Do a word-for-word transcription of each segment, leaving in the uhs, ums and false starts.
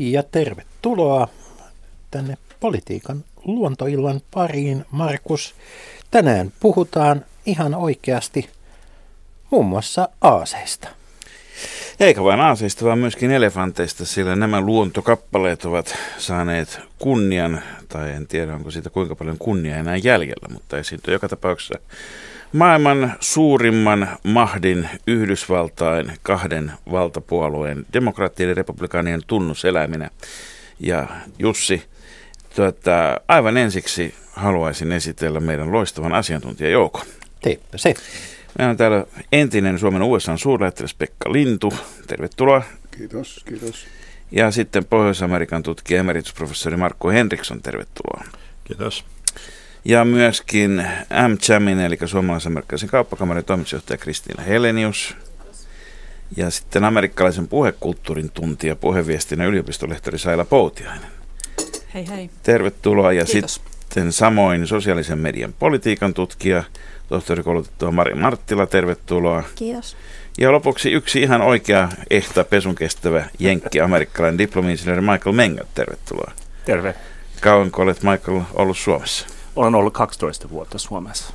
Ja tervetuloa tänne politiikan luontoillan pariin, Markus. Tänään puhutaan ihan oikeasti muun muassa aaseista. Eikä vain aaseista, vaan myöskin elefanteista, sillä nämä luontokappaleet ovat saaneet kunnian, tai en tiedä onko siitä kuinka paljon kunniaa enää jäljellä, mutta esiintyy joka tapauksessa maailman suurimman mahdin Yhdysvaltain kahden valtapuolueen, demokraattien ja republikaanien tunnuseläiminä. Ja Jussi, tuota, aivan ensiksi haluaisin esitellä meidän loistavan asiantuntijajoukon. Teepä se. Meillä on täällä entinen Suomen U S A:n suurlähettiläs Pekka Lintu. Tervetuloa. Kiitos, kiitos. Ja sitten Pohjois-Amerikan tutkija emeritusprofessori Markku Henriksson. Tervetuloa. Kiitos. Ja myöskin M. Chamin, eli suomalais-amerikkalaisen kauppakamarin toimitusjohtaja Kristiina Helenius. Ja sitten amerikkalaisen puhekulttuurin tuntija, puheviestinnän yliopistolehtori Saila Poutiainen. Hei hei. Tervetuloa. Ja Kiitos. sitten samoin sosiaalisen median politiikan tutkija, tohtorikoulutettua Mari Marttila, tervetuloa. Kiitos. Ja lopuksi yksi ihan oikea, ehta, pesun kestävä jenkki, amerikkalainen diplomi-insinööri Michael Mengelt, tervetuloa. Terve. Kauanko olet, Michael, ollut Suomessa? Olen ollut kaksitoista vuotta Suomessa.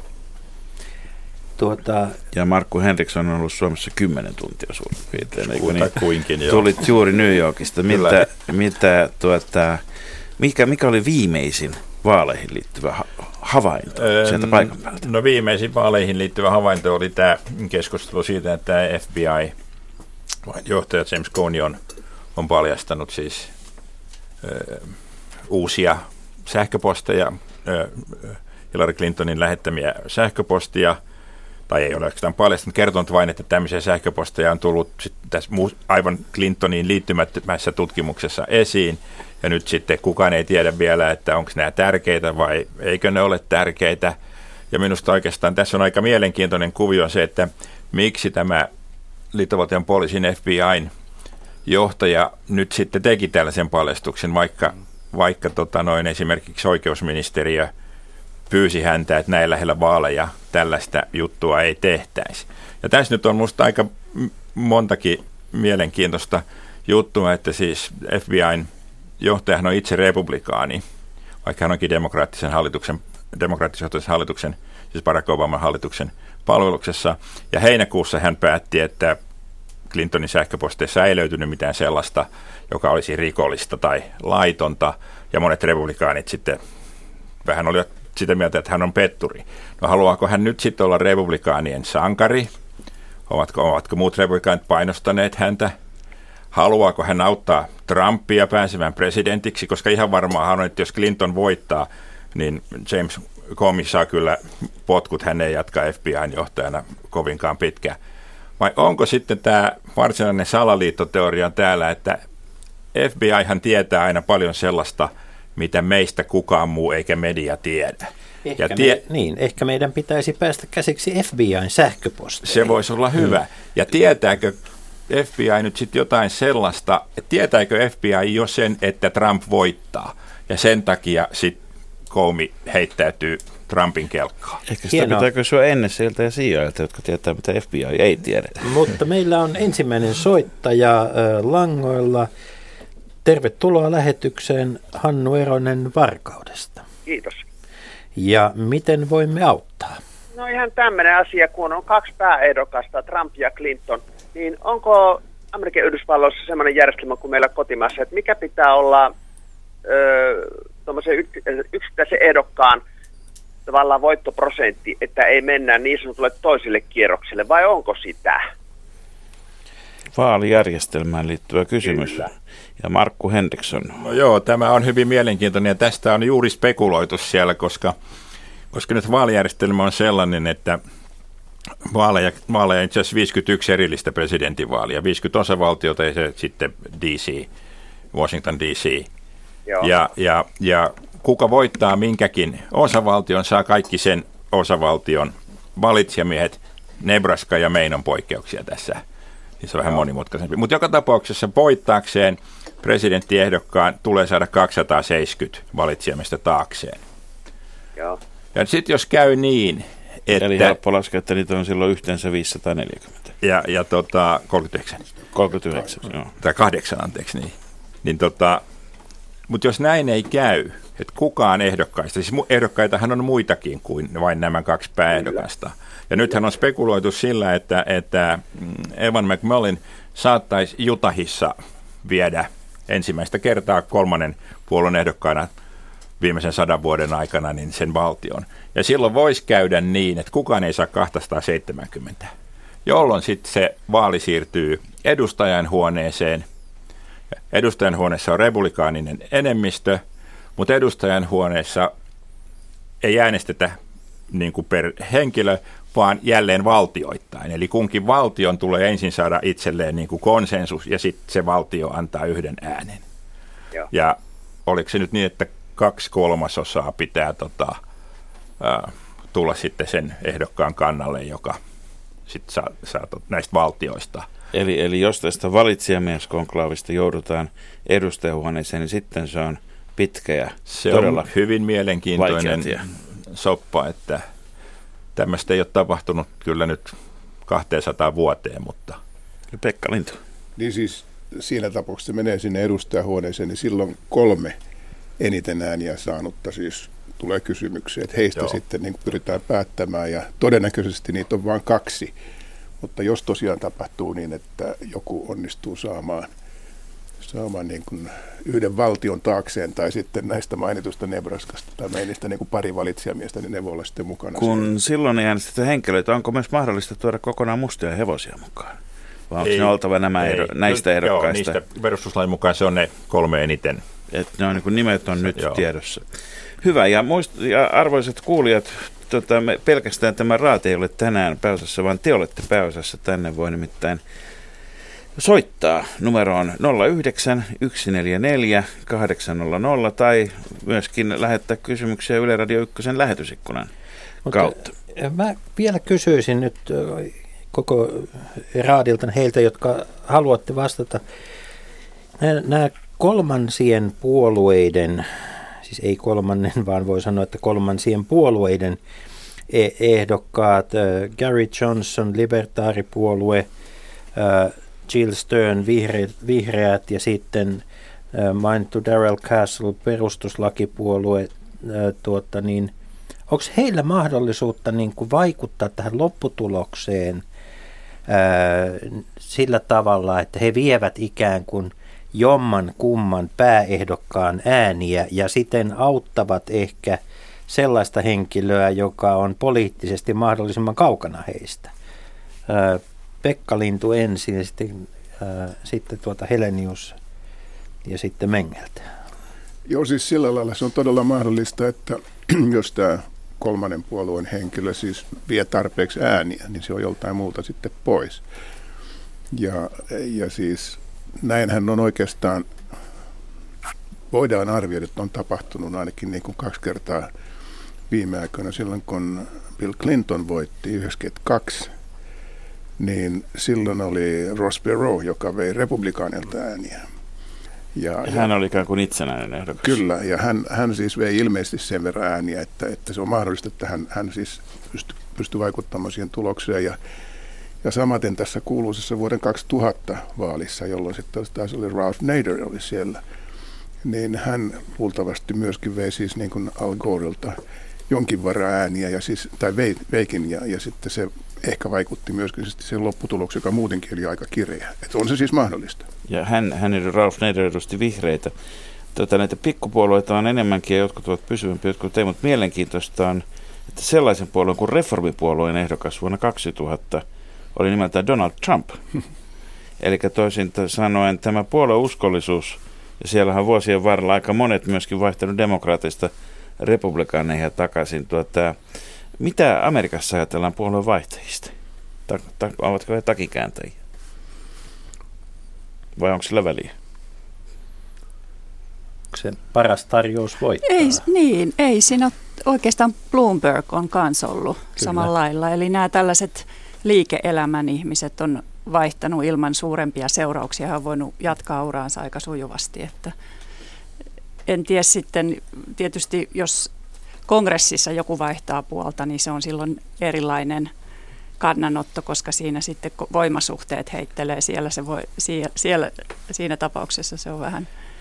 Tuota, Ja Markku Henriksson on ollut Suomessa kymmenen tuntia suurin piirtein. Eikö Kuinka, niin? kuinkin, joo. Tulit juuri New Yorkista. Mitä, mitä, tuota, mikä, mikä oli viimeisin vaaleihin liittyvä ha- havainto öö, sieltä paikan päältä? No viimeisin vaaleihin liittyvä havainto oli tämä keskustelu siitä, että F B I-johtaja James Comey on, on paljastanut siis ö, uusia sähköposteja, ö, Hillary Clintonin lähettämiä sähköpostia, tai ei ole oikeastaan paljastanut, kertonut vain, että tämmöisiä sähköposteja on tullut tässä aivan Clintoniin liittymättömässä tutkimuksessa esiin, ja nyt sitten kukaan ei tiedä vielä, että onko nämä tärkeitä vai eikö ne ole tärkeitä, ja minusta oikeastaan tässä on aika mielenkiintoinen kuvio se, että miksi tämä liittovaltion poliisin F B I:n johtaja nyt sitten teki tällaisen paljastuksen, vaikka, vaikka tota noin, esimerkiksi oikeusministeriö pyysi häntä, että näin lähellä vaaleja tällaista juttua ei tehtäisi. Ja tässä nyt on musta aika montakin mielenkiintoista juttua, että siis F B I:n johtajahan on itse republikaani, vaikka hän onkin demokraattisen hallituksen, demokraattisen hallituksen, siis Barack Obaman hallituksen palveluksessa. Ja heinäkuussa hän päätti, että Clintonin sähköposteissa ei löytynyt mitään sellaista, joka olisi rikollista tai laitonta, ja monet republikaanit sitten vähän olivat sitä mieltä, että hän on petturi. No haluaako hän nyt sitten olla republikaanien sankari? Ovatko, ovatko muut republikaanit painostaneet häntä? Haluaako hän auttaa Trumpia pääsemään presidentiksi? Koska ihan varmaan on, että jos Clinton voittaa, niin James Comey saa kyllä potkut, hän ei jatka F B I:n johtajana kovinkaan pitkään. Vai onko sitten tämä varsinainen salaliittoteoria täällä, että F B Ihan tietää aina paljon sellaista, mitä meistä kukaan muu eikä media tiedä. Ehkä, ja tie- me, niin, ehkä meidän pitäisi päästä käsiksi F B I:n sähköpostiin. Se voisi olla hyvä. Mm. Ja tietääkö F B I nyt sitten jotain sellaista, että tietääkö F B I jo sen, että Trump voittaa, ja sen takia sitten Comey heittäytyy Trumpin kelkkaan. Ehkä sitä Hienoa. Pitää kysyä ennen sieltä ja sijoilta, jotka tietää, mitä F B I ei tiedä. Mutta meillä on ensimmäinen soittaja äh, langoilla. Tervetuloa lähetykseen, Hannu Eronen Varkaudesta. Kiitos. Ja miten voimme auttaa? No ihan tämmöinen asia, kun on kaksi pääehdokasta, Trump ja Clinton, niin onko Amerikan Yhdysvalloissa semmoinen järjestelmä kuin meillä kotimaassa, että mikä pitää olla tuommoisen yksittäisen ehdokkaan tavallaan voittoprosentti, että ei mennä niin sanotulle toiselle kierrokselle, vai onko sitä? Vaalijärjestelmään liittyvä kysymys. Kyllä. Ja Markku Henriksson. No joo, tämä on hyvin mielenkiintoinen ja tästä on juuri spekuloitu siellä, koska, koska nyt vaalijärjestelmä on sellainen, että vaaleja, vaaleja itse asiassa viisikymmentäyksi erillistä presidentinvaalia, viisikymmentä osavaltiota ja se sitten D C, Washington D C. Ja, ja, ja kuka voittaa minkäkin osavaltion, saa kaikki sen osavaltion valitsijamiehet. Nebraska ja Maine on poikkeuksia tässä. Niin se on vähän monimutkaisempi. Mutta joka tapauksessa voittaakseen presidenttiehdokkaan tulee saada kaksisataaseitsemänkymmentä valitsijamiestä taakseen. Joo. Ja sitten jos käy niin, että... Eli helppo laskea, että niitä on silloin yhteensä viisisataaneljäkymmentä. Ja, ja tota, kolmekymmentäyhdeksän. kolmekymmentäyhdeksän, joo. Tai kahdeksan, anteeksi, niin. Niin tota, mutta jos näin ei käy, että kukaan ehdokkaista, siis ehdokkaitahan on muitakin kuin vain nämä kaksi pääehdokasta. Ja nythän on spekuloitu sillä, että, että Evan McMullin saattaisi Utahissa viedä ensimmäistä kertaa kolmannen puolueen ehdokkaana viimeisen sadan vuoden aikana niin sen valtion. Ja silloin voisi käydä niin, että kukaan ei saa kaksisataaseitsemänkymmentä, jolloin sitten se vaali siirtyy edustajanhuoneeseen. Edustajanhuoneessa on republikaaninen enemmistö, mutta edustajanhuoneessa ei äänestetä niin kuin per henkilö, vaan jälleen valtioittain. Eli kunkin valtion tulee ensin saada itselleen niin kuin konsensus, ja sitten se valtio antaa yhden äänen. Joo. Ja oliko se nyt niin, että kaksi kolmasosaa pitää tota, ää, tulla sitten sen ehdokkaan kannalle, joka sitten saa, saa näistä valtioista. Eli, eli jos tästä valitsijamieskonklaavista joudutaan edustajahuoneeseen, niin sitten se on pitkä ja se todella on hyvin mielenkiintoinen soppa, että tämmöistä ei ole tapahtunut kyllä nyt kaksisataa vuoteen, mutta... Pekka Lintu. Niin siis siinä tapauksessa menee sinne edustajahuoneeseen, niin silloin kolme eniten ääniä saanutta siis tulee kysymyksiä, että heistä Joo. sitten niin pyritään päättämään ja todennäköisesti niitä on vain kaksi. Mutta jos tosiaan tapahtuu niin, että joku onnistuu saamaan, saamaan niin kuin yhden valtion taakseen tai sitten näistä mainitusta Nebraskasta tai meistä niin kuin pari valitsijamiestä, niin ne voi olla sitten mukana. Kun siellä. silloin ei äänestetä henkilöitä, onko myös mahdollista tuoda kokonaan mustia hevosia mukaan? Vai onko ei, ne oltava nämä ei, ero, näistä Joo, ehdokkaista? niistä perustuslain mukaan se on ne kolme eniten. Et ne on niin kuin nimet on nyt Joo. tiedossa. Hyvä, ja, muist, ja arvoisat kuulijat, tota, me pelkästään tämä raati ei ole tänään pääosassa, vaan te olette pääosassa. Tänne voi nimittäin soittaa numeroon nolla yhdeksän yksi neljä neljä kahdeksan nolla nolla tai myöskin lähettää kysymyksiä Yle Radio Ykkösen lähetysikkunan kautta. Mutta mä vielä kysyisin nyt koko raadilta heiltä, jotka haluatte vastata. Nämä, nämä kolmansien puolueiden, siis ei kolmannen, vaan voi sanoa, että kolmansien puolueiden ehdokkaat, Gary Johnson, libertaaripuolue, Jill Stern, vihreät, vihreät ja sitten mainittu Darrell Castle, perustuslakipuolue, tuota niin, onko heillä mahdollisuutta niin kuin vaikuttaa tähän lopputulokseen ää, sillä tavalla, että he vievät ikään kuin jomman kumman pääehdokkaan ääniä ja siten auttavat ehkä sellaista henkilöä, joka on poliittisesti mahdollisimman kaukana heistä? Ää, Pekka Lintu ensin ja sitten, ää, sitten tuota Helenius ja sitten Mengeltä. Joo, siis sillä lailla se on todella mahdollista, että jos tämä kolmannen puolueen henkilö siis vie tarpeeksi ääniä, niin se on joltain muulta sitten pois. Ja, ja siis näinhän on oikeastaan, voidaan arvioida, että on tapahtunut ainakin niin kuin kaksi kertaa viime aikoina. Silloin kun Bill Clinton voitti yhdeksänkymmentäkaksi, niin silloin oli Ross Perot, joka vei republikaanilta ääniä. Ja, hän oli ikään kuin itsenäinen ehdokas. Kyllä, ja hän, hän siis vei ilmeisesti sen verran ääniä, että, että se on mahdollista, että hän, hän siis pystyi pysty vaikuttamaan siihen tulokseen. Ja, ja samaten tässä kuuluisessa vuoden kaksituhatta vaalissa, jolloin sitten taas oli Ralph Nader oli siellä, niin hän luultavasti myöskin vei siis niin kuin Al Goreilta jonkin verran ääniä, ja siis, tai vei, veikin, ja, ja sitten se ehkä vaikutti myöskin sen lopputulokseen, joka muutenkin oli aika kireä. Että on se siis mahdollista. Ja hän, hän Ralph Nader edusti vihreitä. Tota, näitä pikkupuolueita on enemmänkin ja jotkut ovat pysyvämpiä, jotkut ei, mutta mielenkiintoista on, että sellaisen puolueen kuin reformipuolueen ehdokas vuonna kaksituhatta oli nimeltään Donald Trump. Eli toisin sanoen tämä puolueuskollisuus, ja siellähän vuosien varrella aika monet myöskin vaihtanut demokraatista republikaaneihin takaisin. Tuota, mitä Amerikassa ajatellaan puolueen vaihtajista? Ta- ta- ovatko he takikääntäjiä? Vai onko sillä väliä? Onko se paras tarjous voittaa? Ei, niin, ei siinä oikeastaan Bloomberg on kans ollut Kyllä. samalla lailla. Eli nämä tällaiset liike-elämän ihmiset on vaihtanut ilman suurempia seurauksia. Hän on voinut jatkaa uraansa aika sujuvasti. Että en tiedä sitten, tietysti jos kongressissa joku vaihtaa puolta, niin se on silloin erilainen kannanotto, koska siinä sitten voimasuhteet heittelee. Siellä se voi, siellä, siinä tapauksessa se on vähän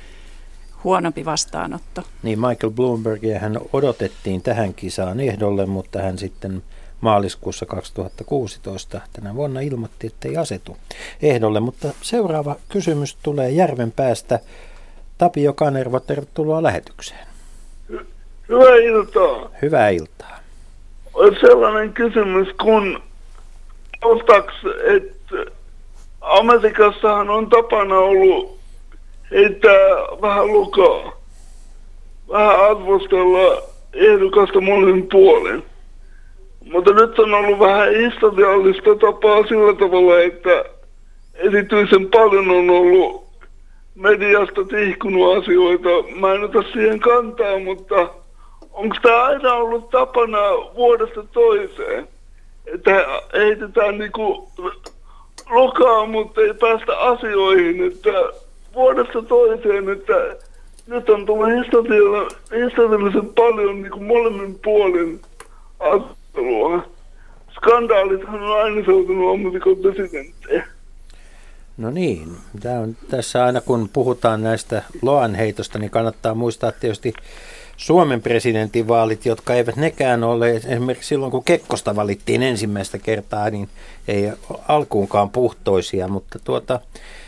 huonompi vastaanotto. Niin, Michael Bloombergia hän odotettiin tähän kisaan ehdolle, mutta hän sitten maaliskuussa kaksituhattakuusitoista tänä vuonna ilmoitti, että ei asetu ehdolle. Mutta seuraava kysymys tulee Järvenpäästä. Tapio Kanerva, tervetuloa lähetykseen. Hyvää iltaa. Hyvää iltaa. On sellainen kysymys, kun ostaks, että Amerikassahan on tapana ollut heittää vähän lukaa, vähän arvostella ehdokasta monin puolin. Mutta nyt on ollut vähän historiallista tapaa sillä tavalla, että erityisen paljon on ollut mediasta tihkunut asioita. Mä en ota siihen kantaa, mutta onko tämä aina ollut tapana vuodesta toiseen? Että heitetään niinku lokaa, mutta ei päästä asioihin, että vuodesta toiseen, että nyt on tullut historiallisen paljon niinku molemmin puolin ajattelua. Skandaalithan on aina seutunut Amerikan presidenttejä. No niin, tämä on tässä aina kun puhutaan näistä loanheitosta, niin kannattaa muistaa tietysti Suomen presidentinvaalit, jotka eivät nekään ole, esimerkiksi silloin kun Kekkosta valittiin ensimmäistä kertaa, niin ei alkuunkaan puhtoisia, mutta tuota,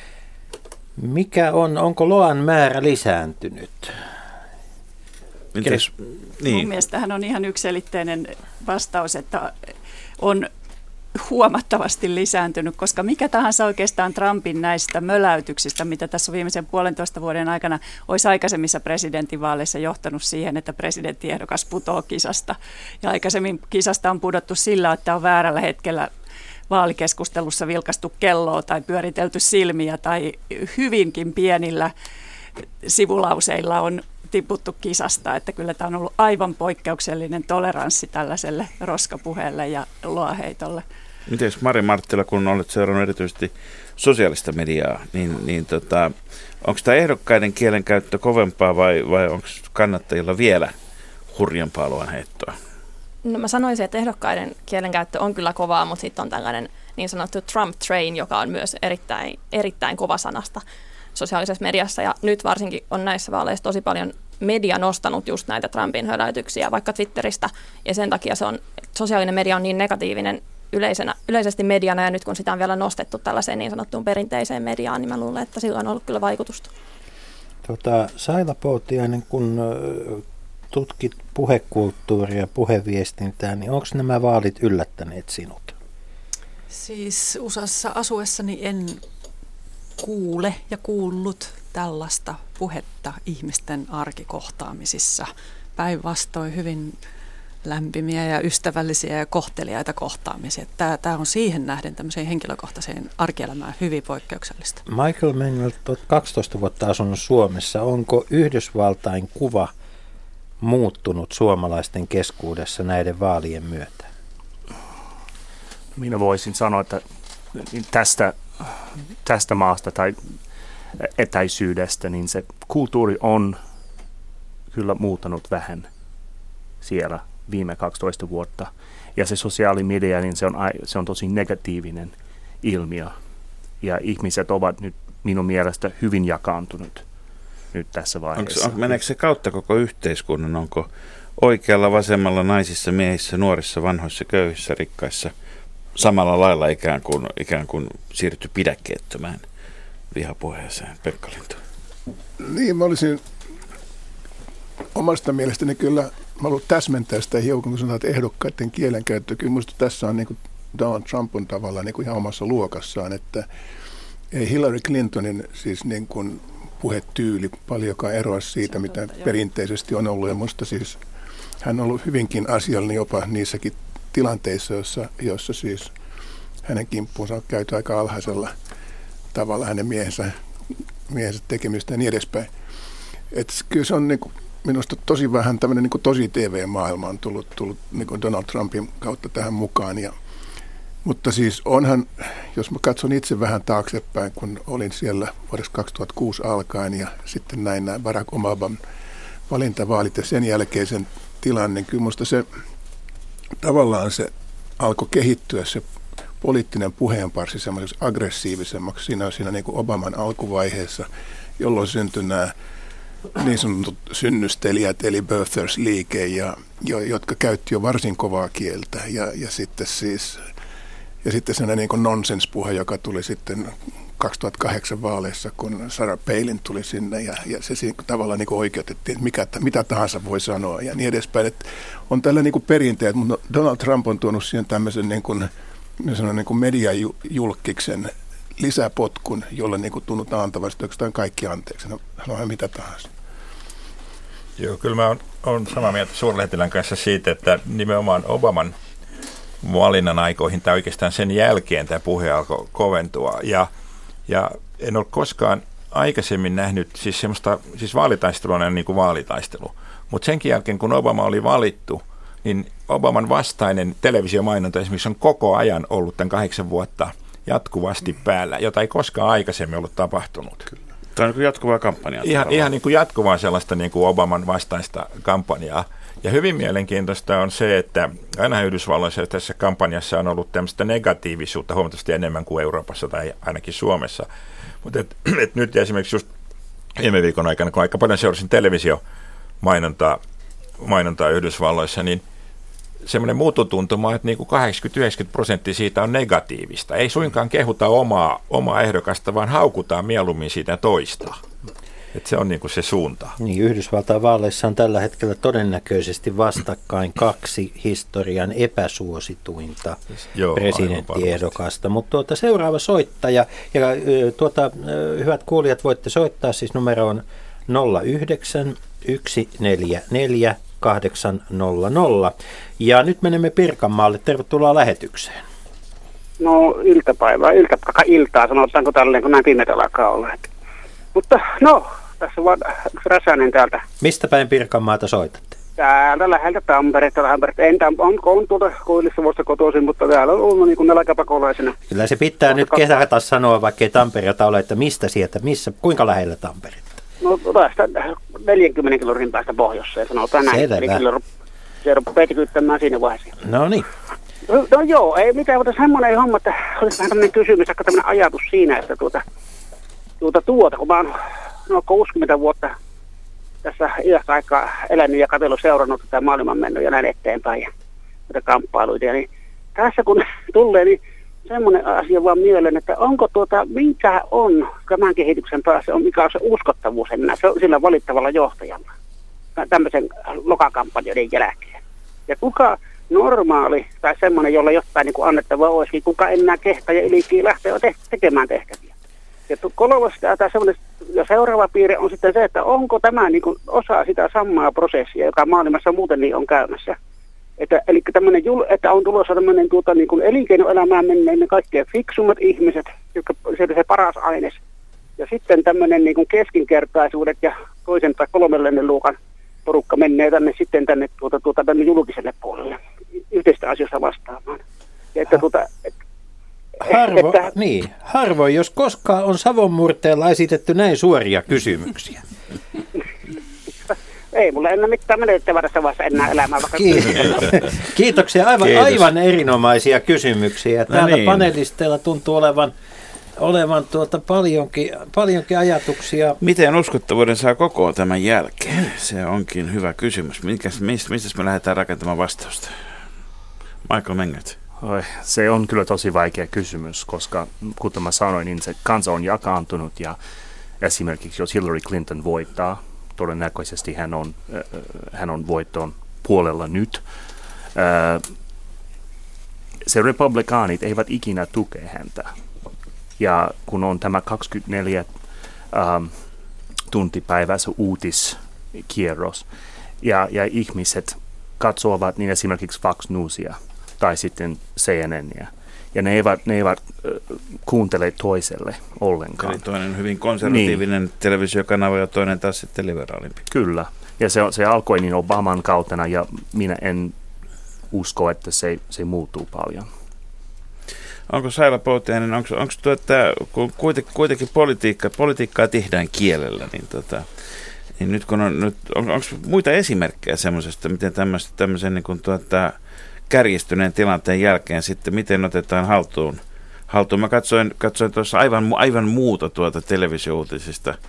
mikä on, onko loan määrä lisääntynyt? Mites, niin. Mun mielestähän on ihan yksiselitteinen vastaus, että on huomattavasti lisääntynyt, koska mikä tahansa oikeastaan Trumpin näistä möläytyksistä, mitä tässä on viimeisen puolentoista vuoden aikana, olisi aikaisemmissa presidentinvaaleissa johtanut siihen, että presidenttiehdokas putoo kisasta. Ja aikaisemmin kisasta on pudottu sillä, että on väärällä hetkellä vaalikeskustelussa vilkastu kelloa tai pyöritelty silmiä tai hyvinkin pienillä sivulauseilla on tiputtu kisasta, että kyllä tämä on ollut aivan poikkeuksellinen toleranssi tällaiselle roskapuheelle ja loaheitolle. Miten Mari Marttila, kun olet seurannut erityisesti sosiaalista mediaa, niin, niin tota, onko tämä ehdokkaiden kielenkäyttö kovempaa vai, vai onko kannattajilla vielä hurjempaa loanheittoa? No mä sanoisin, että ehdokkaiden kielenkäyttö on kyllä kovaa, mutta sitten on tällainen niin sanottu Trump train, joka on myös erittäin, erittäin kova sanasta sosiaalisessa mediassa. Ja nyt varsinkin on näissä vaaleissa tosi paljon media nostanut just näitä Trumpin höläytyksiä, vaikka Twitteristä. Ja sen takia se on, sosiaalinen media on niin negatiivinen yleisenä, yleisesti mediana. Ja nyt kun sitä on vielä nostettu tällaiseen niin sanottuun perinteiseen mediaan, niin mä luulen, että sillä on ollut kyllä vaikutusta. Tota, Saila Poutiainen, kun tutkit puhekulttuuria ja puheviestintää, niin onko nämä vaalit yllättäneet sinut? Siis U S A:ssa asuessani en kuule ja kuullut tällaista puhetta ihmisten arkikohtaamisissa. Päinvastoin hyvin lämpimiä ja ystävällisiä ja kohteliaita kohtaamisia. Tämä, tämä on siihen nähden tämmöiseen henkilökohtaiseen arkielämään hyvin poikkeuksellista. Michael Mengel, olet kaksitoista vuotta asunut Suomessa. Onko Yhdysvaltain kuva muuttunut suomalaisten keskuudessa näiden vaalien myötä? Minä voisin sanoa, että tästä, tästä maasta tai etäisyydestä, niin se kulttuuri on kyllä muuttanut vähän siellä viime kaksitoista vuotta. Ja se sosiaalimedia, niin se on, se on tosi negatiivinen ilmiö. Ja ihmiset ovat nyt minun mielestä hyvin jakaantunut nyt tässä vaiheessa. Onko, meneekö se kautta koko yhteiskunnan? Onko oikealla, vasemmalla, naisissa, miehissä, nuorissa, vanhoissa, köyhissä, rikkaissa samalla lailla ikään kuin, ikään kuin siirtyy pidäkkeettömään vihapuheeseen? Pekka Lintu. Niin, mä olisin omasta mielestäni kyllä, mä haluan täsmentää sitä hiukan, kun sanotaan, että ehdokkaiden kielenkäyttö. Kyllä minusta tässä on niin kuin Donald Trump on tavallaan niin kuin ihan omassa luokassaan, että ei Hillary Clintonin siis niin kuin puhetyyli paljonkaan eroa siitä, mitä perinteisesti on ollut. Ja musta siis hän on ollut hyvinkin asiallinen jopa niissäkin tilanteissa, joissa, joissa siis hänen kimppuunsa on käyty aika alhaisella tavalla hänen miehensä, miehensä tekemistä ja niin edespäin. Et kyllä se on niin kuin minusta tosi vähän tämmöinen niin kuin tosi T V-maailma on tullut, tullut niin kuin Donald Trumpin kautta tähän mukaan. Ja, mutta siis onhan, jos mä katson itse vähän taaksepäin, kun olin siellä vuodesta kaksituhattakuusi alkaen ja sitten näin nämä Barack Obaman valintavaalit ja sen jälkeisen tilanne, kyllä minusta se tavallaan se alkoi kehittyä se poliittinen puheenparsi semmoiseksi aggressiivisemmaksi siinä, siinä niin kuin Obaman alkuvaiheessa, jolloin syntyi nämä niin sanotut synnystelijät, eli birthers-liike, ja, jo, jotka käytti jo varsin kovaa kieltä. Ja, ja sitten siis ja sitten sellainen niin kuin nonsenspuhe, joka tuli sitten kaksituhattakahdeksan vaaleissa, kun Sarah Palin tuli sinne, ja, ja se tavallaan niin kuin oikeutettiin, että mikä, mitä tahansa voi sanoa, ja niin edespäin. Että on tällä niin kuin perinteet, mutta Donald Trump on tuonut siihen tämmöisen niin kuin, niin kuin mediajulkkiksen lisäpotkun, jolla niin kuin tunnutaan antavan sitten oikeastaan kaikki anteeksi. No, haluaa mitä tahansa. Joo, kyllä mä oon, oon samaa mieltä suurlähettilän kanssa siitä, että nimenomaan Obaman valinnan aikoihin tai oikeastaan sen jälkeen tämä puhe alkoi koventua. Ja, ja en ole koskaan aikaisemmin nähnyt siis semmoista, siis vaalitaistelua on niin kuin vaalitaistelu. Mutta senkin jälkeen, kun Obama oli valittu, niin Obaman vastainen televisiomainonta esimerkiksi on koko ajan ollut tämän kahdeksan vuotta jatkuvasti päällä, jota ei koskaan aikaisemmin ollut tapahtunut. Kyllä. Tämä on niin kuin jatkuvaa kampanjaa. Ihan, ihan niin kuin jatkuvaa sellaista niin kuin Obaman vastaista kampanjaa. Ja hyvin mielenkiintoista on se, että aina Yhdysvalloissa tässä kampanjassa on ollut tämmöistä negatiivisuutta huomattavasti enemmän kuin Euroopassa tai ainakin Suomessa. Mutta et, et nyt esimerkiksi just viime viikon aikana, kun aika paljon seurasin televisiomainontaa mainontaa Yhdysvalloissa, niin semmoinen mututuntuma, että niin kuin kahdeksankymmentä yhdeksänkymmentä prosenttia siitä on negatiivista. Ei suinkaan kehuta omaa, omaa ehdokasta, vaan haukutaan mieluummin siitä toista. Että se on niin kuin se suunta. Niin, Yhdysvaltain vaaleissa on tällä hetkellä todennäköisesti vastakkain kaksi historian epäsuosituinta Joo, presidenttiehdokasta. Mutta tuota, seuraava soittaja, ja tuota, hyvät kuulijat, voitte soittaa, siis numero on nolla yhdeksän yksi neljä neljä kahdeksan nolla nolla. Ja nyt menemme Pirkanmaalle. Tervetuloa lähetykseen. No iltapäivää, iltapäivää, iltaa sanotaanko tälleen, kun näin pimeät alkaa olla. Mutta no, tässä vaan yksi Räsänen täältä. Mistä päin Pirkanmaata soitatte? Täältä läheltä Tampereelta, Tampereelta. En tam, on, on tuolta Koillisvuosta kotoisin, mutta täällä on ollut niin kuin nälkäpakolaisena. Kyllä se pitää mutta nyt kesätä sanoa, vaikka ei Tampereelta ole, että mistä sieltä, missä, kuinka lähellä Tamperetta? No tästä neljänkymmenen kilometrin päästä pohjossa, ja sanotaan näin. Selvä. Eli kyllä se rupeaa tykyttämään siinä vaiheessa. No niin. No, no joo, ei mitään, mutta semmoinen homma, että olisi vähän tämmöinen kysymys, ehkä tämmöinen ajatus siinä, että tuota, tuota, tuota kun mä oon no, kuusikymmentä vuotta tässä iästä aikaa elänyt ja katsellut, seurannut tätä maailman mennyt ja näin eteenpäin ja tätä kamppailuita, niin tässä kun tulee, niin semmoinen asia vaan mieleen, että onko tuota, mikä on tämän kehityksen päässä, on, mikä on se uskottavuus enää se sillä valittavalla johtajalla tämmöisen lokakampanjoiden jälkeen. Ja kuka normaali tai semmoinen, jolla jotain niin kuin annettavaa olisikin, kuka enää kehtaa ja ylikii lähtee te- tekemään tehtäviä. Ja kolmas tämä semmoinen, ja seuraava piirre on sitten se, että onko tämä niin kuin osa sitä samaa prosessia, joka maailmassa muuten niin on käymässä. Että, eli tämmöinen, että on tulossa tämmöinen tuota, niin kuin elinkeinoelämään menneen ne kaikkein fiksummat ihmiset, jotka se on se paras aines. Ja sitten tämmöinen niin kuin keskinkertaisuudet ja toisen tai kolmellinen luokan porukka menee tänne sitten tänne, tuota, tuota, tänne julkiselle puolelle yhteistä asioista vastaamaan. Ja että, tuota, et, Harvo, että, niin, harvoin, jos koskaan on Savonmurteella esitetty näin suoria kysymyksiä. Ei mulla enää mitään menettävää tässä vaiheessa enää elämää. Vaikka Kiitoksia, aivan, aivan erinomaisia kysymyksiä. No Täällä niin. panelisteilla tuntuu olevan, olevan tuota paljonkin, paljonkin ajatuksia. Miten uskottavuuden saa kokoon tämän jälkeen? Se onkin hyvä kysymys. Mikäs, mistä, mistä me lähdetään rakentamaan vastausta? Michael Mengert. Oi, se on kyllä tosi vaikea kysymys, koska kuten mä sanoin, niin se kansa on jakaantunut ja esimerkiksi jos Hillary Clinton voittaa, todennäköisesti hän on, äh, hän on voittoon puolella nyt. Äh, se republikaanit eivät ikinä tukea häntä. Ja kun on tämä kaksikymmentäneljä ähm, tuntipäivässä uutiskierros ja, ja ihmiset katsovat niin esimerkiksi Fox Newsia tai sitten C N N, ja ne eivät, ne eivät äh, kuuntele toiselle ollenkaan. Eli toinen hyvin konservatiivinen niin. televisiokanava ja toinen taas sitten liberaalimpi. Kyllä, ja se, se alkoi niin Obaman kautena, ja minä en usko, että se, se muuttuu paljon. Onko Saila Poutiainen, onko, onko tuota, kun kuitenkin, kuitenkin politiikka, politiikkaa tehdään kielellä, niin, tota, niin nyt kun on, nyt, on, onko muita esimerkkejä semmoisesta, miten tämmöisen niin kuin tuota, kärjistyneen tilanteen jälkeen sitten, miten otetaan haltuun? haltuun. Mä katsoin, katsoin tuossa aivan, aivan muuta tuota televisiouutisista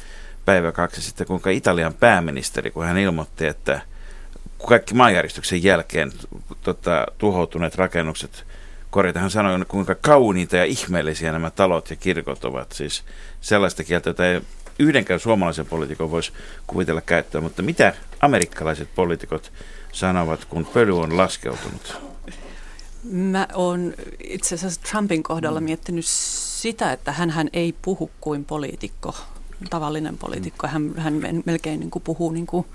päivä kaksi sitten, kuinka Italian pääministeri, kun hän ilmoitti, että kaikki maanjäristyksen jälkeen tota, tuhoutuneet rakennukset korjataan, hän sanoi, kuinka kauniita ja ihmeellisiä nämä talot ja kirkot ovat. Siis sellaista kieltä, jota ei yhdenkään suomalaisen poliitikon voisi kuvitella käyttöön, mutta mitä amerikkalaiset poliitikot sanovat, kun pöly on laskeutunut? Mä oon itse asiassa Trumpin kohdalla miettinyt sitä, että hänhän ei puhu kuin poliitikko, tavallinen poliitikko. Hän, hän melkein niin kuin puhuu niin kuin,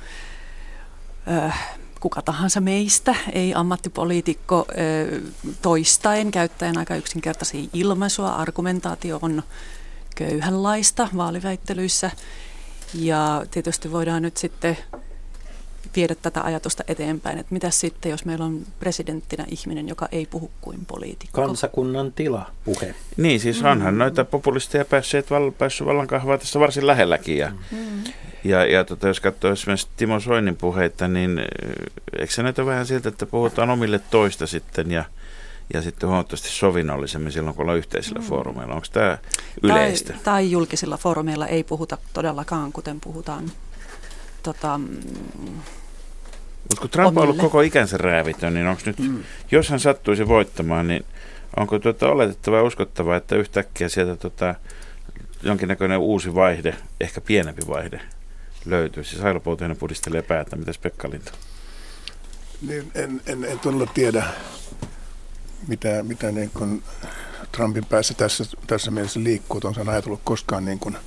äh, kuka tahansa meistä, ei ammattipoliitikko äh, toistaen, käyttäen aika yksinkertaisia ilmaisua. Argumentaatio on köyhänlaista vaaliväittelyissä ja tietysti voidaan nyt sitten viedä tätä ajatusta eteenpäin, että mitä sitten, jos meillä on presidenttinä ihminen, joka ei puhu kuin poliitikko. Kansakunnan tila puhe. Niin, siis onhan mm. noita populisteja päässeet val, päässyt vallankahvaa tässä varsin lähelläkin. Ja, mm. ja, ja tota, jos katsoo esimerkiksi Timo Soinin puheita, niin eikö se näytä vähän siltä, että puhutaan omille toista sitten ja, ja sitten huomattavasti sovinnollisemmin silloin, kun ollaan yhteisillä mm. foorumeilla. Onko tämä yleistä? Tai, tai julkisilla foorumeilla ei puhuta todellakaan, kuten puhutaan tota, mutta kun Trump on ollut koko ikänsä räävitön, niin onko nyt, mm. jos hän sattuisi voittamaan, niin onko tuota oletettavaa ja uskottavaa, että yhtäkkiä sieltä tuota, jonkinnäköinen uusi vaihde, ehkä pienempi vaihde löytyy? Siis Ailo Poutinen pudistelee päätä. Mitäs Pekka Linto? Niin, en, en, en todella tiedä, mitä, mitä niin kuin Trumpin päässä tässä, tässä mielessä liikkuu. Onko hän ajatellut koskaan niin kuin,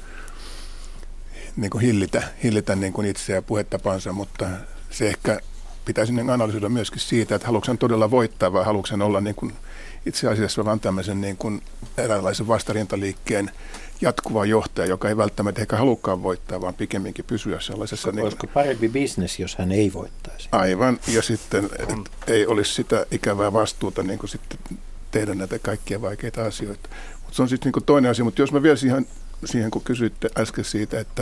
niin kuin hillitä, hillitä niin kuin itseä puhetapansa, mutta se ehkä pitäisi analysoida myöskin siitä, että haluatko hän todella voittaa vai haluatko hän olla niin kuin itse asiassa vaan tämmöisen niin kuin eräänlaisen vastarintaliikkeen jatkuva johtaja, joka ei välttämättä ehkä halukkaan voittaa, vaan pikemminkin pysyä sellaisessa. Olisiko niin parempi bisnes, jos hän ei voittaisi? Aivan, ja sitten ei olisi sitä ikävää vastuuta niin kuin sitten tehdä näitä kaikkia vaikeita asioita. Mutta se on sitten niin kuin toinen asia, mutta jos mä vielä siihen, siihen kun kysyitte äsken siitä, että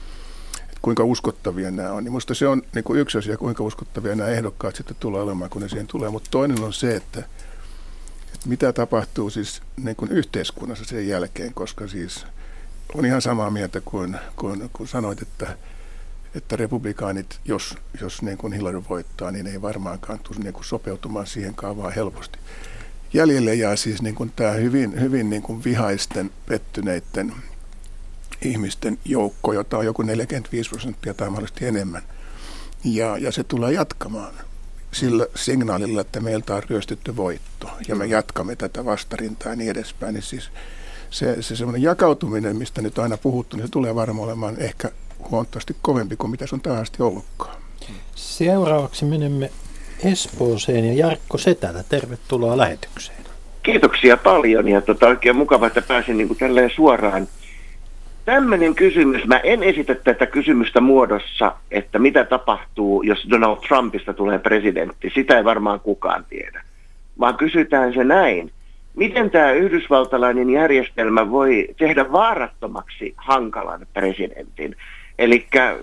kuinka uskottavia nämä on. Niin minusta se on niin kuin yksi asia, kuinka uskottavia nämä ehdokkaat sitten tulee olemaan, kun ne siihen tulee. Mutta toinen on se, että, että mitä tapahtuu siis niin kuin yhteiskunnassa sen jälkeen, koska siis on ihan samaa mieltä kuin, kuin, kuin sanoit, että, että republikaanit, jos, jos niin kuin Hillary voittaa, niin ei varmaankaan tule niin kuin sopeutumaan siihen kaavaan helposti. Jäljelle jää siis niin kuin tämä hyvin, hyvin niin kuin vihaisten, pettyneiden ihmisten joukko, jota on joku neljäkymmentäviisi prosenttia tai mahdollisesti enemmän. Ja, ja se tulee jatkamaan sillä signaalilla, että meiltä on ryöstetty voitto ja me jatkamme tätä vastarintaa ja niin edespäin. Niin siis se, se semmoinen jakautuminen, mistä nyt on aina puhuttu, niin se tulee varmaan olemaan ehkä huomattavasti kovempi kuin mitä se on tähän asti ollutkaan. Seuraavaksi menemme Espooseen ja Jarkko Setälä, tervetuloa lähetykseen. Kiitoksia paljon ja tota, oikein mukava, että pääsin niin kuin tälleen suoraan. Tämmöinen kysymys, mä en esitä tätä kysymystä muodossa, että mitä tapahtuu, jos Donald Trumpista tulee presidentti. Sitä ei varmaan kukaan tiedä. Vaan kysytään se näin. Miten tämä yhdysvaltalainen järjestelmä voi tehdä vaarattomaksi hankalan presidentin? Elikkä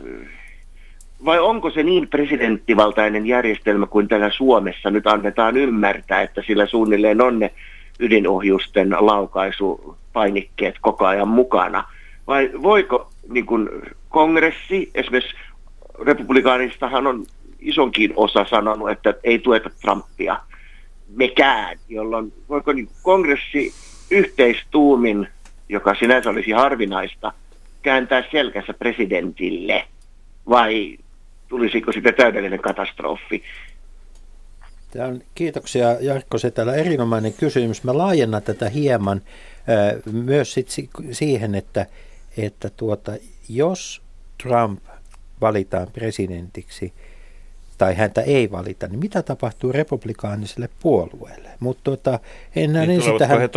vai onko se niin presidenttivaltainen järjestelmä kuin täällä Suomessa nyt annetaan ymmärtää, että sillä suunnilleen on ne ydinohjusten laukaisupainikkeet koko ajan mukana? Vai voiko niin kuin kongressi, esimerkiksi republikaanistahan on isonkin osa sanonut, että ei tueta Trumpia mekään, jolloin voiko niin kongressi yhteistuumin, joka sinänsä olisi harvinaista, kääntää selkänsä presidentille, vai tulisiko sitten täydellinen katastrofi? Tämä on, kiitoksia Jarkko Setälä, erinomainen kysymys. Mä laajennan tätä hieman äh, myös sit siihen, että että tuota, jos Trump valitaan presidentiksi tai häntä ei valita, niin mitä tapahtuu republikaaniselle puolueelle? Mutta tuota, ennään niin ensin tähän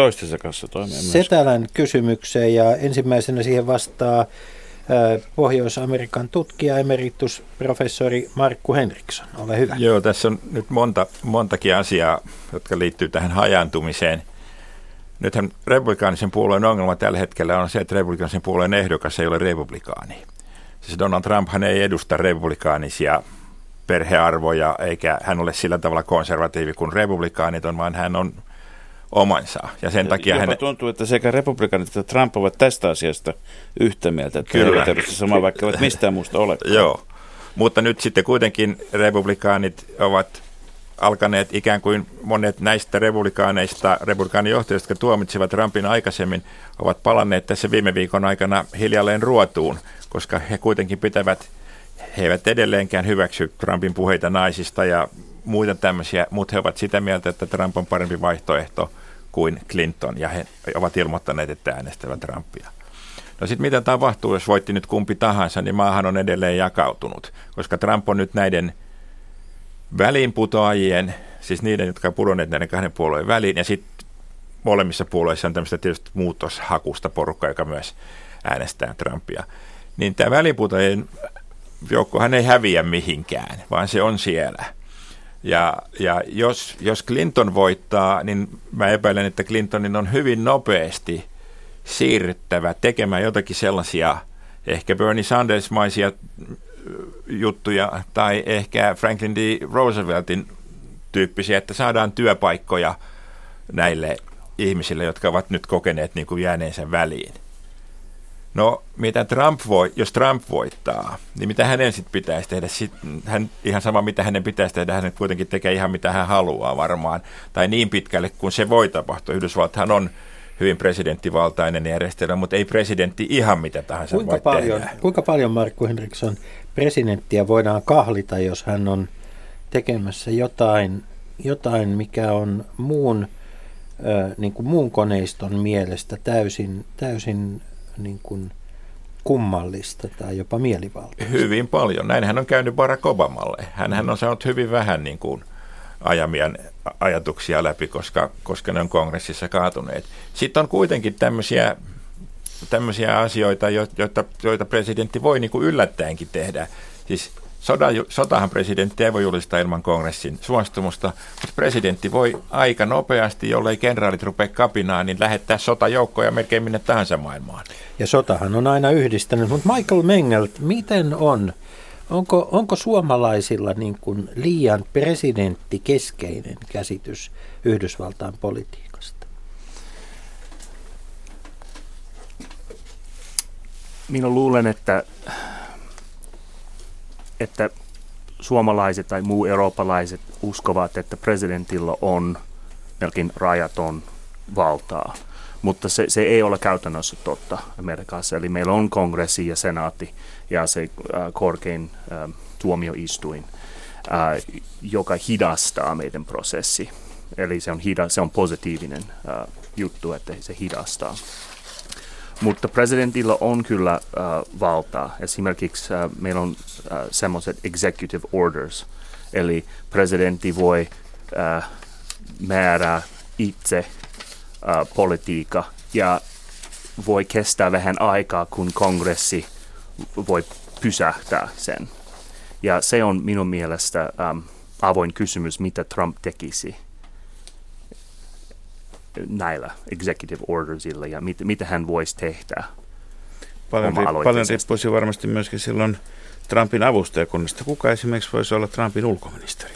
Setälän kysymykseen ja ensimmäisenä siihen vastaa ä, Pohjois-Amerikan tutkija emeritus professori Markku Henriksson. Ole hyvä. Joo, tässä on nyt monta, montakin asiaa, jotka liittyy tähän hajaantumiseen. Nythän republikaanisen puolueen ongelma tällä hetkellä on se, että republikaanisen puolueen ehdokas ei ole republikaani. Siis Donald Trumphan ei edusta republikaanisia perhearvoja, eikä hän ole sillä tavalla konservatiivi kuin republikaanit on, vaan hän on omansa. Ja sen takia jopa hän... tuntuu, että sekä republikaanit että Trump ovat tästä asiasta yhtä mieltä, että he eivät edusta samaa, vaikka eivät mistään muusta ole. Joo, mutta nyt sitten kuitenkin republikaanit ovat alkaneet ikään kuin monet näistä republikaaneista, republikaanijohtajista, jotka tuomitsivat Trumpin aikaisemmin, ovat palanneet tässä viime viikon aikana hiljalleen ruotuun, koska he kuitenkin pitävät, he eivät edelleenkään hyväksy Trumpin puheita naisista ja muita tämmöisiä, mutta he ovat sitä mieltä, että Trump on parempi vaihtoehto kuin Clinton, ja he ovat ilmoittaneet, että äänestävät Trumpia. No sitten mitä tapahtuu, jos voitti nyt kumpi tahansa, niin maahan on edelleen jakautunut, koska Trump on nyt näiden väliinputoajien, siis niiden, jotka ovat pudonneet näiden kahden puolueen väliin, ja sitten molemmissa puolueissa on tämmöistä tietysti muutoshakusta porukkaa, joka myös äänestää Trumpia. Niin tämä väliinputoajien joukkohan ei häviä mihinkään, vaan se on siellä. Ja, ja jos, jos Clinton voittaa, niin mä epäilen, että Clintonin on hyvin nopeasti siirryttävä tekemään jotakin sellaisia ehkä Bernie Sanders-maisia juttuja tai ehkä Franklin D. Rooseveltin tyyppisiä, että saadaan työpaikkoja näille ihmisille, jotka ovat nyt kokeneet niin kuin jääneensä väliin. No, mitä Trump voi, jos Trump voittaa, niin mitä hänen sitten pitäisi tehdä? Sitten hän, ihan sama, mitä hänen pitäisi tehdä, hän kuitenkin tekee ihan mitä hän haluaa varmaan, tai niin pitkälle kuin se voi tapahtua. Yhdysvaltahan on hyvin presidenttivaltainen järjestelmä, mutta ei presidentti ihan mitä tahansa kuinka voi paljon, tehdä. Kuinka paljon, Markku Henriksson, presidenttiä voidaan kahlita, jos hän on tekemässä jotain, jotain mikä on muun, äh, niin kuin muun koneiston mielestä täysin, täysin niin kuin kummallista tai jopa mielivaltaista? Hyvin paljon. Näinhän on käynyt Barack Obamalle. Hänhän on saanut hyvin vähän niin kuin ajamien ajatuksia läpi, koska, koska ne on kongressissa kaatuneet. Sitten on kuitenkin tämmöisiä, tämmöisiä asioita, joita, joita presidentti voi niin kuin yllättäenkin tehdä. Siis soda, sotahan presidentti ei voi julistaa ilman kongressin suostumusta, mutta presidentti voi aika nopeasti, jollei kenraalit rupea kapinaan, niin lähettää sotajoukkoja melkein minne tahansa maailmaan. Ja sotahan on aina yhdistänyt, mutta Michael Mengelt, miten on? Onko, onko suomalaisilla niin kuin liian presidenttikeskeinen käsitys Yhdysvaltain politiikasta? Minä luulen, että, että suomalaiset tai muu eurooppalaiset uskovat, että presidentillä on melkein rajaton valtaa. Mutta se, se ei ole käytännössä totta Amerikassa. Eli meillä on kongressi ja senaatti ja se äh, korkein äh, tuomioistuin, äh, joka hidastaa meidän prosessi. Eli se on, hida, se on positiivinen äh, juttu, että se hidastaa. Mutta presidentillä on kyllä äh, valtaa. Esimerkiksi äh, meillä on äh, semmoiset executive orders. Eli presidentti voi äh, määrää itse Uh, politiikka ja voi kestää vähän aikaa, kun kongressi voi pysähtää sen. Ja se on minun mielestä um, avoin kysymys, mitä Trump tekisi näillä executive ordersilla ja mit, mitä hän voisi tehdä. Paljon, riip- paljon riippuisi varmasti myöskin silloin Trumpin avustajakunnasta. Kuka esimerkiksi voisi olla Trumpin ulkoministeri?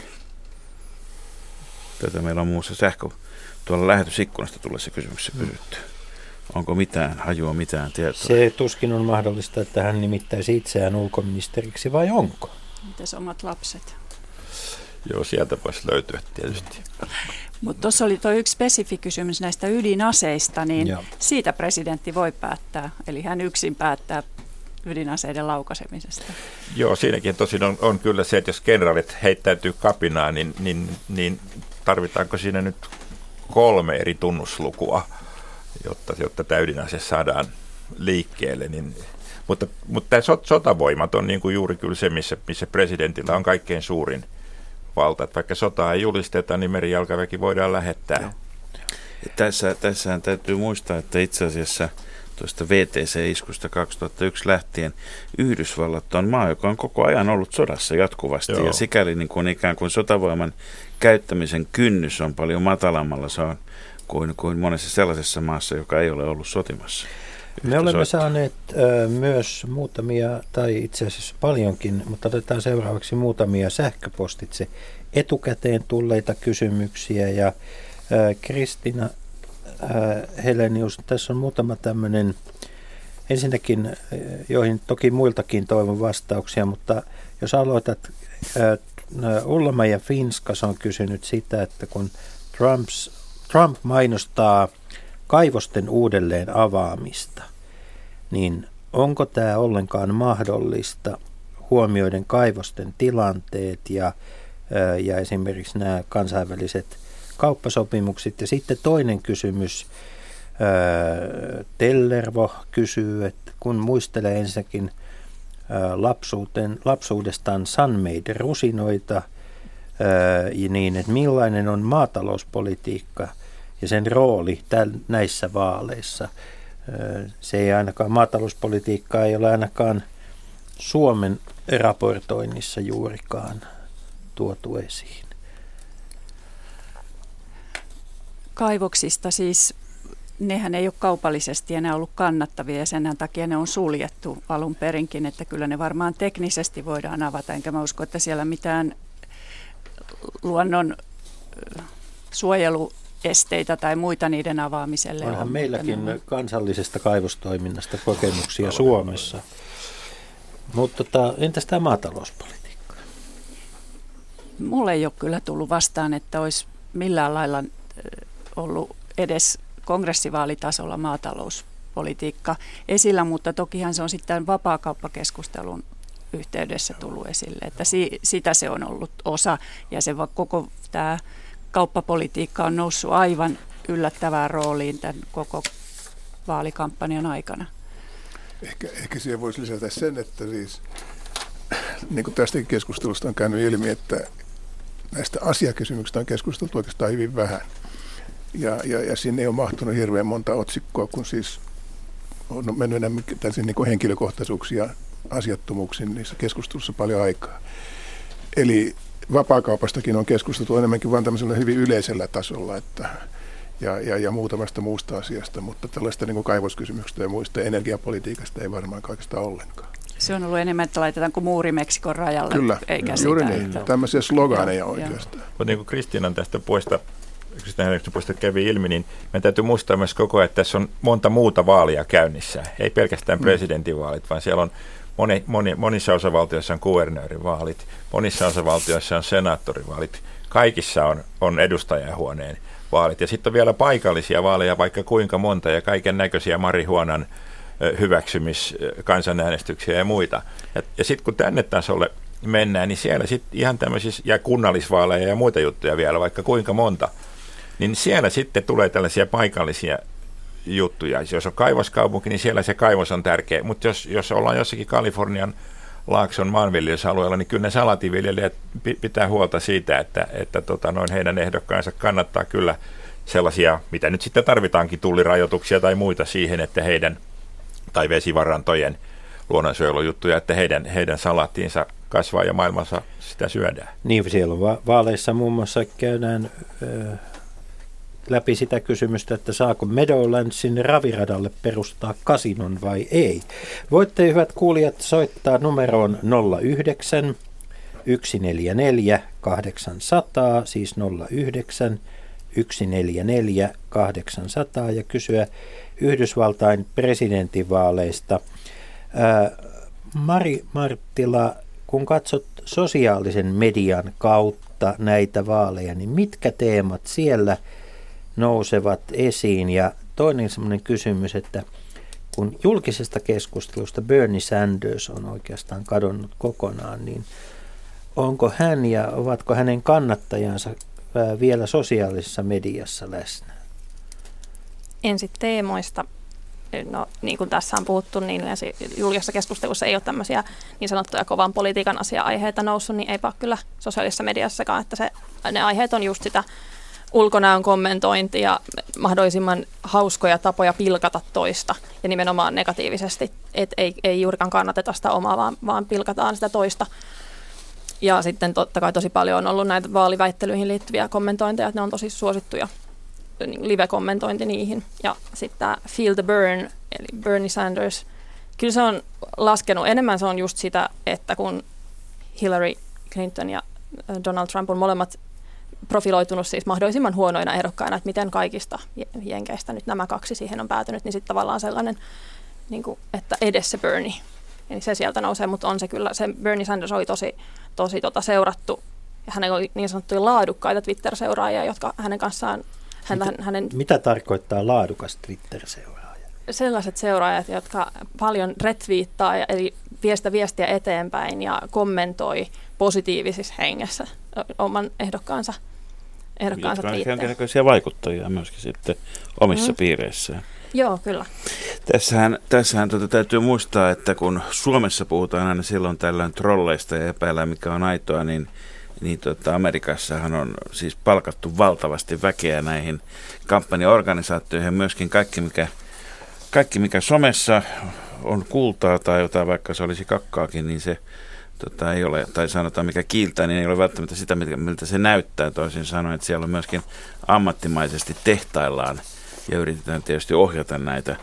Tätä meillä on muussa sähkö. Tuolla lähetysikkunasta tulee se kysymys kysytty. Onko mitään hajua, mitään tietoa? Se tuskin on mahdollista, että hän nimittäisi itseään ulkoministeriksi, vai onko? Mites omat lapset? Joo, sieltä voisi löytyä tietysti. Mutta tuossa oli tuo yksi spesifi kysymys näistä ydinaseista, niin Joo. siitä presidentti voi päättää. Eli hän yksin päättää ydinaseiden laukaisemisesta. Joo, siinäkin tosin on, on kyllä se, että jos kenraalit heittäytyy kapinaan, niin, niin, niin tarvitaanko siinä nyt kolme eri tunnuslukua, jotta, jotta tämä ydinase saadaan liikkeelle. Niin, mutta, mutta tämä sot, sotavoimat on niin kuin juuri kyllä se, missä, missä presidentillä on kaikkein suurin valta. Että vaikka sotaa ei julisteta, niin merijalkaväki voidaan lähettää. Tässä, tässähän täytyy muistaa, että itse asiassa tuosta V T C-iskusta kaksituhattayksi lähtien Yhdysvallat on maa, joka on koko ajan ollut sodassa jatkuvasti. Joo. Ja sikäli niin kuin ikään kuin sotavoiman käyttämisen kynnys on paljon matalammalla se on kuin, kuin monessa sellaisessa maassa, joka ei ole ollut sotimassa. Me olemme soittaa. saaneet ö, myös muutamia, tai itse asiassa paljonkin, mutta otetaan seuraavaksi muutamia sähköpostitse etukäteen tulleita kysymyksiä. Ja ö, Kristina Helenius. Tässä on muutama tämmöinen, ensinnäkin, joihin toki muiltakin toivon vastauksia, mutta jos aloitat, Ullama ja Finskas on kysynyt sitä, että kun Trumps, Trump mainostaa kaivosten uudelleen avaamista, niin onko tämä ollenkaan mahdollista huomioiden kaivosten tilanteet ja, ja esimerkiksi nämä kansainväliset kauppasopimukset? Ja sitten toinen kysymys, Tellervo kysyy, että kun muistelee ensinnäkin lapsuuden, lapsuudestaan Sunmade rusinoita, niin että millainen on maatalouspolitiikka ja sen rooli täl, näissä vaaleissa. Se ei ainakaan, maatalouspolitiikkaa ei ole ainakaan Suomen raportoinnissa juurikaan tuotu esiin. Kaivoksista siis, nehän ei ole kaupallisesti enää ollut kannattavia ja sen takia ne on suljettu alun perinkin, että kyllä ne varmaan teknisesti voidaan avata, enkä mä usko, että siellä mitään luonnon suojeluesteitä tai muita niiden avaamiselle. Onhan on, meilläkin ne... kansallisesta kaivostoiminnasta kokemuksia Suomessa. Mutta tota, entäs tämä maatalouspolitiikka? Mulle ei ole kyllä tullut vastaan, että olisi millään lailla ollut edes kongressivaalitasolla maatalouspolitiikka esillä, mutta tokihan se on sitten vapaakauppakeskustelun yhteydessä tullut esille, että si, sitä se on ollut osa ja se koko tämä kauppapolitiikka on noussut aivan yllättävään rooliin tämän koko vaalikampanjan aikana. Ehkä, ehkä siihen voisi lisätä sen, että siis, niin kuin tästäkin keskustelusta on käynyt ilmi, että näistä asiakysymyksistä on keskusteltu oikeastaan hyvin vähän. Ja, ja, ja sinne ei ole mahtunut hirveän monta otsikkoa, kun siis on mennyt enemmän tällaisiin niin kuin henkilökohtaisuuksia, asiattomuuksiin niissä keskustelussa paljon aikaa. Eli vapaakaupastakin on keskusteltu enemmänkin vain tämmöisellä hyvin yleisellä tasolla, että, ja, ja, ja muutamasta muusta asiasta, mutta tällaista niin kuin kaivoskysymyksistä ja muista energiapolitiikasta ei varmaan kaikista ollenkaan. Se on ollut enemmän, että laitetaanko muuri Meksikon rajalle, Kyllä, eikä juuri sitä. niin. Että... Tämmöisiä sloganeja oikeastaan. Mutta niin kuin Kristiinan tästä puolesta, Kristiinan puolesta kävi ilmi, niin meidän täytyy muistaa myös koko ajan, että tässä on monta muuta vaalia käynnissä. Ei pelkästään presidentinvaalit, vaan siellä on moni, moni, monissa osavaltioissa on kuvernöörivaalit, monissa osavaltioissa on senaattorivaalit. Kaikissa on, on edustajahuoneen vaalit. Ja sitten on vielä paikallisia vaaleja, vaikka kuinka monta, ja kaiken näköisiä marihuonan hyväksymiskansanäänestyksiä ja muita. Ja, ja sitten kun tänne tasolle mennään, niin siellä sitten ihan tämmöisissä, ja kunnallisvaaleja ja muita juttuja vielä, vaikka kuinka monta, niin siellä sitten tulee tällaisia paikallisia juttuja. Jos on kaivoskaupunki, niin siellä se kaivos on tärkeä, mutta jos, jos ollaan jossakin Kalifornian Laakson maanviljelysalueella, niin kyllä ne salativiljelijät pitää huolta siitä, että, että tota, noin heidän ehdokkaansa kannattaa kyllä sellaisia, mitä nyt sitten tarvitaankin, tullirajoituksia tai muita siihen, että heidän, tai vesivarantojen luonnonsuojelujuttuja, että heidän, heidän salaattiinsa kasvaa ja maailmassa sitä syödään. Niin, siellä on va- vaaleissa muun muassa käydään ö, läpi sitä kysymystä, että saako Meadowlandsin raviradalle perustaa kasinon vai ei. Voitte, hyvät kuulijat, soittaa numeroon nolla yhdeksän yksi neljä neljä kahdeksan nolla nolla, siis nolla yhdeksän yksi neljä neljä kahdeksan nolla nolla ja kysyä Yhdysvaltain presidentinvaaleista. Ää, Mari Marttila, kun katsot sosiaalisen median kautta näitä vaaleja, niin mitkä teemat siellä nousevat esiin? Ja toinen semmoinen kysymys, että kun julkisesta keskustelusta Bernie Sanders on oikeastaan kadonnut kokonaan, niin onko hän ja ovatko hänen kannattajansa vielä sosiaalisessa mediassa läsnä? Ensin teemoista. No, niin kuin tässä on puhuttu, niin julkisessa keskustelussa ei ole tämmöisiä niin sanottuja kovan politiikan asia-aiheita noussut, niin eipä kyllä sosiaalisessa mediassakaan, että se, ne aiheet on just sitä ulkonäön kommentointia ja mahdollisimman hauskoja tapoja pilkata toista ja nimenomaan negatiivisesti, että ei, ei juurikaan kannateta sitä omaa, vaan, vaan pilkataan sitä toista. Ja sitten totta kai tosi paljon on ollut näitä vaaliväittelyihin liittyviä kommentointeja, että ne on tosi suosittuja, live-kommentointi niihin. Ja sitten tämä Feel the Burn, eli Bernie Sanders, kyllä se on laskenut. Enemmän se on just sitä, että kun Hillary Clinton ja Donald Trump on molemmat profiloitunut siis mahdollisimman huonoina ehdokkaina, että miten kaikista jenkeistä nyt nämä kaksi siihen on päätynyt, niin sitten tavallaan sellainen, niin kuin, että edes se Bernie. Eli se sieltä nousee, mutta on se kyllä, se Bernie Sanders oli tosi, tosi tota seurattu, ja hänellä oli niin sanottuja laadukkaita Twitter-seuraajia, jotka hänen kanssaan... Hän, mitä, hänen, mitä tarkoittaa laadukas Twitter-seuraaja? Sellaiset seuraajat, jotka paljon retweettaa, eli viestä viestiä eteenpäin ja kommentoi positiivisessa hengessä oman ehdokkaansa, ehdokkaansa twiittejä. Jotka on jonkinlaisia vaikuttajia myöskin sitten omissa mm. piireissään. Joo, kyllä. Tässähän, tässähän tuota, täytyy muistaa, että kun Suomessa puhutaan aina silloin tällöin trolleista ja epäillään, mikä on aitoa, niin, niin tuota, Amerikassahan on siis palkattu valtavasti väkeä näihin kampanjaorganisaatioihin. Myöskin kaikki mikä, kaikki, mikä somessa on kultaa tai jotain, vaikka se olisi kakkaakin, niin se tota, ei ole, tai sanotaan mikä kiiltää, niin ei ole välttämättä sitä, miltä se näyttää. Toisin sanoen, että siellä on myöskin ammattimaisesti tehtaillaan ja yritetään tietysti ohjata näitä.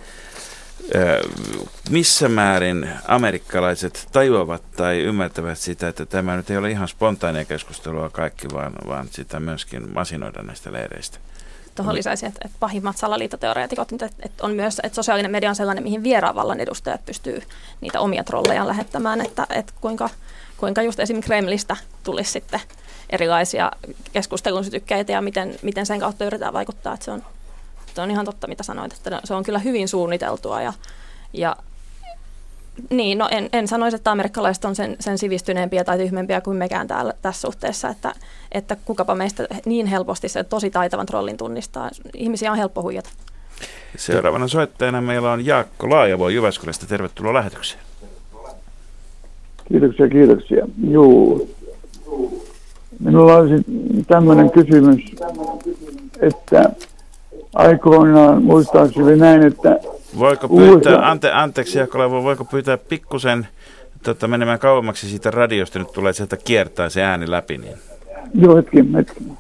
Missä määrin amerikkalaiset tajuavat tai ymmärtävät sitä, että tämä nyt ei ole ihan spontaania keskustelua kaikki, vaan, vaan sitä myöskin masinoida näistä leireistä? Tuohon lisäisin, että, että pahimmat salaliittoteoreetikot, että, että on myös, että sosiaalinen media on sellainen, mihin vieraavallan edustajat pystyy niitä omia trollejaan lähettämään, että, että kuinka, kuinka just esimerkiksi Kremlistä tulisi sitten erilaisia keskustelun sytykkeitä ja miten, miten sen kautta yritetään vaikuttaa, että se on Se on ihan totta, mitä sanoit, että se on kyllä hyvin suunniteltua. Ja, ja niin, no en, en sanoisi, että amerikkalaiset on sen, sen sivistyneempiä tai tyhmempiä kuin mekään täällä, tässä suhteessa, että, että kukapa meistä niin helposti se tosi taitavan trollin tunnistaa. Ihmisiä on helppo huijata. Seuraavana soittajana meillä on Jaakko Laajavo Jyväskylästä. Tervetuloa lähetykseen. Kiitoksia, kiitoksia. Juu. Minulla olisi tämmöinen kysymys, että aikoinaan muistaakseni näin, että voiko pyytää, ante, anteeksi Jaakko, voiko pyytää pikkusen tota, menemään kauemmaksi siitä radiosta, nyt tulee sieltä kiertää se ääni läpi. Niin. Joo, hetken, hetken.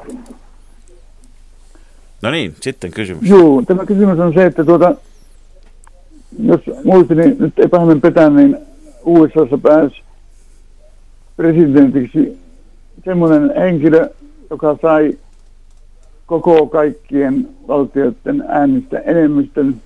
No niin, sitten kysymys. Joo, tämä kysymys on se, että tuota, jos muistini nyt ei pahemmin petä, niin U S A:ssa pääsi presidentiksi semmoinen henkilö, joka sai koko kaikkien valtioiden äänistä enemmistön,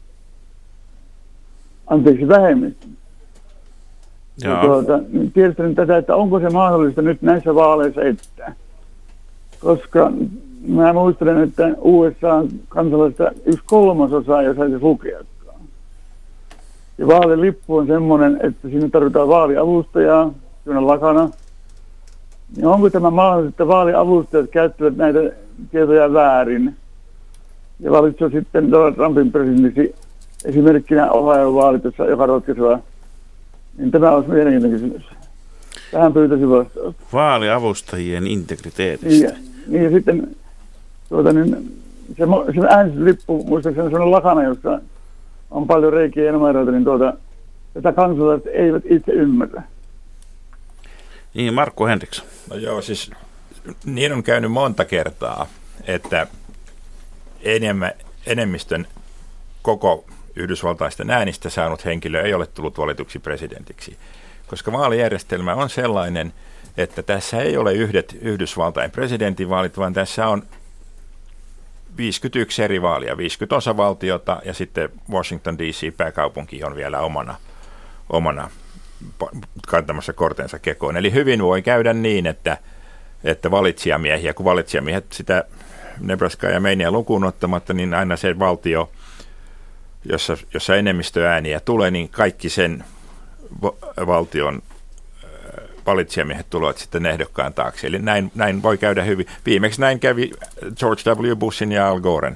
anteeksi vähemmistön. Tuota, niin tiedätkö tätä, että onko se mahdollista nyt näissä vaaleissa edetä? Koska mä muistelen, että U S A-kansalaisista yksi kolmasosa ei saisi lukeakaan. Ja vaalilippu on semmoinen, että siinä tarvitaan vaaliavustajaa, siinä on lakana. Niin onko tämä mahdollista, että vaaliavustajat käyttävät näitä tietoja väärin ja valitsee sitten Donald Trumpin presidentiksi esimerkkinä Ohio-vaalit, joka ratkaiseva, niin tämä olisi mielenkiintoinen kysymys. Tähän pyytäisin vastausta. Vaaliavustajien integriteetistä. Niin, niin ja sitten tuota, niin, se, se äänestyslippu, muistaakseni se on lakana, jossa on paljon reikiä ja numeroita, niin tuota, tätä kansalaiset eivät itse ymmärrä. Niin, Markku Henriksson. No joo, siis niin on käynyt monta kertaa, että enemmän, enemmistön koko yhdysvaltaisten äänistä saanut henkilö ei ole tullut valituksi presidentiksi, koska vaalijärjestelmä on sellainen, että tässä ei ole yhdet Yhdysvaltain presidentinvaalit, vaan tässä on viisikymmentäyksi eri vaalia, viisikymmentä osavaltiota ja sitten Washington D C pääkaupunki on vielä omana, omana kantamassa kortensa kekoon. Eli hyvin voi käydä niin, että, että valitsijamiehiä, kun valitsijamiehet sitä Nebraskaa ja Mainea lukuun ottamatta, niin aina se valtio, jossa, jossa enemmistöääniä tulee, niin kaikki sen valtion valitsijamiehet tulevat sitten ehdokkaan taakse. Eli näin, näin voi käydä hyvin. Viimeksi näin kävi George W. Bushin ja Al Goren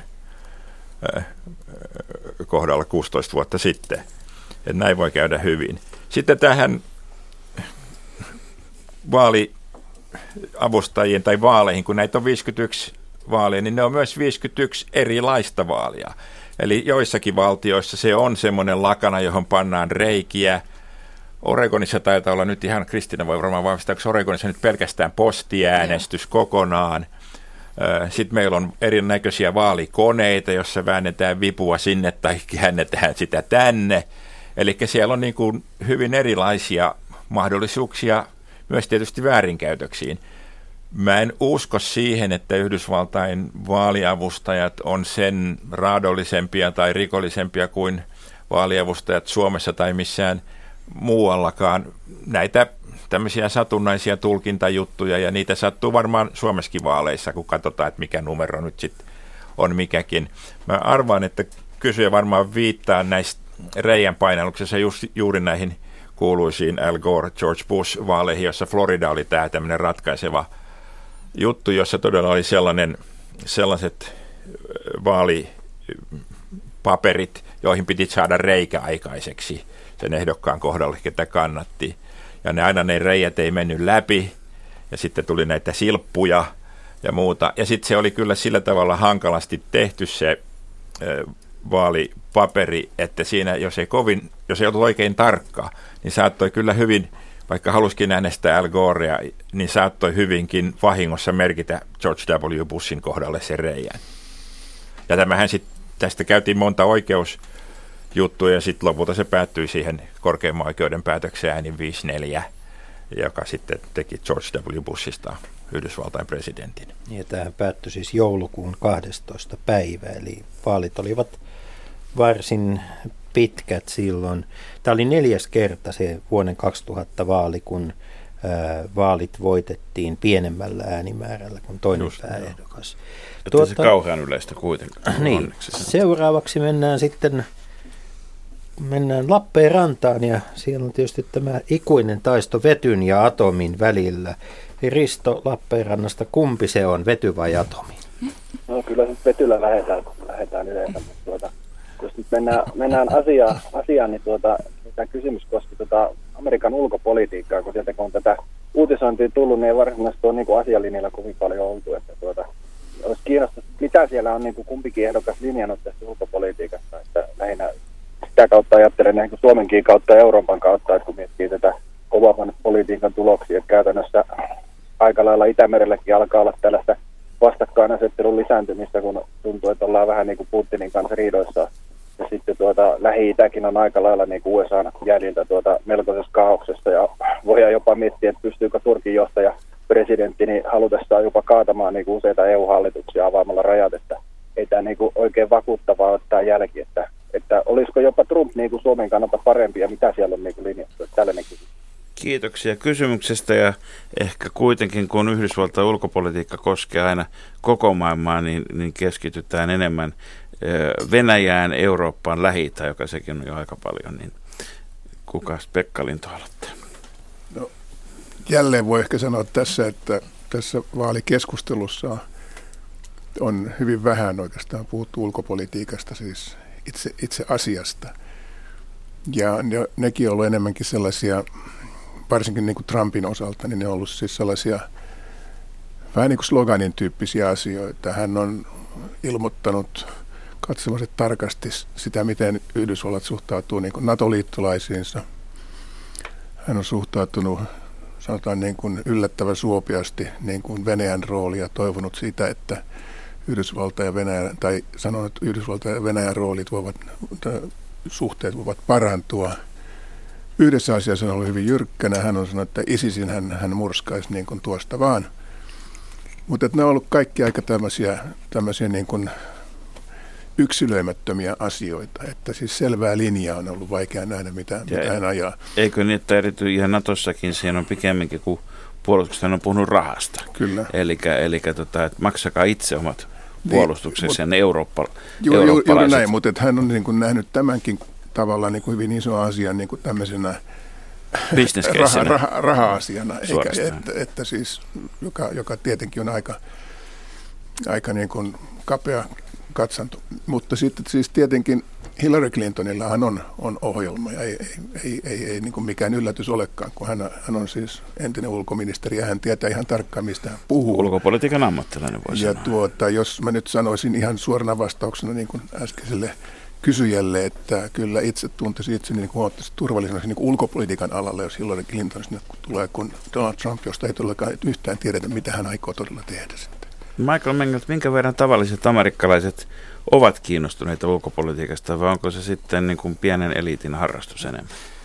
kohdalla kuusitoista vuotta sitten. Että näin voi käydä hyvin. Sitten tähän vaaliavustajien tai vaaleihin, kun näitä on viisikymmentäyksi vaalia, niin ne on myös viisikymmentäyksi erilaista vaalia. Eli joissakin valtioissa se on semmoinen lakana, johon pannaan reikiä. Oregonissa taitaa olla nyt ihan, Kristiina voi varmaan vahvistaa, onko Oregonissa nyt pelkästään postiäänestys kokonaan. Sitten meillä on erinäköisiä vaalikoneita, jossa väännetään vipua sinne tai käännetään sitä tänne. Eli siellä on niin kuin hyvin erilaisia mahdollisuuksia myös tietysti väärinkäytöksiin. Mä en usko siihen, että Yhdysvaltain vaaliavustajat on sen raadollisempia tai rikollisempia kuin vaaliavustajat Suomessa tai missään muuallakaan. Näitä tämmöisiä satunnaisia tulkintajuttuja, ja niitä sattuu varmaan Suomessakin vaaleissa, kun katsotaan, että mikä numero nyt sitten on mikäkin. Mä arvaan, että kysyjä varmaan viittaa näistä reijän painalluksessa juuri näihin kuuluisiin Al Gore, George Bush-vaaleihin, jossa Florida oli tämä tämmöinen ratkaiseva juttu, jossa todella oli sellainen, sellaiset vaalipaperit, joihin piti saada reikä aikaiseksi sen ehdokkaan kohdalle, ketä kannatti. Ja ne aina ne reijät ei mennyt läpi, ja sitten tuli näitä silppuja ja muuta. Ja sitten se oli kyllä sillä tavalla hankalasti tehty se vaalipaperi, että siinä, jos ei kovin, jos ei ollut oikein tarkkaa, niin saattoi kyllä hyvin, vaikka halusikin äänestää Al Gorea, niin saattoi hyvinkin vahingossa merkitä George W. Bushin kohdalle sen reijän. Ja tämähän sitten, tästä käytiin monta oikeusjuttua, ja sitten lopulta se päättyi siihen korkeimman oikeuden päätökseen äänin viisi neljä, joka sitten teki George W. Bushista Yhdysvaltain presidentin. Ja tämähän päättyi siis joulukuun kahdestoista päivä, eli vaalit olivat varsin pitkät silloin. Tämä oli neljäs kerta se vuoden kaksituhatta vaali, kun ää, vaalit voitettiin pienemmällä äänimäärällä kuin toinen Just, pääehdokas. Että tuota, se kauhean yleistä kuitenkaan. Niin, seuraavaksi mennään sitten mennään Lappeenrantaan, ja siellä on tietysti tämä ikuinen taisto vetyn ja atomin välillä. Risto Lappeenrannasta, kumpi se on, vety vai atomi? No kyllä nyt vetyllä lähdetään, lähdetään yleensä, mutta tuota, jos nyt mennään, mennään asiaan, asiaan, niin tuota, tämä kysymys koski tuota Amerikan ulkopolitiikkaa, kun sieltä kun on tätä uutisointia tullut, niin ei varsinaisesti ole niin kuin asialinjalla kovin paljon oltu, että tuota, olisi kiinnostunut, mitä siellä on niin kuin kumpikin ehdokas linjannut tästä ulkopolitiikasta, että lähinnä sitä kautta ajattelen niin kuin Suomenkin kautta ja Euroopan kautta, että kun miettii tätä kovan politiikan tuloksia, että käytännössä aika lailla Itämerelläkin alkaa olla tällaista vastakkainasettelun lisääntymistä, kun tuntuu, että ollaan vähän niin kuin Putinin kanssa riidoissa. Ja sitten tuota, Lähi-Itäkin on aika lailla niin kuin U S A:n jäljiltä tuota melkoisessa kaauksessa, ja voidaan jopa miettiä, että pystyykö Turkin johtaja presidentti niin halutessaan jopa kaatamaan niin kuin useita E U-hallituksia avaamalla rajat, että ei tämä niin kuin oikein vakuuttavaa ottaa jälki, että, että olisiko jopa Trump niin kuin Suomen kannalta parempi, ja mitä siellä on niin kuin linjattu, että tällainen kysymys. Kiitoksia kysymyksestä, ja ehkä kuitenkin kun Yhdysvaltain ulkopolitiikka koskee aina koko maailmaa, niin, niin keskitytään enemmän Venäjään, Eurooppaan, Lähi-Itään, joka sekin on jo aika paljon, niin kukas Pekka Linto aloittaa? No, jälleen voi ehkä sanoa tässä, että tässä vaalikeskustelussa on hyvin vähän oikeastaan puhuttu ulkopolitiikasta, siis itse, itse asiasta. Ja ne, nekin on ollut enemmänkin sellaisia, varsinkin niin kuin Trumpin osalta, niin ne on ollut siis sellaisia vähän niin kuin sloganin tyyppisiä asioita. Hän on ilmoittanut katsomansa tarkasti sitä, miten Yhdysvallat suhtautuu niin kuin NATO-liittolaisiinsa. Hän on suhtautunut, sanotaan niin kuin yllättävän suopeasti niin kuin Venäjän roolia ja toivonut sitä, että Yhdysvalta ja Venäjä, tai sanonut, että Yhdysvalta ja Venäjän roolit voivat, suhteet voivat parantua. Yhdessä asiassa on ollut hyvin jyrkkänä. Hän on sanonut, että ISISin hän, hän murskaisi niin kuin tuosta vaan. Mutta ne on ollut kaikki aika tämmöisiä, tämmöisiä niin kuin yksilöimättömiä asioita. Että siis selvää linjaa on ollut vaikea nähdä, mitä, mitä hän ajaa. Eikö niin, että erityisesti ihan Natossakin siinä on pikemminkin, kun puolustuksesta on puhunut rahasta. Kyllä. Elikkä, elikkä tota, että maksakaa itse omat puolustuksensa ja ne Eurooppa, ju, eurooppalaiset. Juuri näin, mutta että hän on niin kuin nähnyt tämänkin tavallaan niin kuin hyvin iso asia niin kuin tämmöisenä raha, raha, raha-asiana, eikä, että, että siis, joka, joka tietenkin on aika, aika niin kuin kapea katsanto. Mutta sitten siis tietenkin Hillary Clintonillahan on, on ohjelma, ja ei, ei, ei, ei niin kuin mikään yllätys olekaan, kun hän, hän on siis entinen ulkoministeri, ja hän tietää ihan tarkkaan, mistä hän puhuu. Ulkopolitiikan ammattilainen voi ja sanoa. Tuota, jos mä nyt sanoisin ihan suorana vastauksena niin kuin äskeiselle kysyjälle, että kyllä itse tuntisi itseni niin huomattavasti turvalliseksi niin ulkopolitiikan alalla, jos Hillary Clinton sinne tulee, kun Donald Trump, josta ei todellakaan yhtään tiedetä, mitä hän aikoo todella tehdä sitten. Michael Mengelt, minkä verran tavalliset amerikkalaiset ovat kiinnostuneita ulkopolitiikasta, vai onko se sitten niin kuin pienen eliitin harrastus enemmän?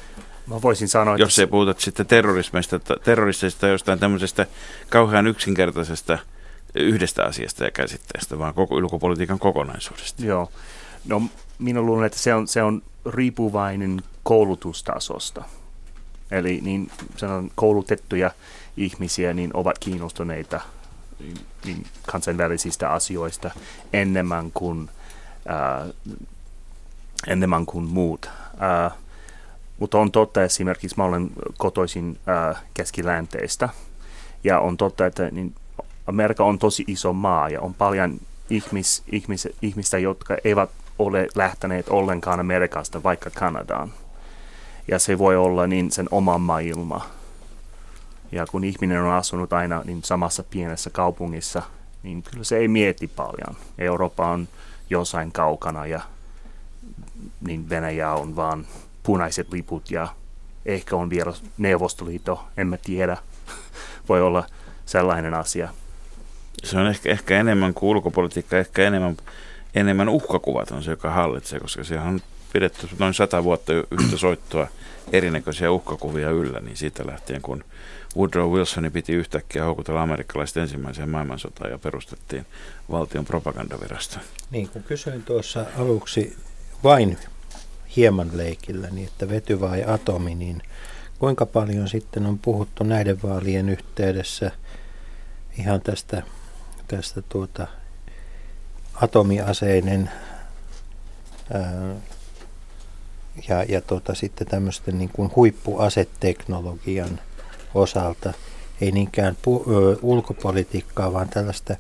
Mä voisin sanoa, jos ei puhuta sitten terrorismista, terroristeista jostain tämmöisestä kauhean yksinkertaisesta yhdestä asiasta ja käsitteestä, vaan koko ulkopolitiikan kokonaisuudesta. Joo. No minä luulen, että se on, se on riippuvainen koulutustasosta. Eli niin sanon, koulutettuja ihmisiä niin ovat kiinnostuneita niin kansainvälisistä asioista enemmän kuin, ää, enemmän kuin muut. Ää, mutta on totta, esimerkiksi mä olen kotoisin ää, Keski-Länteistä, ja on totta, että niin Amerikka on tosi iso maa, ja on paljon ihmis, ihmis, ihmistä, jotka eivät ole lähteneet ollenkaan Amerikasta, vaikka Kanadaan. Ja se voi olla niin sen oma maailma. Ja kun ihminen on asunut aina niin samassa pienessä kaupungissa, niin kyllä se ei mieti paljon. Eurooppa on jossain kaukana ja niin Venäjä on vaan punaiset liput ja ehkä on vielä Neuvostoliitto, en mä tiedä. Voi olla sellainen asia. Se on ehkä, ehkä enemmän kuin ulkopolitiikka, ehkä enemmän, enemmän uhkakuvat on se, joka hallitsee, koska siellä on pidetty noin sata vuotta yhtä soittoa erinäköisiä uhkakuvia yllä, niin siitä lähtien, kun Woodrow Wilsoni piti yhtäkkiä houkutella amerikkalaiset ensimmäiseen maailmansotaan ja perustettiin valtion propagandavirasto. Niin kuin kysyin tuossa aluksi vain hieman leikillä, niin että vety vai atomi, niin kuinka paljon sitten on puhuttu näiden vaalien yhteydessä ihan tästä, tästä tuota atomiaseiden ää, ja, ja tuota, sitten tämmöisten niin kuin huippuaseteknologian osalta, ei niinkään pu- ö, ulkopolitiikkaa, vaan tällaista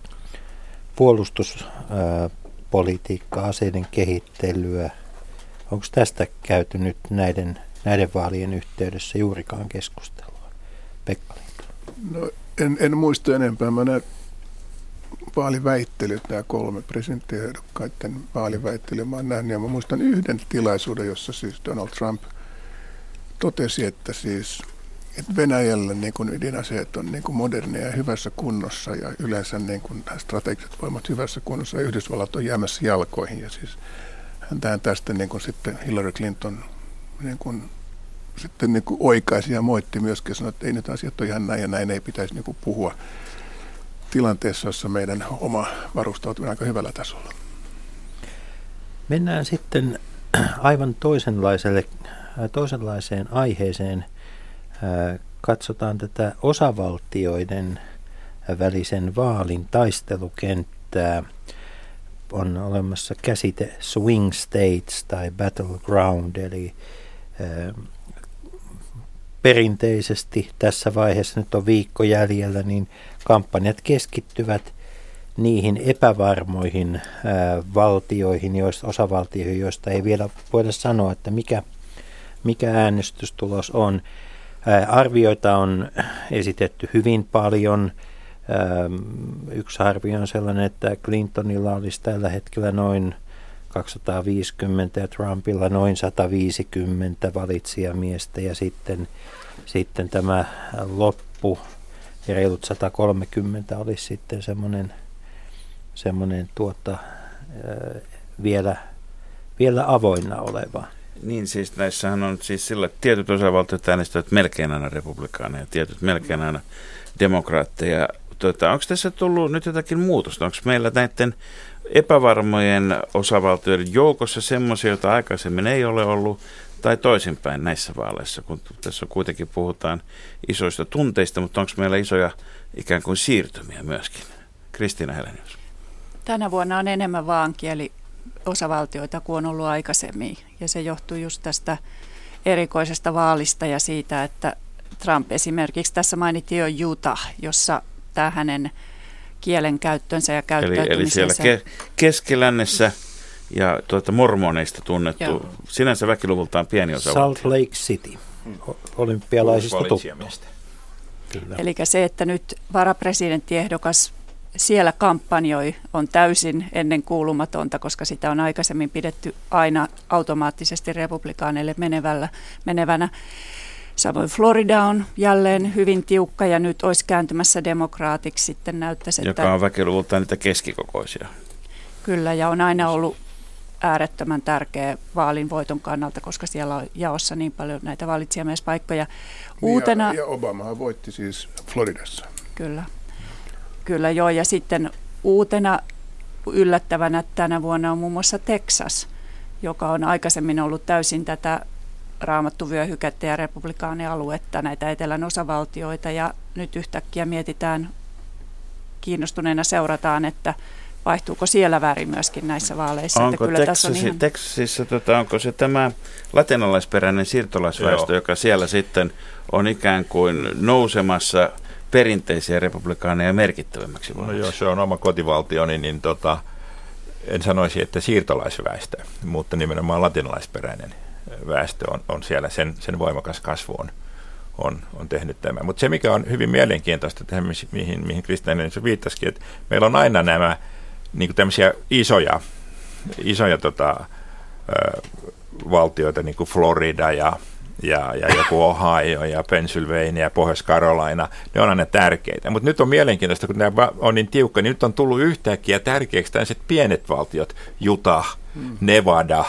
puolustuspolitiikkaa, aseiden kehittelyä. Onko tästä käyty nyt näiden, näiden vaalien yhteydessä juurikaan keskustelua? Pekka Linto. No, en, en muista enempää. Mä näen vaaliväittelyt, nämä kolme presidenttiehdokkaiden vaaliväittelyä. Mä oon nähnyt, ja mä muistan yhden tilaisuuden, jossa siis Donald Trump totesi, että siis että Venäjällä niin kun ydinaseet on niin kun moderneja ja hyvässä kunnossa ja yleensä niin kun strategiset voimat hyvässä kunnossa ja Yhdysvallat on jäämässä jalkoihin. Ja siis hän tästä niin kun sitten Hillary Clinton niin kun sitten niin kun oikaisi ja moitti myöskin, sanoi, että ei nyt asiat ole ihan näin ja näin ei pitäisi niin kun puhua tilanteessa, jossa meidän oma varustautuminen on aika hyvällä tasolla. Mennään sitten aivan toisenlaiselle, toisenlaiseen aiheeseen. Katsotaan tätä osavaltioiden välisen vaalin taistelukenttää. On olemassa käsite swing states tai battleground, eli perinteisesti tässä vaiheessa, nyt on viikko jäljellä, niin kampanjat keskittyvät niihin epävarmoihin ää, valtioihin, joista, osavaltioihin, joista ei vielä voida sanoa, että mikä, mikä äänestystulos on. Ää, arvioita on esitetty hyvin paljon. Ää, yksi arvio on sellainen, että Clintonilla olisi tällä hetkellä noin kaksisataaviisikymmentä ja Trumpilla noin sata viisikymmentä valitsijamiestä ja sitten, sitten tämä loppu ja reilut sata kolmekymmentä olisi sitten semmoinen, semmoinen tuota, vielä, vielä avoinna oleva. Niin siis näissähän on siis sillä, että tietyt osavaltiot äänestävät melkein aina republikaaneja ja tietyt melkein aina demokraatteja. Tuota, onko tässä tullut nyt jotakin muutosta? Onko meillä näiden epävarmojen osavaltioiden joukossa semmoisia, joita aikaisemmin ei ole ollut, tai toisinpäin näissä vaaleissa, kun tässä kuitenkin puhutaan isoista tunteista, mutta onko meillä isoja ikään kuin siirtymiä myöskin? Kristiina Helenius. Tänä vuonna on enemmän vaankieli osavaltioita kuin on ollut aikaisemmin, ja se johtuu just tästä erikoisesta vaalista ja siitä, että Trump esimerkiksi, tässä mainittiin jo Utah, jossa tämä hänen kielenkäyttönsä ja käyttäytymisensä. Eli, eli siellä ke- keskilännessä ja tuota mormoneista tunnettu, Joo. sinänsä väkiluvultaan pieni osa. Salt Lake City, olympialaisista tuttu. Eli se, että nyt varapresidenttiehdokas siellä kampanjoi, on täysin ennenkuulumatonta, koska sitä on aikaisemmin pidetty aina automaattisesti republikaaneille menevällä, menevänä. Samoin Florida on jälleen hyvin tiukka ja nyt olisi kääntymässä demokraatiksi sitten näyttäisi, että... Joka on väkiluvultaan niitä keskikokoisia. Kyllä, ja on aina ollut äärettömän tärkeä vaalin voiton kannalta, koska siellä on jaossa niin paljon näitä valitsijamiespaikkoja. Uutena, ja, ja Obamahan voitti siis Floridassa. Kyllä, kyllä joo. Ja sitten uutena yllättävänä tänä vuonna on muun muassa Texas, joka on aikaisemmin ollut täysin tätä raamattuvyöhykettä ja republikaanialuetta, näitä etelän osavaltioita, ja nyt yhtäkkiä mietitään, kiinnostuneena seurataan, että vaihtuuko siellä väri myöskin näissä vaaleissa. Onko että kyllä Texasi, tässä on ihan... Texasissa, tota, onko se tämä latinalaisperäinen siirtolaisväestö, Joo. joka siellä sitten on ikään kuin nousemassa perinteisiä republikaaneja merkittävämmäksi? No joo, se on oma kotivaltioni, niin, niin tota, en sanoisi, että siirtolaisväestö, mutta nimenomaan latinalaisperäinen väestö on, on siellä, sen, sen voimakas kasvu on, on, on tehnyt tämä. Mutta se, mikä on hyvin mielenkiintoista tähän, mihin, mihin Kristianen viittasikin, että meillä on aina nämä niin kuin tämmöisiä isoja, isoja tota, ö, valtioita, niin kuin Florida ja, ja, ja joku Ohio ja Pennsylvania ja Pohjois-Carolina, ne on aina tärkeitä. Mutta nyt on mielenkiintoista, kun nämä on niin tiukka, niin nyt on tullut yhtäkkiä tärkeäksi tällaiset pienet valtiot, Utah, hmm. Nevada,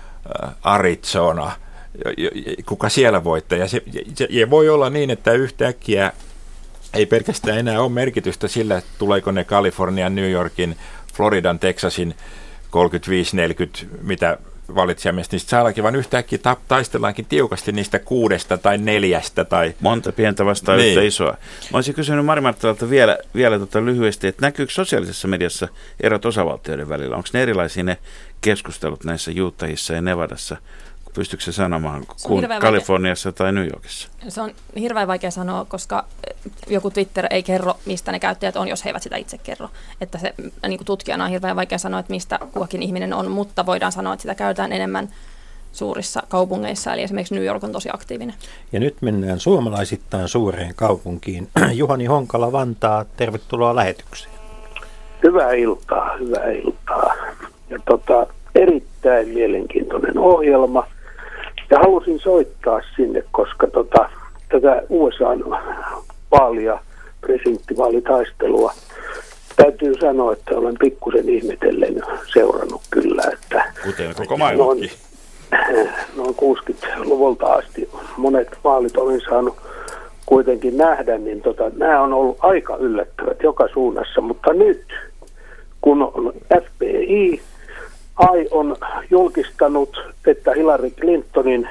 Arizona, kuka siellä voittaa. Ja, se, ja voi olla niin, että yhtäkkiä ei pelkästään enää ole merkitystä sillä, että tuleeko ne Kalifornian, New Yorkin, Floridan, Texasin kolmekymmentäviisi neljäkymmentä, mitä valitsijamiestä, niin saadaankin, vaan yhtäkkiä ta- taistellaankin tiukasti niistä kuudesta tai neljästä. Tai... Monta pientä vastaan niin. Yhtä isoa. Mä olisin kysynyt Mari Marttilalta vielä, vielä tota lyhyesti, että näkyykö sosiaalisessa mediassa erot osavaltioiden välillä? Onko ne erilaisia ne keskustelut näissä Utahissa ja Nevadassa? Pystyykö se sanomaan kuin Kaliforniassa vaikea. Tai New Yorkissa? Se on hirveän vaikea sanoa, koska joku Twitter ei kerro, mistä ne käyttäjät on, jos he eivät sitä itse kerro. Että se niin kuin tutkijana on hirveän vaikea sanoa, että mistä kukakin ihminen on, mutta voidaan sanoa, että sitä käytetään enemmän suurissa kaupungeissa, eli esimerkiksi New York on tosi aktiivinen. Ja nyt mennään suomalaisittain suureen kaupunkiin. Juhani Honkala, Vantaa, tervetuloa lähetykseen. Hyvää iltaa, hyvää iltaa. Ja tota, erittäin mielenkiintoinen ohjelma. Ja halusin soittaa sinne, koska tota, tätä U S A-vaalia, presidenttivaalitaistelua, täytyy sanoa, että olen pikkusen ihmetellen seurannut kyllä, että kuten koko maailmakin. Noin, noin kuusikymmentäluvulta asti monet vaalit olen saanut kuitenkin nähdä, niin tota, nämä on ollut aika yllättävät joka suunnassa, mutta nyt kun on F B I, Ai on julkistanut, että Hillary Clintonin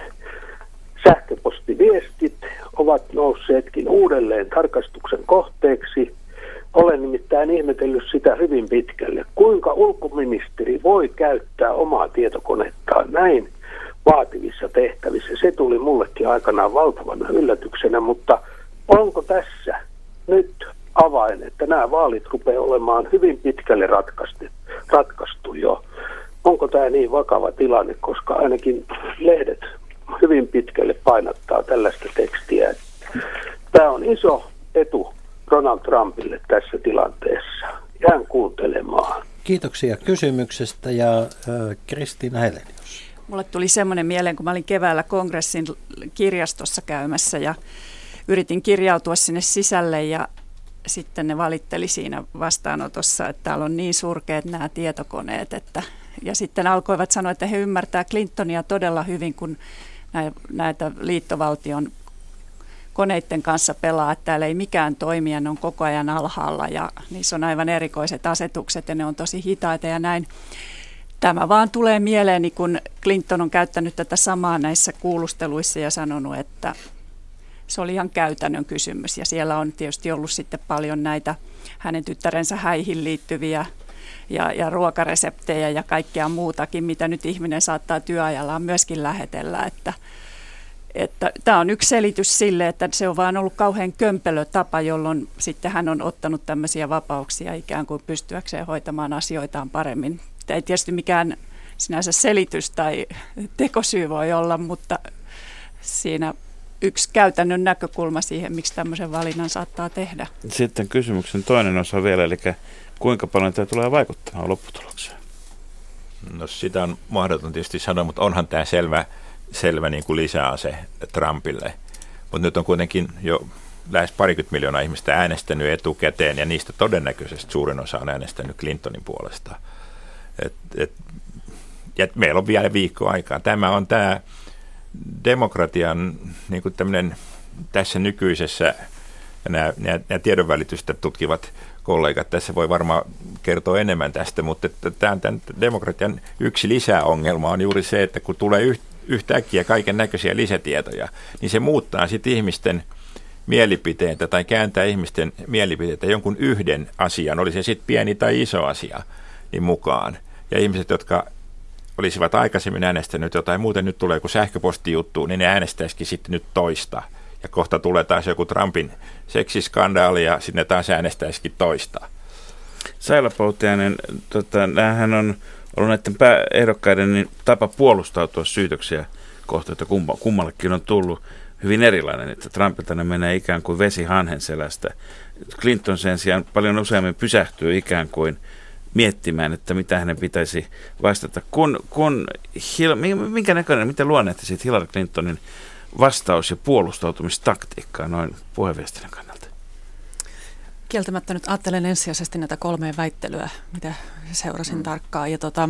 sähköpostiviestit ovat nousseetkin uudelleen tarkastuksen kohteeksi. Olen nimittäin ihmetellyt sitä hyvin pitkälle. Kuinka ulkoministeri voi käyttää omaa tietokonettaan näin vaativissa tehtävissä? Se tuli mullekin aikanaan valtavana yllätyksenä, mutta onko tässä nyt avain, että nämä vaalit rupeaa olemaan hyvin pitkälle ratkaistu, ratkaistu jo? Onko tämä niin vakava tilanne, koska ainakin lehdet hyvin pitkälle painattaa tällaista tekstiä. Tämä on iso etu Donald Trumpille tässä tilanteessa. Jään kuuntelemaan. Kiitoksia kysymyksestä ja äh, Kristiina Helenius. Mulle tuli semmoinen mieleen, kun mä olin keväällä kongressin kirjastossa käymässä ja yritin kirjautua sinne sisälle ja sitten ne valitteli siinä vastaanotossa, että täällä on niin surkeat nämä tietokoneet, että ja sitten alkoivat sanoa, että he ymmärtää Clintonia todella hyvin, kun näitä liittovaltion koneiden kanssa pelaa, että täällä ei mikään toimi ja ne on koko ajan alhaalla ja niissä on aivan erikoiset asetukset ja ne on tosi hitaita ja näin. Tämä vaan tulee mieleeni, kun Clinton on käyttänyt tätä samaa näissä kuulusteluissa ja sanonut, että se oli ihan käytännön kysymys ja siellä on tietysti ollut sitten paljon näitä hänen tyttärensä häihin liittyviä Ja, ja ruokareseptejä ja kaikkea muutakin, mitä nyt ihminen saattaa työajallaan myöskin lähetellä. Että, että tämä on yksi selitys sille, että se on vaan ollut kauhean kömpelö tapa, jolloin sitten hän on ottanut tämmöisiä vapauksia ikään kuin pystyäkseen hoitamaan asioitaan paremmin. Tämä ei tietysti mikään sinänsä selitys tai tekosyy voi olla, mutta siinä yksi käytännön näkökulma siihen, miksi tämmöisen valinnan saattaa tehdä. Sitten kysymyksen toinen osa vielä, eli kuinka paljon tämä tulee vaikuttamaan lopputulokseen? No sitä on mahdoton tietysti sanoa, mutta onhan tämä selvä, selvä niin kuin lisäase Trumpille. Mutta nyt on kuitenkin jo lähes parikymmentä miljoonaa ihmistä äänestänyt etukäteen, ja niistä todennäköisesti suurin osa on äänestänyt Clintonin puolesta. Et, et, ja meillä on vielä viikko aikaa. Tämä on tämä demokratian niin kuin tämmöinen tässä nykyisessä, ja nämä, nämä, nämä tiedonvälitystä tutkivat kollegat tässä voi varmaan kertoa enemmän tästä, mutta että tämän, tämän demokratian yksi lisäongelma on juuri se, että kun tulee yht, yhtäkkiä kaiken näköisiä lisätietoja, niin se muuttaa sitten ihmisten mielipiteitä tai kääntää ihmisten mielipiteitä jonkun yhden asian, oli se sitten pieni tai iso asia, niin mukaan. Ja ihmiset, jotka olisivat aikaisemmin äänestänyt jotain muuten, nyt tulee joku sähköpostijuttu, niin ne äänestäisikin sitten nyt toista. Ja kohta tulee taas joku Trumpin seksiskandaali ja sitten taas äänestäisikin toista. Saila Poutiainen, tota, näähän on ollut näiden pääehdokkaiden niin tapa puolustautua syytöksiä kohtaan, että kumma, kummallekin on tullut hyvin erilainen, että Trumpilta ne menee ikään kuin vesi hanhen selästä. Clinton sen sijaan paljon useammin pysähtyy ikään kuin miettimään, että mitä hänen pitäisi vastata. Kun, kun, minkä näköinen, miten luonnehti siitä Hillary Clintonin vastaus- ja puolustautumistaktiikkaa noin puheenviestinnän kannalta? Kieltämättä nyt ajattelen ensisijaisesti näitä kolmea väittelyä, mitä seurasin mm. tarkkaan. Ja tota,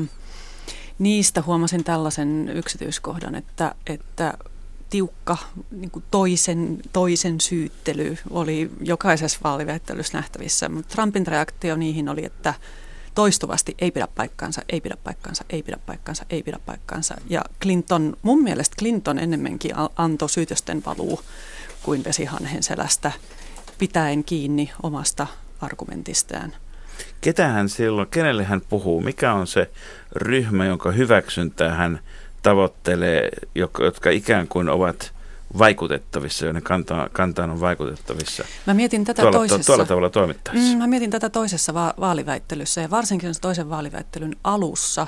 niistä huomasin tällaisen yksityiskohdan, että, että tiukka niin kuin toisen, toisen syyttely oli jokaisessa vaaliväittelyssä nähtävissä. Mutta Trumpin reaktio niihin oli, että toistuvasti ei pidä paikkaansa, ei pidä paikkaansa, ei pidä paikkaansa, ei pidä paikkaansa. Ja Clinton, mun mielestä Clinton enemmänkin antoi syytösten valuu kuin vesihanhen selästä, pitäen kiinni omasta argumentistaan. Ketä hän silloin, kenelle hän puhuu? Mikä on se ryhmä, jonka hyväksyntää hän tavoittelee, jotka ikään kuin ovat vaikutettavissa, joiden kantaan, kantaan on vaikutettavissa? Mä mietin tätä tuolla, toisessa. Tuolla tavalla toimittaessa. Mm, mä mietin tätä toisessa va- vaaliväittelyssä ja varsinkin sen toisen vaaliväittelyn alussa,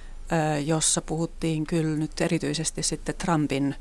jossa puhuttiin kyllä nyt erityisesti sitten Trumpin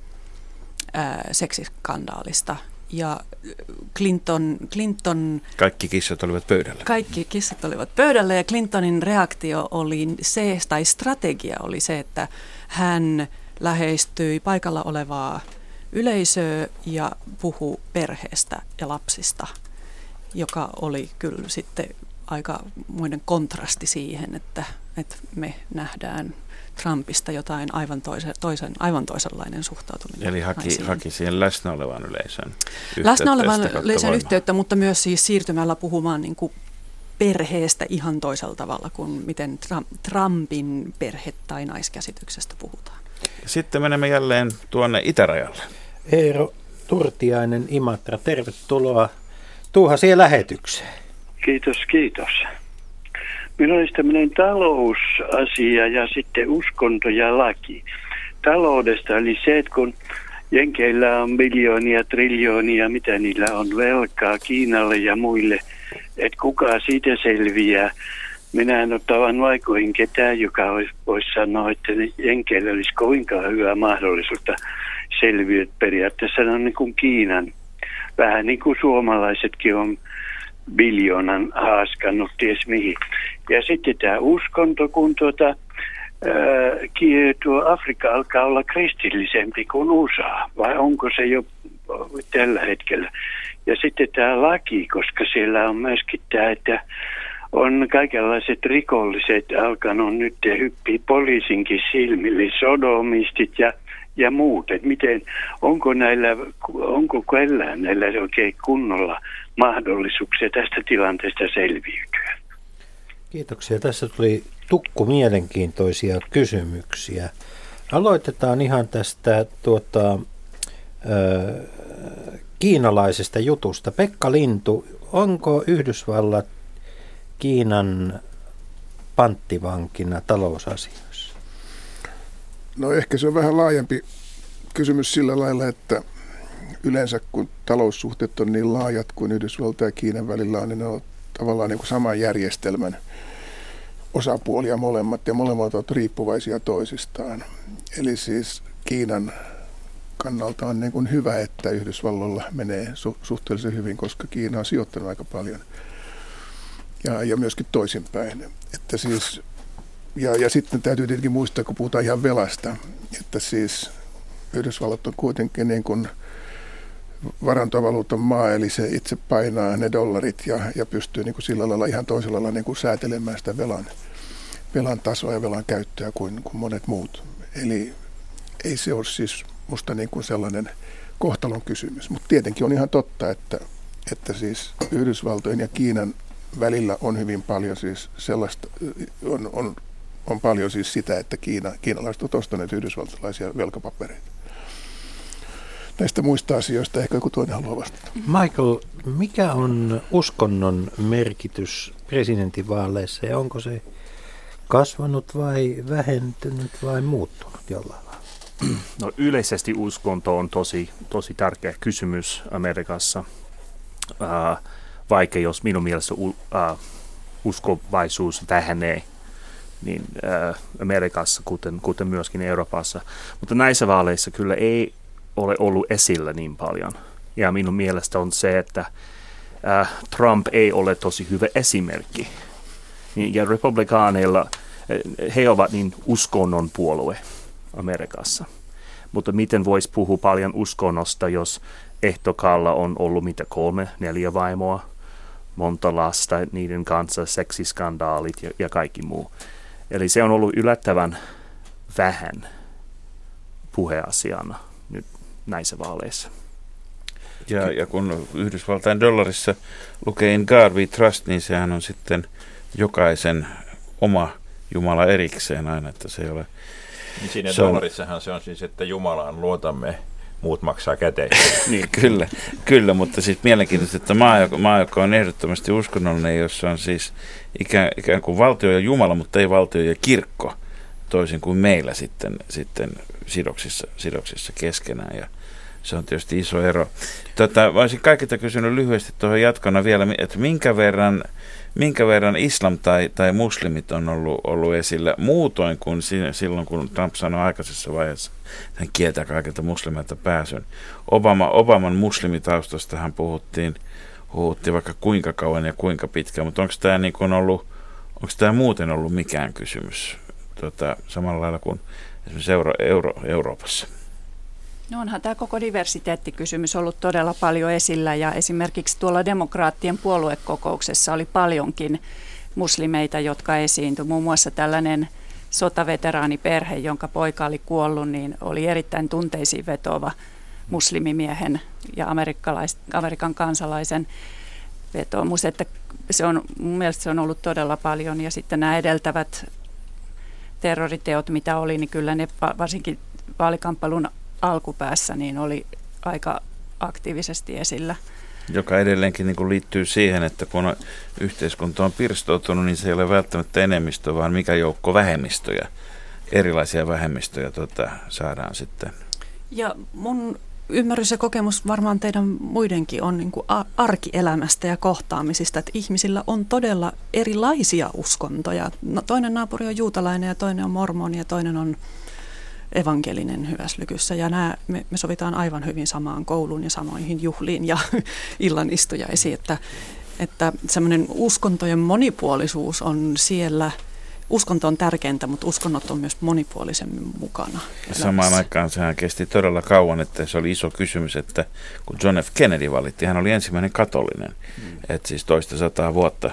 ää, seksiskandaalista. Ja Clinton, Clinton... Kaikki kissat olivat pöydällä. Kaikki kissat olivat pöydällä ja Clintonin reaktio oli se, tai strategia oli se, että hän lähestyi paikalla olevaa yleisöä ja puhui perheestä ja lapsista, joka oli kyllä sitten aika muiden kontrasti siihen, että, että me nähdään Trumpista jotain aivan, toisen, toisen, aivan toisenlainen suhtautuminen. Eli haki, haki siihen läsnä olevan yleisön yhteyttä. Läsnä olevan yleisön yhteyttä, mutta myös siis siirtymällä puhumaan niin kuin perheestä ihan toisella tavalla kuin miten Trumpin perhe- tai naiskäsityksestä puhutaan. Sitten menemme jälleen tuonne itärajalle. Eero Turtiainen, Imatra, tervetuloa Tuuha siihen lähetykseen. Kiitos, kiitos. Minulla olisi tämmöinen talousasia ja sitten uskonto ja laki. Taloudesta oli se, että kun Jenkeillä on miljoonia, triljoonia, mitä niillä on velkaa Kiinalle ja muille, että kuka siitä selviää. Minä en ole tavan vaikoihin ketään, joka voisi sanoa, että Jenkeillä olisi kovinkaan hyvää mahdollisuutta selviä. Periaatteessa on niin kuin Kiinan, vähän niin kuin suomalaisetkin on biljoonan haaskannut, ties mihin. Ja sitten tämä uskonto, kun tuota, ää, tuo Afrikka alkaa olla kristillisempi kuin U S A, vai onko se jo tällä hetkellä? Ja sitten tämä laki, koska siellä on myöskin tämä, että on kaikenlaiset rikolliset alkanut nyt hyppiä poliisinkin silmille, sodomistit ja ja muut, että miten, onko näillä, onko kellään näillä oikein kunnolla mahdollisuuksia tästä tilanteesta selviytyä? Kiitoksia. Tässä tuli tukku mielenkiintoisia kysymyksiä. Aloitetaan ihan tästä tuota, ö, kiinalaisesta jutusta. Pekka Lintu, onko Yhdysvallat Kiinan panttivankina talousasioissa? No ehkä se on vähän laajempi kysymys sillä lailla, että yleensä kun taloussuhteet on niin laajat kuin Yhdysvaltain ja Kiinan välillä on, niin ne on tavallaan niin kuin saman järjestelmän osapuolia molemmat ja molemmat ovat riippuvaisia toisistaan. Eli siis Kiinan kannalta on niin kuin hyvä, että Yhdysvalloilla menee su- suhteellisen hyvin, koska Kiina on sijoittanut aika paljon ja, ja myöskin toisinpäin. Että siis Ja, ja sitten täytyy tietenkin muistaa, kun puhutaan ihan velasta, että siis Yhdysvallat on kuitenkin niin kuin varantovaluutan maa, eli se itse painaa ne dollarit ja, ja pystyy niin kuin sillä lailla ihan toisella lailla niin kuin säätelemään sitä velan, velan tasoa ja velan käyttöä kuin, kuin monet muut. Eli ei se ole siis musta niin kuin sellainen kohtalon kysymys. Mutta tietenkin on ihan totta, että, että siis Yhdysvaltojen ja Kiinan välillä on hyvin paljon siis sellaista, on, on, on paljon siis sitä, että Kiina, kiinalaiset ovat ostaneet yhdysvaltalaisia velkapapereita. Näistä muista asioista ehkä joku toinen haluaa vastata. Michael, mikä on uskonnon merkitys presidentinvaaleissa ja onko se kasvanut vai vähentynyt vai muuttunut jollain lailla? No, yleisesti uskonto on tosi, tosi tärkeä kysymys Amerikassa, uh, vaikka jos minun mielestä uh, uskovaisuus vähenee, niin uh, Amerikassa, kuten, kuten myöskin Euroopassa. Mutta näissä vaaleissa kyllä ei ole ollut esillä niin paljon. Ja minun mielestä on se, että uh, Trump ei ole tosi hyvä esimerkki. Ja republikaaneilla, he ovat niin uskonnon puolue Amerikassa. Mutta miten voisi puhua paljon uskonnosta, jos ehdokkaalla on ollut mitä kolme, neljä vaimoa, monta lasta, niiden kanssa seksiskandaalit ja, ja kaikki muu. Eli se on ollut yllättävän vähän puheasiana nyt näissä vaaleissa. Ja, ja kun Yhdysvaltain dollarissa lukee In God We Trust, niin sehän on sitten jokaisen oma Jumala erikseen aina, että se ei ole... Niin siinä se on, dollarissahan se on siis, että Jumalaan luotamme, muut maksaa käteen. Niin, kyllä, kyllä, mutta siis mielenkiintoista, että maa, joka, maa, joka on ehdottomasti uskonnollinen, jossa on siis ikään, ikään kuin valtio ja Jumala, mutta ei valtio ja kirkko, toisin kuin meillä sitten, sitten sidoksissa, sidoksissa keskenään, ja se on tietysti iso ero. Tota, mä olisin kaikilta kysynyt lyhyesti tuohon jatkona vielä, että minkä verran, minkä verran islam tai, tai muslimit on ollut, ollut esillä muutoin kuin silloin, kun Trump sanoi aikaisessa vaiheessa, että hän kieltää kaikilta muslimeilta pääsyn. Obama, Obaman muslimitaustastahan puhuttiin, puhuttiin vaikka kuinka kauan ja kuinka pitkään, mutta onko tämä niin kuin ollut, onko tämä muuten ollut mikään kysymys tota, samalla lailla kuin esimerkiksi Euro, Euro, Euroopassa? No onhan tämä koko diversiteettikysymys ollut todella paljon esillä ja esimerkiksi tuolla demokraattien puoluekokouksessa oli paljonkin muslimeita, jotka esiintyi. Muun muassa tällainen sotaveteraaniperhe, jonka poika oli kuollut, niin oli erittäin tunteisiin vetova muslimimiehen ja Amerikan kansalaisen vetoomus. Että se on, mun mielestä se on ollut todella paljon ja sitten nämä edeltävät terroriteot, mitä oli, niin kyllä ne varsinkin vaalikamppailun alkupäässä niin oli aika aktiivisesti esillä. Joka edelleenkin niin kuin liittyy siihen, että kun yhteiskunta on pirstoutunut, niin se ei ole välttämättä enemmistö, vaan mikä joukko vähemmistöjä, erilaisia vähemmistöjä tota, saadaan sitten. Ja mun ymmärrys ja kokemus varmaan teidän muidenkin on niin kuin arkielämästä ja kohtaamisista, että ihmisillä on todella erilaisia uskontoja. No, toinen naapuri on juutalainen ja toinen on mormoni ja toinen on evankelinen hyväslykyssä ja nämä, me, me sovitaan aivan hyvin samaan kouluun ja samoihin juhliin ja illanistujaisiin, että, että semmoinen uskontojen monipuolisuus on siellä, uskonto on tärkeintä, mutta uskonnot on myös monipuolisemmin mukana. Ja samaan aikaan sehän kesti todella kauan, että se oli iso kysymys, että kun John F. Kennedy valittiin, hän oli ensimmäinen katolinen, mm. että siis toista sataa vuotta.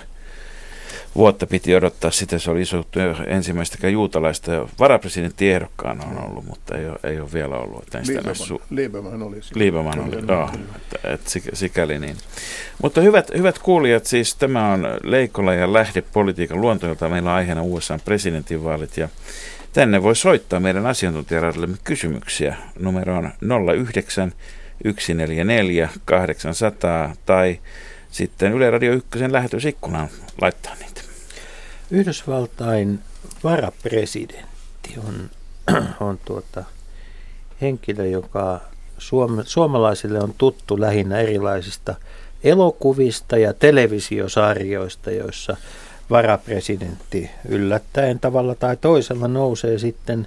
Vuotta piti odottaa sitä, se oli iso ensimmäistäkään juutalaista. Varapresidenttiehdokkaana on ollut, mutta ei ole, ei ole vielä ollut. Lieberman oli. Lieberman oli, joo, että, että sikäli niin. Mutta hyvät, hyvät kuulijat, siis tämä on Leikola ja Lähde politiikan luonto, jolta meillä on aiheena U S A:n presidentinvaalit. Ja tänne voi soittaa meidän asiantuntijaradiollemme kysymyksiä. Numero on nolla yhdeksän yksi neljä neljä kahdeksansataa tai sitten Yle Radio ykkösen lähetysikkunaan laittaa niitä. Yhdysvaltain varapresidentti on, on tuota henkilö, joka suom- suomalaisille on tuttu lähinnä erilaisista elokuvista ja televisiosarjoista, joissa varapresidentti yllättäen tavalla tai toisella nousee sitten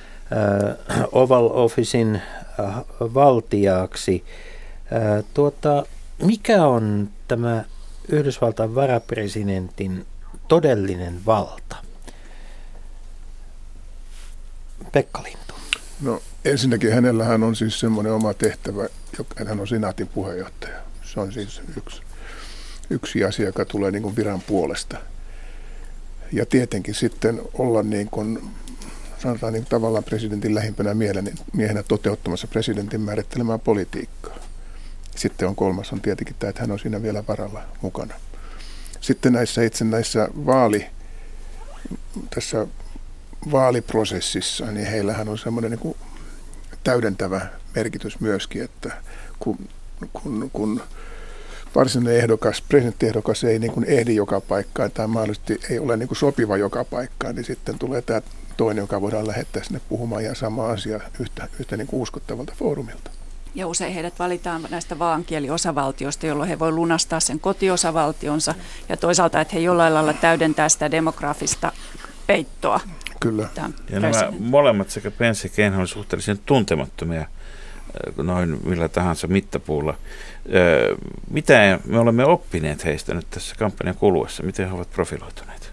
äh, Oval Officein äh, valtiaaksi. Äh, tuota, mikä on tämä Yhdysvaltain varapresidentin todellinen valta? Pekka Lintu. No ensinnäkin hänellähän on siis semmoinen oma tehtävä, joka hän on senaatin puheenjohtaja. Se on siis yksi, yksi asia, joka tulee niin kuin viran puolesta. ja tietenkin sitten olla niin kuin, sanotaan niin kuin tavallaan presidentin lähimpänä miehenä toteuttamassa presidentin määrittelemää politiikkaa. Sitten on kolmas on tietenkin tämä, että hän on siinä vielä varalla mukana. Sitten näissä itse näissä vaali, tässä vaaliprosessissa, niin heillähän on semmoinen niin kuin täydentävä merkitys myöskin, että kun, kun, kun varsinainen ehdokas, presidenttiehdokas ei niin kuin ehdi joka paikkaan tai mahdollisesti ei ole niin kuin sopiva joka paikkaan, niin sitten tulee tämä toinen, joka voidaan lähettää sinne puhumaan ja sama asia yhtä, yhtä niin kuin uskottavalta foorumilta. Ja usein heidät valitaan näistä vaankieliosavaltioista, jolloin he voi lunastaa sen kotiosavaltionsa ja toisaalta, että he jollain lailla täydentää sitä demografista peittoa. Kyllä. Ja nämä molemmat sekä Pence ja Keynesian on suhteellisen tuntemattomia noin millä tahansa mittapuulla. Mitä me olemme oppineet heistä nyt tässä kampanjan kuluessa? Miten he ovat profiloituneet?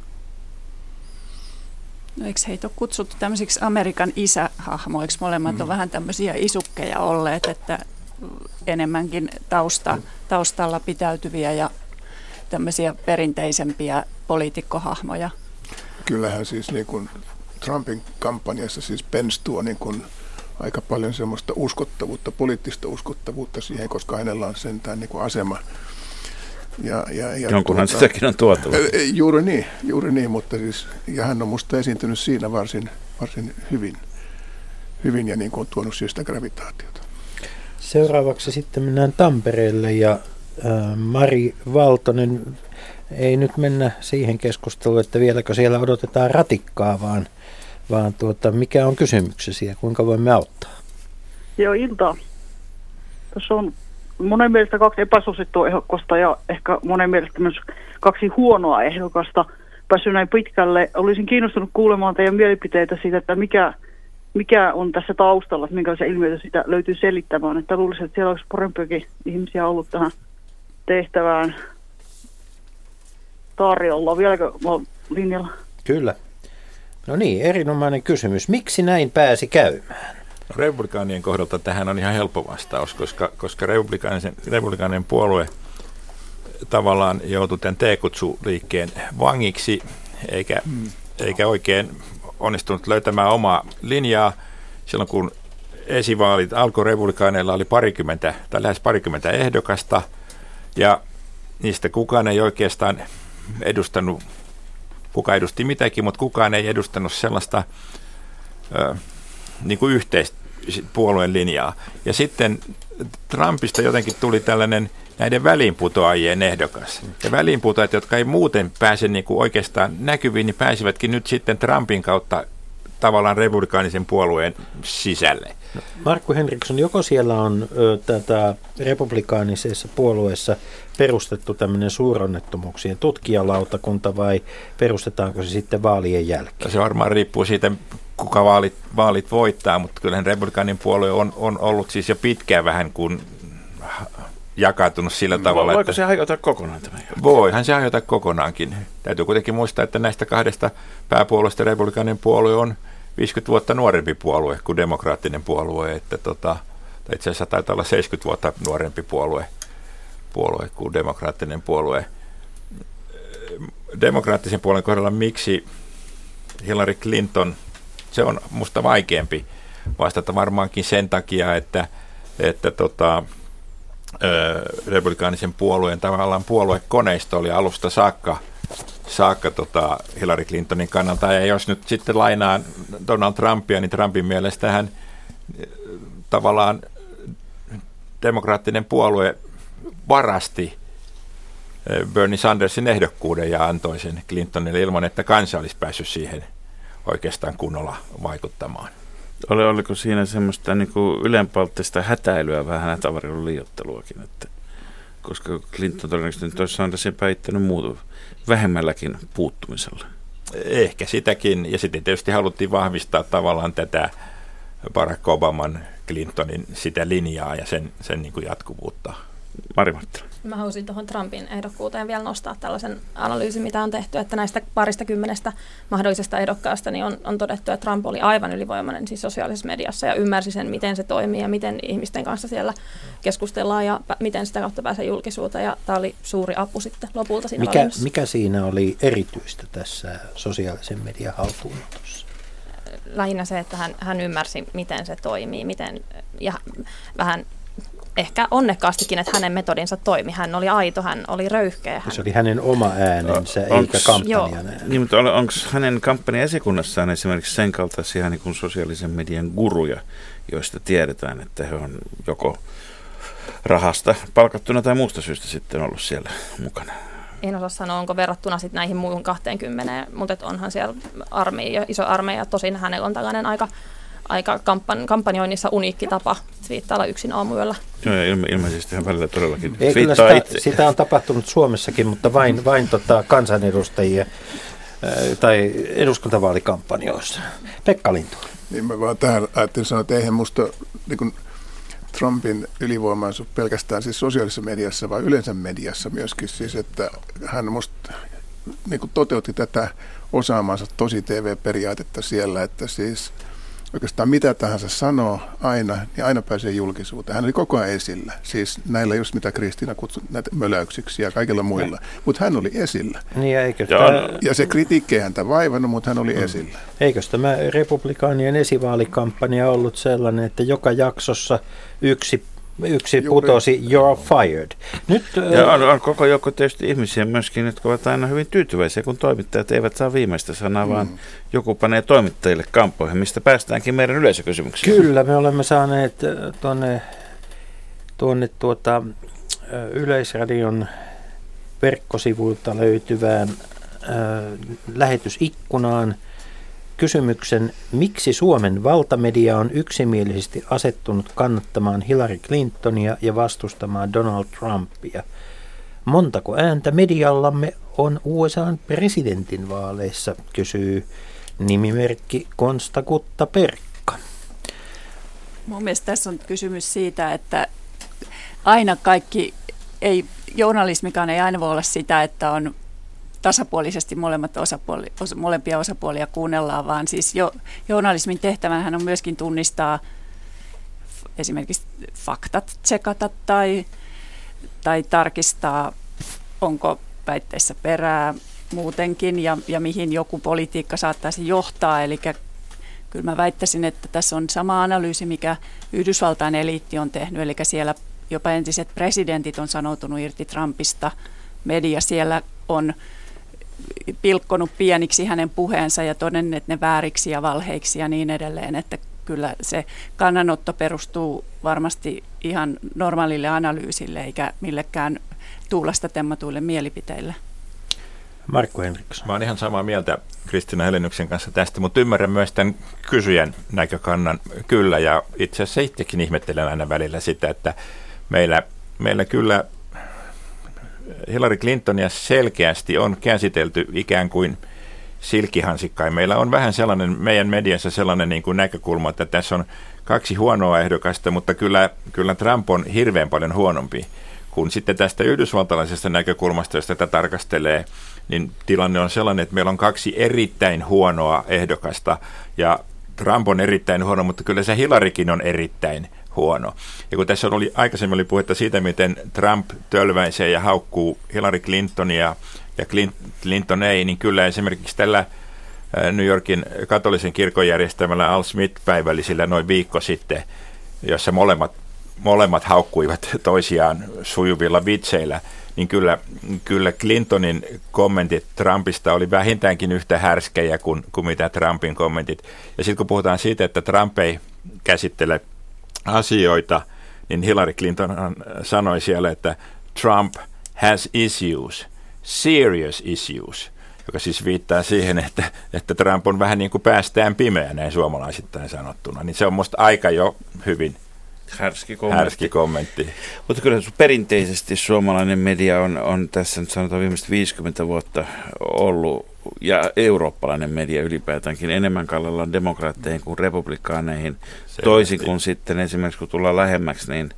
No eikö heitä ole kutsuttu tämmöisiksi Amerikan isähahmoiksi? Molemmat mm. on vähän tämmöisiä isukkeja olleet, että enemmänkin tausta, taustalla pitäytyviä ja tämmöisiä perinteisempiä poliitikkohahmoja. Kyllähän siis niin kuin Trumpin kampanjassa siis Pence tuo niin kuin aika paljon semmoista uskottavuutta, poliittista uskottavuutta siihen, koska hänellä on sentään niin kuin asema. Ja, ja, ja Jonkunhan tuota, sitäkin on tuotava. Juuri niin, juuri niin, mutta siis, ja hän on musta esiintynyt siinä varsin, varsin hyvin, hyvin ja niin kuin on tuonut siitä gravitaatiota. Seuraavaksi sitten mennään Tampereelle ja äh, Mari Valtonen, ei nyt mennä siihen keskusteluun, että vieläkö siellä odotetaan ratikkaa, vaan, vaan tuota, mikä on kysymyksesi ja kuinka voimme auttaa? Joo, iltaa. Tässä on monen mielestä kaksi epäsuosittua ehdokasta ja ehkä monen mielestä myös kaksi huonoa ehdokasta päässyt näin pitkälle. Olisin kiinnostunut kuulemaan teidän mielipiteitä siitä, että mikä, mikä on tässä taustalla, että minkälaisia ilmiöitä sitä löytyy selittämään. Että luulisin, että siellä olisi parempiakin ihmisiä ollut tähän tehtävään tarjolla. Vieläkö linjalla? Kyllä. No niin, erinomainen kysymys. Miksi näin pääsi käymään? No, republikaanien kohdalta tähän on ihan helppo vastaus, koska, koska republikaaninen, republikaaninen puolue tavallaan joutui tämän T-kutsuliikkeen vangiksi, eikä, mm. eikä oikein onnistunut löytämään omaa linjaa. Silloin kun esivaalit alkoi, republikaaneilla oli parikymmentä tai lähes parikymmentä ehdokasta, ja niistä kukaan ei oikeastaan edustanut, kuka edusti mitäkin, mutta kukaan ei edustanut sellaista ö, niin kuin yhteistä puolueen linjaa. Ja sitten Trumpista jotenkin tuli tällainen näiden väliinputoajien ehdokas. Ja väliinputoajat, jotka ei muuten pääse niin kuin oikeastaan näkyviin, niin pääsivätkin nyt sitten Trumpin kautta tavallaan republikaanisen puolueen sisälle. No, Markku Henriksson, joko siellä on ö, tätä republikaanisessa puolueessa perustettu tämmöinen suuronnettomuuksien tutkijalautakunta vai perustetaanko se sitten vaalien jälkeen? Se varmaan riippuu siitä, kuka vaalit, vaalit voittaa, mutta kyllähän republikaanin puolue on, on ollut siis jo pitkään vähän kuin jakautunut sillä tavalla, Voiko että se hajota kokonaan tämän jälkeen? Voihan se hajota kokonaankin. Täytyy kuitenkin muistaa, että näistä kahdesta pääpuolueesta republikaanin puolue on viisikymmentä vuotta nuorempi puolue kuin demokraattinen puolue, että tota, itse asiassa taitaa olla seitsemänkymmentä vuotta nuorempi puolue, puolue kuin demokraattinen puolue. Demokraattisen puolueen kohdalla miksi Hillary Clinton, se on musta vaikeampi vastata varmaankin sen takia, että, että tota, republikaanisen puolueen tavallaan puoluekoneisto oli alusta saakka, saakka tota Hillary Clintonin kannalta. Ja jos nyt sitten lainaan Donald Trumpia, niin Trumpin mielestä hän tavallaan demokraattinen puolue varasti Bernie Sandersin ehdokkuuden ja antoi sen Clintonille ilman, että kansa olisi päässyt siihen oikeastaan kunnolla vaikuttamaan. Oli, oliko siinä semmoista niin kuin ylenpalttista hätäilyä, vähän hätävarjelun liioitteluakin, että, koska Clinton todennäköisesti olisi Sandersin päittänyt muuta vähemmälläkin puuttumisella. Ehkä sitäkin, ja sitten tietysti haluttiin vahvistaa tavallaan tätä Barack Obaman, Clintonin sitä linjaa ja sen, sen niin kuin jatkuvuutta. Mari Marttila. Mä haluaisin tuohon Trumpin ehdokkuuteen vielä nostaa tällaisen analyysin, mitä on tehty, että näistä parista kymmenestä mahdollisesta ehdokkaasta niin on, on todettu, että Trump oli aivan ylivoimainen siis sosiaalisessa mediassa ja ymmärsi sen, miten se toimii ja miten ihmisten kanssa siellä keskustellaan ja p- miten sitä kautta pääsee julkisuuteen. Ja tämä oli suuri apu sitten lopulta siinä mikä, valinnassa. mikä siinä oli erityistä tässä sosiaalisen median haltuunotossa? Lähinnä se, että hän, hän ymmärsi, miten se toimii, miten, ja vähän ehkä onnekkaastikin, että hänen metodinsa toimi. Hän oli aito, hän oli röyhkeä. Hän... Se oli hänen oma äänensä, no, eikä kampanjan ääni. Niin, mutta onko hänen kampanjan esikunnassa esimerkiksi sen kaltaisia niin kuin sosiaalisen median guruja, joista tiedetään, että he on joko rahasta palkattuna tai muusta syystä sitten ollut siellä mukana? En osaa sanoa, onko verrattuna sitten näihin muihin kaksikymmentä, mutta onhan siellä armeija, iso armeija. Tosin hänellä on tällainen aika, aika kampan, kampanjoinnissa uniikki tapa twiittailla yksin aamuyöllä. Joo, ja ilme, ilmeisesti hän välillä todellakin ei, kyllä sitä, itse. Sitä on tapahtunut Suomessakin, mutta vain, vain tota kansanedustajia ää, tai eduskuntavaalikampanjoissa. Pekka Lintu. Niin mä vaan tähän ajattelin sanoa, että eihän musta niin kuin Trumpin ylivoimaisuus pelkästään siis sosiaalisessa mediassa, vaan yleensä mediassa myöskin. Siis, että hän musta niin kuin toteutti tätä osaamansa tosi T V-periaatetta siellä, että siis oikeastaan mitä tahansa sanoo aina, niin aina pääsee julkisuuteen. Hän oli koko ajan esillä. Siis näillä just mitä Kristiina kutsui näitä möläyksiksi ja kaikilla muilla. Mutta hän oli esillä. Niin, eikö ja, tämä... ja se kritiikki ei häntä vaivannut, mutta hän oli mm. esillä. Eikös tämä republikaanien esivaalikampanja ollut sellainen, että joka jaksossa yksi Yksi putosi, you're fired. Nyt, ja on, on koko joukko tietysti ihmisiä myöskin, jotka ovat aina hyvin tyytyväisiä, kun toimittajat eivät saa viimeistä sanaa, mm. vaan joku panee toimittajille kampoihin, mistä päästäänkin meidän yleisökysymyksiin. Kyllä, me olemme saaneet tuonne, tuonne tuota, Yleisradion verkkosivuilta löytyvään äh, lähetysikkunaan kysymyksen, miksi Suomen valtamedia on yksimielisesti asettunut kannattamaan Hillary Clintonia ja vastustamaan Donald Trumpia. Montako ääntä mediallamme on U S A:n presidentinvaaleissa, kysyy nimimerkki Konsta Kutta Perkka. Mun mielestä tässä on kysymys siitä, että aina kaikki, ei, journalismikaan ei aina voi olla sitä, että on tasapuolisesti molemmat osapuoli, os, molempia osapuolia kuunnellaan, vaan siis jo, journalismin tehtävänhän on myöskin tunnistaa esimerkiksi faktat, tsekata tai, tai tarkistaa, onko väitteissä perää muutenkin ja, ja mihin joku politiikka saattaisi johtaa. Eli kyllä mä väittäisin, että tässä on sama analyysi, mikä Yhdysvaltain eliitti on tehnyt, eli siellä jopa entiset presidentit on sanoutunut irti Trumpista, media siellä on pilkkonut pieniksi hänen puheensa ja todenneet ne vääriksi ja valheiksi ja niin edelleen, että kyllä se kannanotto perustuu varmasti ihan normaalille analyysille eikä millekään tuulesta temmatuille mielipiteille. Markku Henriksson. Mä oon ihan samaa mieltä Kristiina Heleniuksen kanssa tästä, mutta ymmärrän myös tämän kysyjän näkökannan kyllä ja itse asiassa itsekin ihmettelen aina välillä sitä, että meillä, meillä kyllä Hillary Clintonia selkeästi on käsitelty ikään kuin silkkihansikkain. Meillä on vähän sellainen, meidän mediassa sellainen niin kuin näkökulma, että tässä on kaksi huonoa ehdokasta, mutta kyllä, kyllä Trump on hirveän paljon huonompi. Kun sitten tästä yhdysvaltalaisesta näkökulmasta, jos tätä tarkastelee, niin tilanne on sellainen, että meillä on kaksi erittäin huonoa ehdokasta ja Trump on erittäin huono, mutta kyllä se Hillarykin on erittäin huono. Ja kun tässä oli, aikaisemmin oli puhetta siitä, miten Trump tölväisee ja haukkuu Hillary Clintonia ja Clinton ei, niin kyllä esimerkiksi tällä New Yorkin katolisen kirkon järjestämällä Al Smith-päivällisillä noin viikko sitten, jossa molemmat, molemmat haukkuivat toisiaan sujuvilla vitseillä, niin kyllä, kyllä Clintonin kommentit Trumpista oli vähintäänkin yhtä härskejä kuin, kuin mitä Trumpin kommentit. Ja sitten kun puhutaan siitä, että Trump ei käsittele asioita, niin Hillary Clinton sanoi siellä, että Trump has issues, serious issues, joka siis viittaa siihen, että, että Trump on vähän niin kuin päästään pimeä, näin suomalaisittain sanottuna. Niin se on musta aika jo hyvin härski kommentti. Härski kommentti. Mutta kyllä perinteisesti suomalainen media on, on tässä nyt sanotaan viimeiset viisikymmentä vuotta ollut, ja eurooppalainen media ylipäätäänkin enemmän kallellaan demokraatteihin kuin republikaaneihin. Selvästi. Toisin kuin sitten esimerkiksi kun tullaan lähemmäksi, niin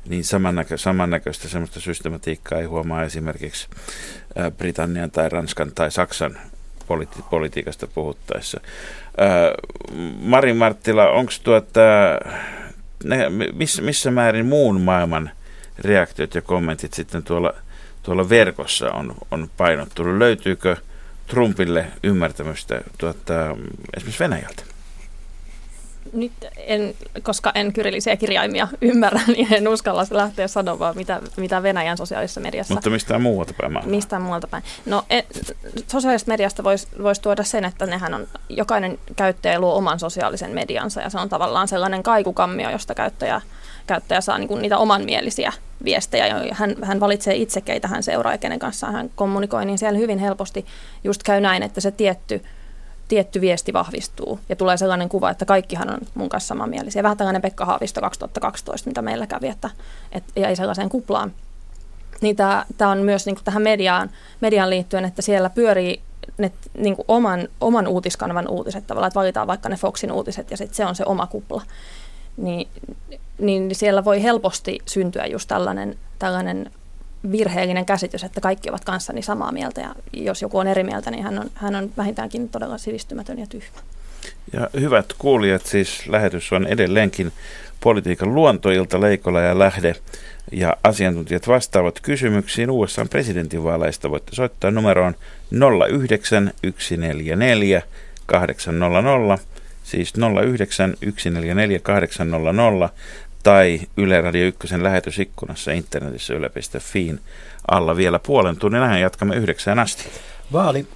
niin samannäkö, samannäköistä semmoista systematiikkaa ei huomaa esimerkiksi ää, Britannian tai Ranskan tai Saksan politi- politiikasta puhuttaessa. Ää, Mari Marttila, onko tuota, ne, miss, missä määrin muun maailman reaktiot ja kommentit sitten tuolla, tuolla verkossa on, on painottunut? Löytyykö Trumpille ymmärtämystä tuota, esimerkiksi Venäjältä? Nyt en, koska en kyrillisiä kirjaimia ymmärrä, niin en uskalla lähteä sanomaan, mitä, mitä Venäjän sosiaalisessa mediassa. Mutta mistään muualta päin maailmaa? Mistään muualta päin. No, et, sosiaalisesta mediasta voisi vois tuoda sen, että nehän on, jokainen käyttäjä luo oman sosiaalisen mediansa, ja se on tavallaan sellainen kaikukammio, josta käyttäjä, käyttäjä saa niinku niitä omanmielisiä viestejä. Hän, hän valitsee itse, keitä hän seuraa ja kenen kanssa hän kommunikoi, niin siellä hyvin helposti just käy näin, että se tietty tietty viesti vahvistuu ja tulee sellainen kuva, että kaikkihan on mun kanssa samanmielisiä. Vähän tällainen Pekka Haavisto kaksituhattakaksitoista, mitä meillä kävi, että, että jäi sellaiseen kuplaan. Niin tämä on myös niin kuin tähän mediaan, mediaan liittyen, että siellä pyörii ne, niin kuin oman, oman uutiskanavan uutiset tavallaan, että valitaan vaikka ne Foxin uutiset ja sitten se on se oma kupla. Niin, niin siellä voi helposti syntyä just tällainen, tällainen virheellinen käsitys, että kaikki ovat kanssani samaa mieltä, ja jos joku on eri mieltä, niin hän on, hän on vähintäänkin todella sivistymätön ja tyhmä. Ja hyvät kuulijat, siis lähetys on edelleenkin politiikan luontoilta, Leikola ja Lähde, ja asiantuntijat vastaavat kysymyksiin U S A:n presidentinvaaleista. Voitte soittaa numeroon nolla yhdeksän yksi neljä neljä kahdeksan nolla nolla, siis nolla yhdeksän yksi neljä neljä kahdeksan nolla nolla, tai Yle Radio ykkösen lähetysikkunassa internetissä yle piste fi alla vielä puolen tunnin ajan. Jatkamme yhdeksään asti. Vaali,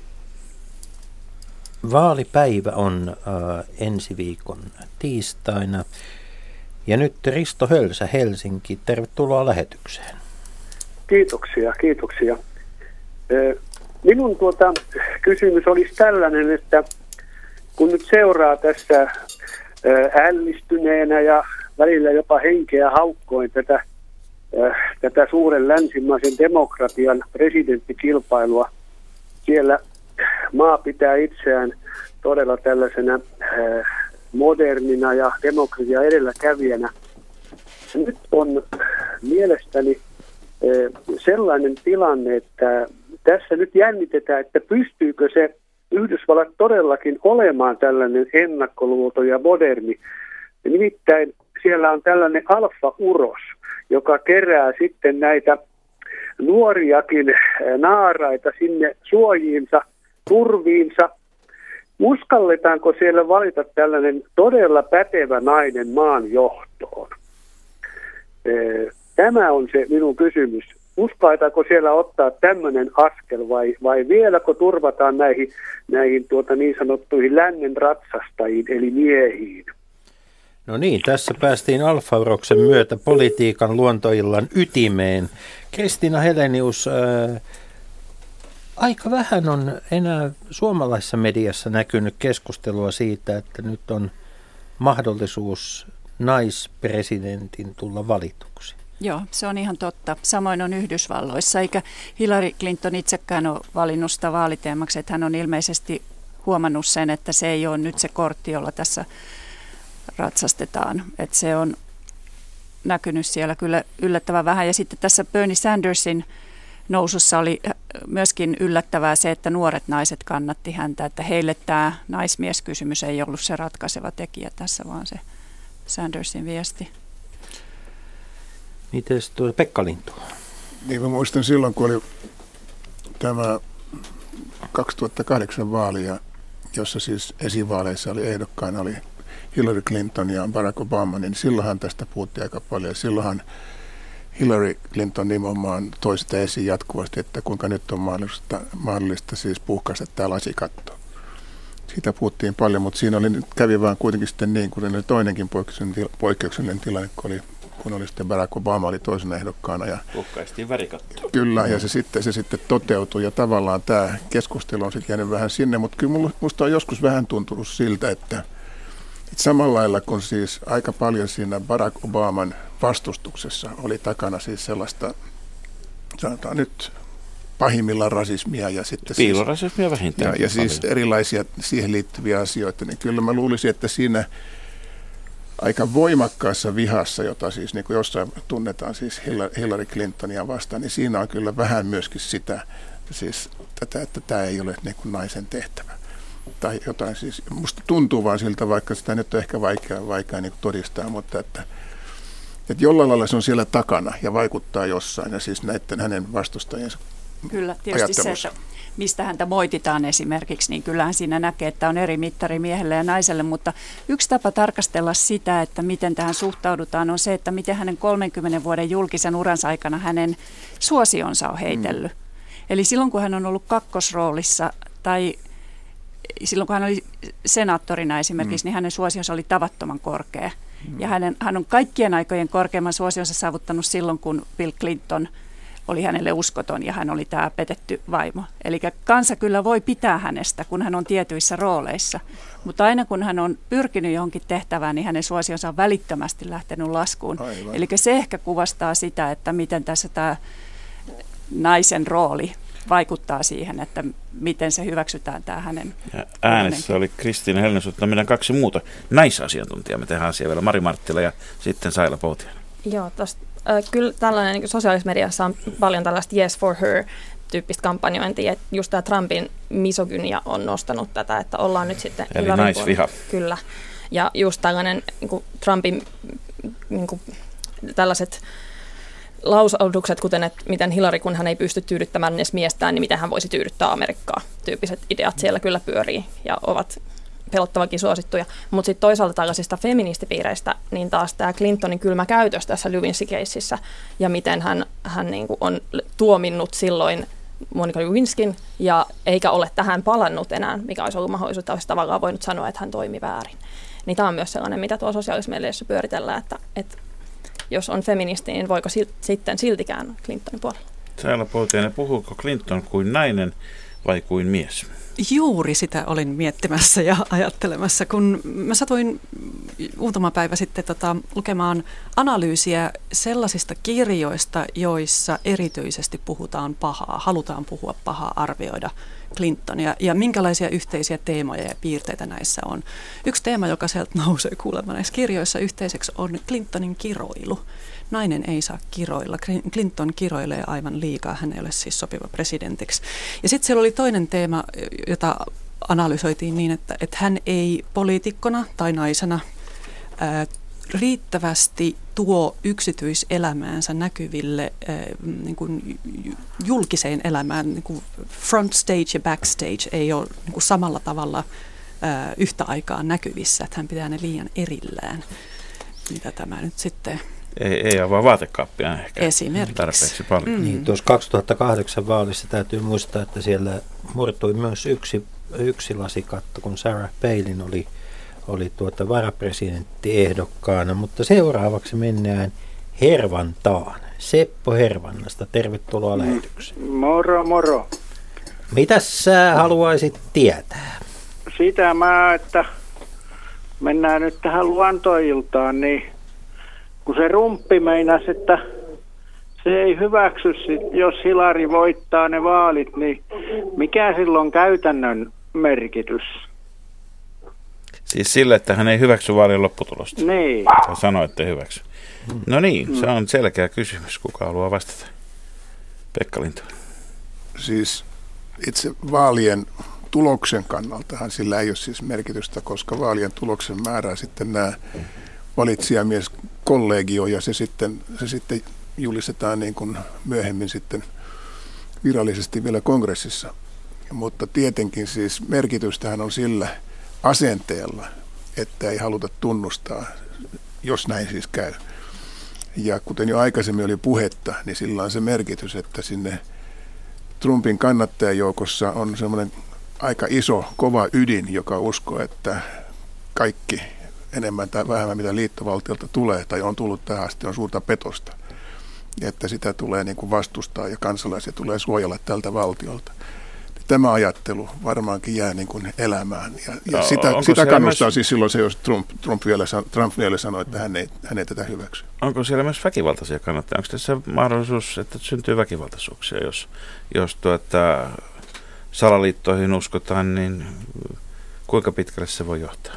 vaalipäivä on äh, ensi viikon tiistaina. Ja nyt Risto Hölsä, Helsinki, tervetuloa lähetykseen. Kiitoksia, kiitoksia. Minun tuota, kysymys olisi tällainen, että kun nyt seuraa tässä ällistyneenä ja välillä jopa henkeä haukkoin tätä, äh, tätä suuren länsimaisen demokratian presidenttikilpailua. Siellä maa pitää itseään todella tällaisena äh, modernina ja demokratia edelläkävijänä. Nyt on mielestäni äh, sellainen tilanne, että tässä nyt jännitetään, että pystyykö se Yhdysvallat todellakin olemaan tällainen ennakkoluuto ja moderni. Ja nimittäin siellä on tällainen alfa-uros, joka kerää sitten näitä nuoriakin naaraita sinne suojiinsa, turviinsa. Uskalletaanko siellä valita tällainen todella pätevä nainen maan johtoon? Tämä on se minun kysymys. Uskalletaanko siellä ottaa tämmöinen askel vai, vai vieläkö turvataan näihin, näihin tuota niin sanottuihin lännen ratsastajiin eli miehiin? No niin, tässä päästiin alfa-uroksen myötä politiikan luontoillan ytimeen. Kristiina Helenius, ää, aika vähän on enää suomalaisessa mediassa näkynyt keskustelua siitä, että nyt on mahdollisuus naispresidentin tulla valituksi. Joo, se on ihan totta. Samoin on Yhdysvalloissa, eikä Hillary Clinton itsekään ole valinnut sitä vaaliteemaksi, että hän on ilmeisesti huomannut sen, että se ei ole nyt se kortti, jolla tässä ratsastetaan. Että se on näkynyt siellä kyllä yllättävän vähän. Ja sitten tässä Bernie Sandersin nousussa oli myöskin yllättävää se, että nuoret naiset kannatti häntä, että heille tämä naismieskysymys ei ollut se ratkaiseva tekijä tässä, vaan se Sandersin viesti. Miten tuo Pekka Lintu? Niin mä muistan silloin, kun oli tämä kaksituhattakahdeksan vaalia, jossa siis esivaaleissa oli ehdokkaina oli Hillary Clinton ja Barack Obama, niin silloinhan tästä puhuttiin aika paljon. Silloinhan Hillary Clinton nimenomaan toi sitä esiin jatkuvasti, että kuinka nyt on mahdollista, mahdollista siis puhkaista tämä lasikatto. Siitä puhuttiin paljon, mutta siinä oli, kävi vaan kuitenkin sitten niin, kun oli toinenkin poikkeuksellinen, poikkeuksellinen tilanne, kun oli, kun oli sitten Barack Obama oli toisena ehdokkaana. Ja puhkaistiin värikattoa. Kyllä, ja se sitten, se sitten toteutui, ja tavallaan tämä keskustelu on sitten jäänyt vähän sinne, mutta kyllä minusta on joskus vähän tuntunut siltä, että samalla lailla kun siis aika paljon siinä Barack Obaman vastustuksessa oli takana siis sellaista, sanotaan nyt pahimmillaan rasismia ja sitten piilorasismia siis, vähintään. Ja, ja siis erilaisia siihen liittyviä asioita, niin kyllä mä luulisin, että siinä aika voimakkaassa vihassa, jota siis niin kuin jossain tunnetaan siis Hillary Clintonia vastaan, niin siinä on kyllä vähän myöskin sitä, siis tätä, että tämä ei ole niin kuin naisen tehtävä. Tai jotain siis, musta tuntuu vaan siltä, vaikka sitä nyt on ehkä vaikea, vaikea niin kuin todistaa, mutta että, että jollain lailla se on siellä takana ja vaikuttaa jossain, ja siis näiden hänen vastustajiensa Kyllä, tietysti se, että mistä häntä moititaan esimerkiksi, niin kyllähän siinä näkee, että on eri mittari miehelle ja naiselle, mutta yksi tapa tarkastella sitä, että miten tähän suhtaudutaan, on se, että miten hänen kolmenkymmenen vuoden julkisen uransa aikana hänen suosionsa on heitellyt. Mm. Eli silloin, kun hän on ollut kakkosroolissa tai silloin, kun hän oli senaattorina esimerkiksi, mm. niin hänen suosionsa oli tavattoman korkea. Mm. Ja hänen, hän on kaikkien aikojen korkeimman suosionsa saavuttanut silloin, kun Bill Clinton oli hänelle uskoton ja hän oli tämä petetty vaimo. Eli kansa kyllä voi pitää hänestä, kun hän on tietyissä rooleissa. Mutta aina kun hän on pyrkinyt johonkin tehtävään, niin hänen suosionsa on välittömästi lähtenyt laskuun. Eli se ehkä kuvastaa sitä, että miten tässä tämä naisen rooli vaikuttaa siihen, että miten se hyväksytään tämä hänen. Ja äänessä oli Kristiina Helnesut, meidän kaksi muuta naisasiantuntijaa. Me tehdään asiaa vielä, Mari Marttila ja sitten Saila Poutiainen. Joo, tosta, äh, kyllä tällainen niin sosiaalisessa mediassa on paljon tällaista yes for her -tyyppistä kampanjointia, että just tämä Trumpin misogynia on nostanut tätä, että ollaan nyt sitten... Eli naisviha. Kyllä, ja just tällainen niin kuin Trumpin niin kuin, tällaiset lausautukset, kuten että miten Hillary, kun hän ei pysty tyydyttämään edes miestään, niin miten hän voisi tyydyttää Amerikkaa. Tyyppiset ideat siellä kyllä pyörii ja ovat pelottavakin suosittuja. Mutta sitten toisaalta tällaisista feministipiireistä, niin taas tämä Clintonin kylmä käytös tässä Lewinsky-keississä ja miten hän, hän niinku on tuominnut silloin Monica Lewinskin ja eikä ole tähän palannut enää, mikä olisi ollut mahdollisuus, olisi tavallaan voinut sanoa, että hän toimi väärin. Niin tämä on myös sellainen, mitä tuolla sosiaalisessa mediassa pyöritellään, että, että jos on feministi, niin voiko sil- sitten siltikään Clintonin puolella? Saila Poutiainen, puhuuko Clinton kuin nainen vai kuin mies? Juuri sitä olin miettimässä ja ajattelemassa, kun mä satuin muutama päivä sitten tota, lukemaan analyysiä sellaisista kirjoista, joissa erityisesti puhutaan pahaa, halutaan puhua pahaa, arvioida Clintonia ja minkälaisia yhteisiä teemoja ja piirteitä näissä on. Yksi teema, joka sieltä nousee kuulemma näissä kirjoissa yhteiseksi, on Clintonin kiroilu. Nainen ei saa kiroilla. Clinton kiroilee aivan liikaa, hän ei ole siis sopiva presidentiksi. Ja sitten siellä oli toinen teema, jota analysoitiin niin, että, että hän ei poliitikkona tai naisena ää, riittävästi tuo yksityiselämäänsä näkyville ää, niin kuin julkiseen elämään. Niin kuin front stage ja backstage ei ole niin kuin samalla tavalla ää, yhtä aikaa näkyvissä, että hän pitää ne liian erillään. Mitä tämä nyt sitten... Ei, ei avaa vaatekaappia ehkä esimerkiksi tarpeeksi paljon. Mm. Niin, tuossa kaksituhattakahdeksan vaalissa täytyy muistaa, että siellä murtui myös yksi, yksi lasikatto, kun Sarah Palin oli, oli tuota varapresidenttiehdokkaana. Mutta seuraavaksi mennään Hervantaan. Seppo Hervannasta, tervetuloa mm. lähetykseen. Moro, moro. Mitäs sä haluaisit tietää? Sitä mä, että mennään nyt tähän luontoiltaan, niin kun se rumppi meinasi, että se ei hyväksy, jos Hillary voittaa ne vaalit, niin mikä silloin on käytännön merkitys? Siis sille, että hän ei hyväksy vaalien lopputulosta? Niin. Tai sanoo, että ei hyväksy. No niin, se on selkeä kysymys. Kuka haluaa vastata? Pekka Lintu. Siis itse vaalien tuloksen kannaltahan sillä ei ole siis merkitystä, koska vaalien tuloksen määrää sitten nämä valitsijamies kollegio ja se sitten, se sitten julistetaan niin kuin myöhemmin sitten virallisesti vielä kongressissa. Mutta tietenkin siis merkitystähän on sillä asenteella, että ei haluta tunnustaa, jos näin siis käy. Ja kuten jo aikaisemmin oli puhetta, niin sillä on se merkitys, että sinne Trumpin kannattajajoukossa on semmoinen aika iso, kova ydin, joka uskoo, että kaikki enemmän tai vähemmän, mitä liittovaltiolta tulee tai on tullut tähän asti, on suurta petosta. Ja että sitä tulee niin kuin vastustaa ja kansalaisia tulee suojella tältä valtiolta. Tämä ajattelu varmaankin jää niin kuin elämään. Ja, ja no, sitä, sitä kannustaa myös... siis silloin se, jos Trump, Trump, vielä, Trump vielä sanoi, että hän ei, hän ei tätä hyväksy. Onko siellä myös väkivaltaisia kannattajia? Onko tässä mahdollisuus, että syntyy väkivaltaisuuksia, jos, jos tuota, salaliittoihin uskotaan, niin kuinka pitkälle se voi johtaa?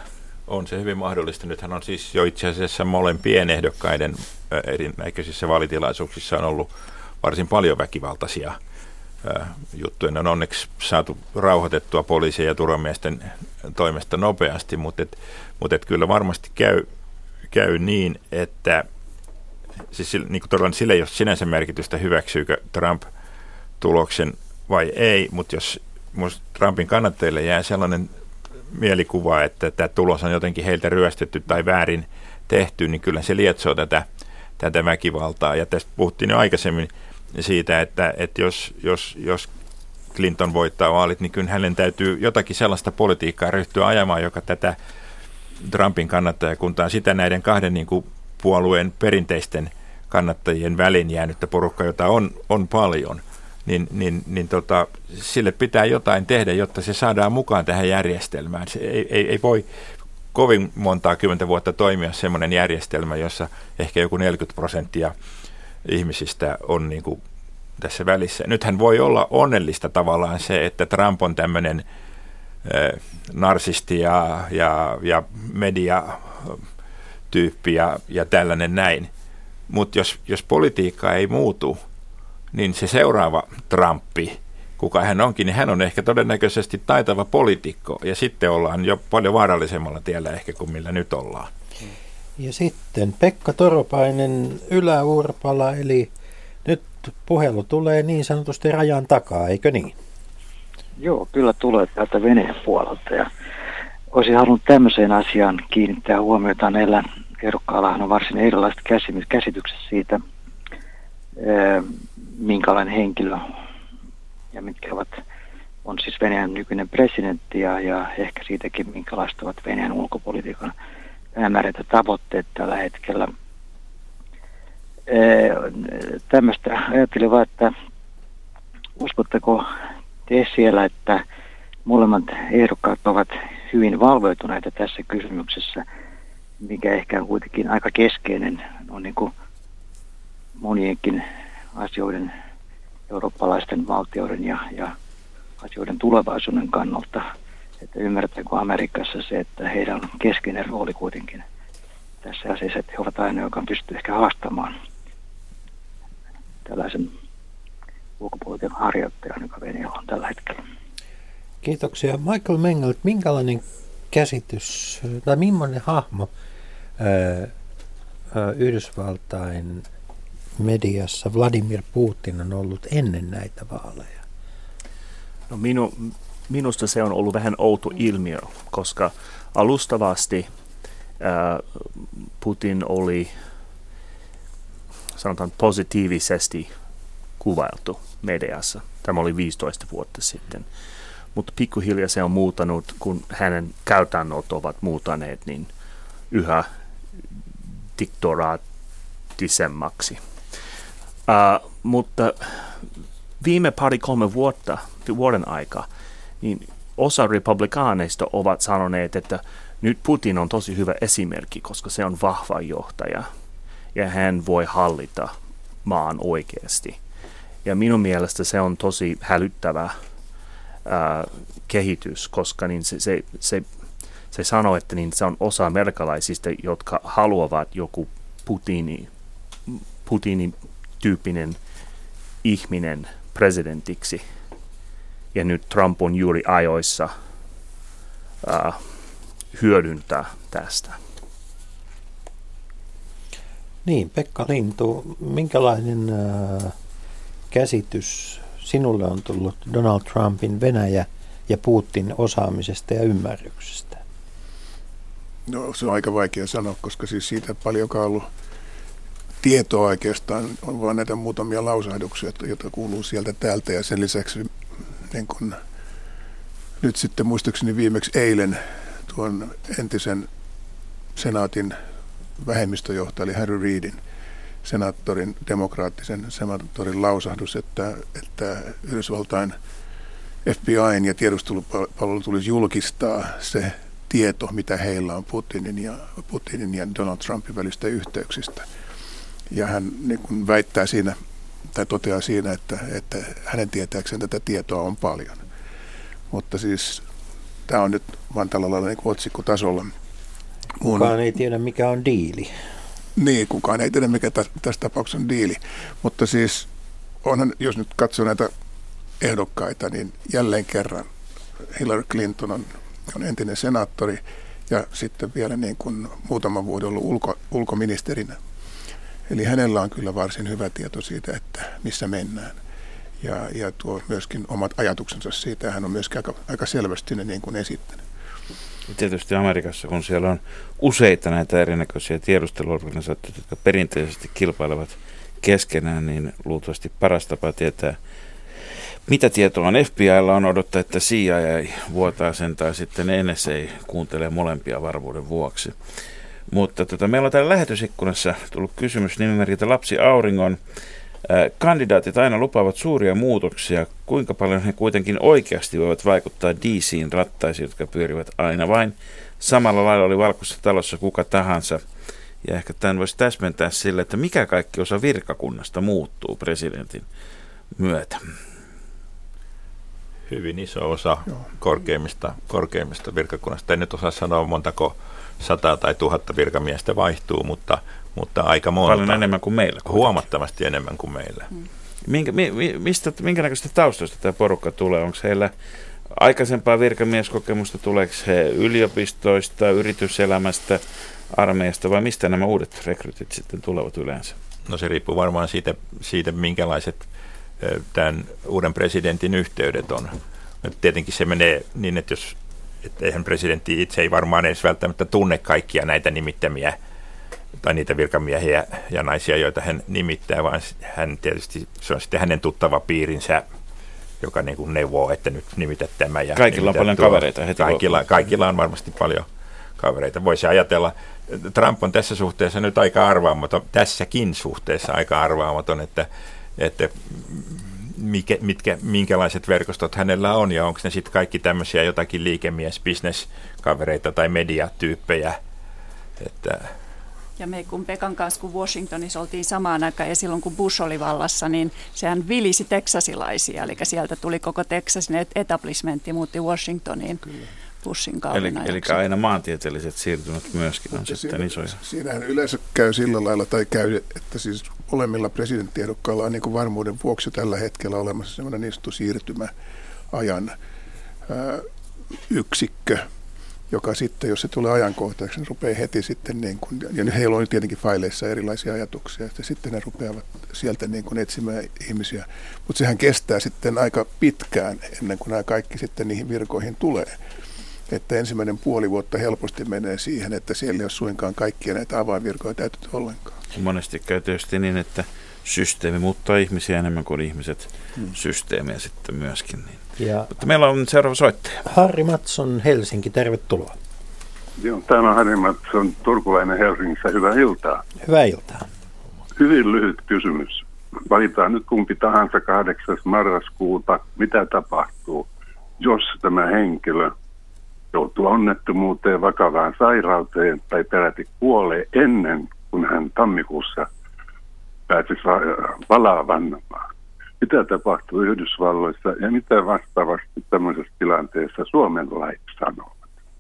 On se hyvin mahdollista. Nythän on siis jo itse asiassa molempien ehdokkaiden erinäköisissä vaalitilaisuuksissa on ollut varsin paljon väkivaltaisia juttuja. Ne on onneksi saatu rauhoitettua poliisien ja turvamiesten toimesta nopeasti, mutta, et, mutta et kyllä varmasti käy, käy niin, että siis niin kuin todella sillä ei ole sinänsä merkitystä, hyväksyykö Trump tuloksen vai ei, mutta jos Trumpin kannattajille jää sellainen mielikuva, että tämä tulos on jotenkin heiltä ryöstetty tai väärin tehty, niin kyllä se lietsoo tätä, tätä väkivaltaa. Ja tästä puhuttiin jo aikaisemmin siitä, että, että jos, jos, jos Clinton voittaa vaalit, niin kyllä hänen täytyy jotakin sellaista politiikkaa ryhtyä ajamaan, joka tätä Trumpin kannattajakuntaa, sitä näiden kahden niin kuin puolueen perinteisten kannattajien välin jäänyttä porukkaa, jota on, on paljon, niin, niin, niin tota, sille pitää jotain tehdä, jotta se saadaan mukaan tähän järjestelmään. Se ei, ei, ei voi kovin montaa kymmentä vuotta toimia semmoinen järjestelmä, jossa ehkä joku neljäkymmentä prosenttia ihmisistä on niin kuin tässä välissä. Nythän voi olla onnellista tavallaan se, että Trump on tämmöinen äh, narsisti ja, ja, ja mediatyyppi ja, ja tällainen näin. Mutta jos, jos politiikka ei muutu, niin se seuraava Trumpi, kuka hän onkin, niin hän on ehkä todennäköisesti taitava poliitikko. Ja sitten ollaan jo paljon vaarallisemmalla tiellä ehkä kuin millä nyt ollaan. Ja sitten Pekka Toropainen Ylä-Urpala, eli nyt puhelu tulee niin sanotusti rajan takaa, eikö niin? Joo, kyllä tulee täältä Venäjän puolelta. Ja olisin halunnut tämmöiseen asiaan kiinnittää huomiota. Näillä ehdokkaallahan on varsin erilaiset käsitykset siitä, minkälainen henkilö ja mitkä ovat, on siis Venäjän nykyinen presidentti ja, ja ehkä siitäkin minkälaiset ovat Venäjän ulkopolitiikan päämäärät ja tavoitteet tällä hetkellä. Tämmöistä ajattelin vaan, että uskotteko te siellä, että molemmat ehdokkaat ovat hyvin valveutuneita tässä kysymyksessä, mikä ehkä on kuitenkin aika keskeinen on niin kuin monienkin asioiden, eurooppalaisten valtioiden ja, ja asioiden tulevaisuuden kannalta. Että ymmärtääkö Amerikassa se, että heidän on keskeinen rooli kuitenkin tässä asiassa, että he ovat ainoa, joka pystyy ehkä haastamaan tällaisen ulkopolitiikan harjoittajan, joka Venäjällä on tällä hetkellä. Kiitoksia. Michael Mengelt, minkälainen käsitys tai millainen hahmo ää, ää, Yhdysvaltain mediassa Vladimir Putin on ollut ennen näitä vaaleja? No minu, minusta se on ollut vähän outo ilmiö, koska alustavasti ää, Putin oli, sanotaan, positiivisesti kuvailtu mediassa. Tämä oli viisitoista vuotta sitten. Mutta pikkuhiljaa se on muuttanut, kun hänen käytännöt ovat muutaneet, niin yhä diktoraattisemmaksi. Uh, mutta viime pari-kolme vuotta, vuoden aikaa, niin osa republikaaneista ovat sanoneet, että nyt Putin on tosi hyvä esimerkki, koska se on vahva johtaja ja hän voi hallita maan oikeasti. Ja minun mielestä se on tosi hälyttävä uh, kehitys, koska niin se, se, se, se sanoo, että niin se on osa amerikkalaisista, jotka haluavat joku Putini, Putinin tyyppinen ihminen presidentiksi. Ja nyt Trump on juuri ajoissa uh, hyödyntää tästä. Niin, Pekka Lintu, minkälainen uh, käsitys sinulle on tullut Donald Trumpin Venäjä ja Putin osaamisesta ja ymmärryksestä? No se on aika vaikea sanoa, koska siis siitä paljonkaan ollut tietoa oikeastaan, on vain näitä muutamia lausahduksia, joita kuuluu sieltä täältä ja sen lisäksi niin kun, nyt sitten muistaakseni viimeksi eilen tuon entisen senaatin vähemmistöjohtaja eli Harry Reidin senaattorin, demokraattisen senaattorin lausahdus, että, että Yhdysvaltain F B I:n ja tiedustelupalvelu tulisi julkistaa se tieto, mitä heillä on Putinin ja, Putinin ja Donald Trumpin välistä yhteyksistä. Ja hän niin kuin väittää siinä, tai toteaa siinä, että, että hänen tietääkseen tätä tietoa on paljon. Mutta siis tämä on nyt vain tällä lailla niin kuin otsikkotasolla. Kukaan ei tiedä, mikä on diili. Niin, kukaan ei tiedä, mikä tässä, tässä tapauksessa on diili. Mutta siis, onhan, jos nyt katsoo näitä ehdokkaita, niin jälleen kerran Hillary Clinton on, on entinen senaattori ja sitten vielä niin kuin muutaman vuoden ollut ulko, ulkoministerinä. Eli hänellä on kyllä varsin hyvä tieto siitä, että missä mennään. Ja, ja tuo myöskin omat ajatuksensa siitä, hän on myöskin aika, aika selvästi ne niin kuin esittänyt. Tietysti Amerikassa, kun siellä on useita näitä erinäköisiä tiedusteluorganisaatioita, jotka perinteisesti kilpailevat keskenään, niin luultavasti paras tapa tietää, mitä tietoa on F B I:lla on odottaa, että C I A vuotaa sen tai sitten N S A kuuntelee molempia varmuuden vuoksi. Mutta tota, meillä on täällä lähetysikkunassa tullut kysymys nimimerkiltä Lapsi Auringon. Kandidaatit aina lupaavat suuria muutoksia. Kuinka paljon he kuitenkin oikeasti voivat vaikuttaa D C:n rattaisiin, jotka pyörivät aina vain? Samalla lailla oli Valkoisessa talossa kuka tahansa. Ja ehkä tämän voisi täsmentää sille, että mikä kaikki osa virkakunnasta muuttuu presidentin myötä. Hyvin iso osa korkeimmista, korkeimmista virkakunnasta. En nyt osaa sanoa montako sataa tai tuhatta virkamiestä vaihtuu, mutta, mutta aika monta. Paljon enemmän kuin meillä. Huomattavasti enemmän kuin meillä. Mm. Minkä, mi, mistä, minkä näköistä taustoista tämä porukka tulee? Onko heillä aikaisempaa virkamieskokemusta? Tuleeko he yliopistoista, yrityselämästä, armeijasta vai mistä nämä uudet rekrytit sitten tulevat yleensä? No se riippuu varmaan siitä, siitä minkälaiset tämän uuden presidentin yhteydet on. Tietenkin se menee niin, että jos että eihän presidentti itse ei varmaan edes välttämättä tunne kaikkia näitä nimittämiä tai niitä virkamiehiä ja naisia, joita hän nimittää, vaan hän tietysti, se on sitten hänen tuttava piirinsä, joka niin kuin neuvoo, että nyt nimität tämä. Ja kaikilla on paljon tuo. kavereita. Heti kaikilla, kaikilla on varmasti paljon kavereita. Voisi ajatella, Trump on tässä suhteessa nyt aika arvaamaton, tässäkin suhteessa aika arvaamaton, että, että mikä, mitkä, minkälaiset verkostot hänellä on ja onko ne sitten kaikki tämmöisiä jotakin liikemies, bisneskavereita tai mediatyyppejä. Että ja me kun Pekan kanssa, kun Washingtonissa oltiin samaan aikaan ja silloin kun Bush oli vallassa, niin sehän vilisi teksasilaisia, eli sieltä tuli koko Texasin etablishmentti, muutti Washingtoniin. Kyllä. Bushin kauden eli, eli aina maantieteelliset siirtymät myöskin on Mutta sitten siinä, isoja. Siinähän yleensä käy sillä lailla, tai käy, että siis molemmilla presidenttiehdokkailla on niin kuin varmuuden vuoksi tällä hetkellä olemassa sellainen niin sanottu siirtymäajan ää, yksikkö, joka sitten, jos se tulee ajankohtaiseksi, niin rupeaa heti sitten, niin kuin, ja heillä on tietenkin faileissa erilaisia ajatuksia, että sitten ne rupeavat sieltä niin kuin etsimään ihmisiä. Mutta sehän kestää sitten aika pitkään ennen kuin nämä kaikki sitten niihin virkoihin tulee. Että ensimmäinen puoli vuotta helposti menee siihen, että siellä ei ole suinkaan kaikkia näitä avainvirkoja täytetty ollenkaan. Monesti käy tietysti niin, että systeemi muuttaa ihmisiä enemmän kuin ihmiset hmm. systeemiä sitten myöskin. Niin. Ja mutta meillä on seuraava soittaja. Harri Matson, Helsinki, tervetuloa. Joo, täällä on Harri Matson, turkulainen Helsingissä. Hyvää iltaa. Hyvää iltaa. Hyvin lyhyt kysymys. Valitaan nyt kumpi tahansa kahdeksas marraskuuta. Mitä tapahtuu, jos tämä henkilö joutuu onnettomuuteen, vakavaan sairauteen tai peräti kuolee ennen kuin hän tammikuussa pääsisi valaa vannomaan? Mitä tapahtuu Yhdysvalloissa ja mitä vastaavasti tämmöisessä tilanteessa Suomen lait sanovat?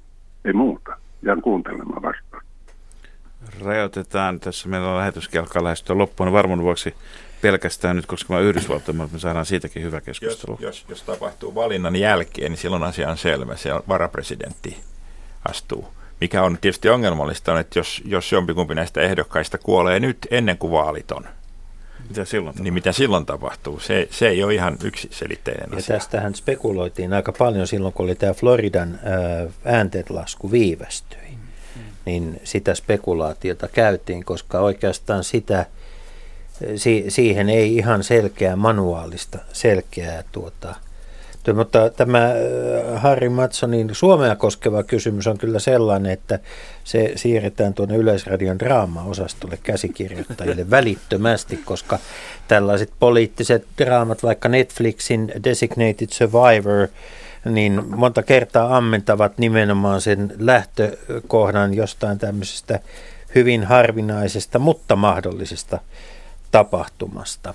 Ei muuta. Jään kuuntelemaan vastaan. Rajoitetaan. Tässä meillä on lähetyskelkaa lähestyä loppuun varmuuden vuoksi pelkästään nyt koskemaan Yhdysvaltoja, mutta me saadaan siitäkin hyvä keskustelu. Jos, jos, jos tapahtuu valinnan jälkeen, niin silloin asia on selvä. Se on varapresidentti astuu. Mikä on tietysti ongelmallista on, että jos, jos jompikumpi näistä ehdokkaista kuolee nyt ennen kuin vaalit on, mitä silloin niin mitä silloin tapahtuu? Se, se ei ole ihan yksiselitteinen ja asia. Ja tästähän spekuloitiin aika paljon silloin, kun oli tämä Floridan ääntenlasku viivästyi. Mm. Niin sitä spekulaatiota käytiin, koska oikeastaan sitä, si, siihen ei ihan selkeää manuaalista, selkeää tuota. Mutta tämä Harri Matsonin Suomea koskeva kysymys on kyllä sellainen, että se siirretään tuonne Yleisradion draama-osastolle käsikirjoittajille välittömästi, koska tällaiset poliittiset draamat, vaikka Netflixin Designated Survivor, niin monta kertaa ammentavat nimenomaan sen lähtökohdan jostain tämmöisestä hyvin harvinaisesta, mutta mahdollisesta tapahtumasta.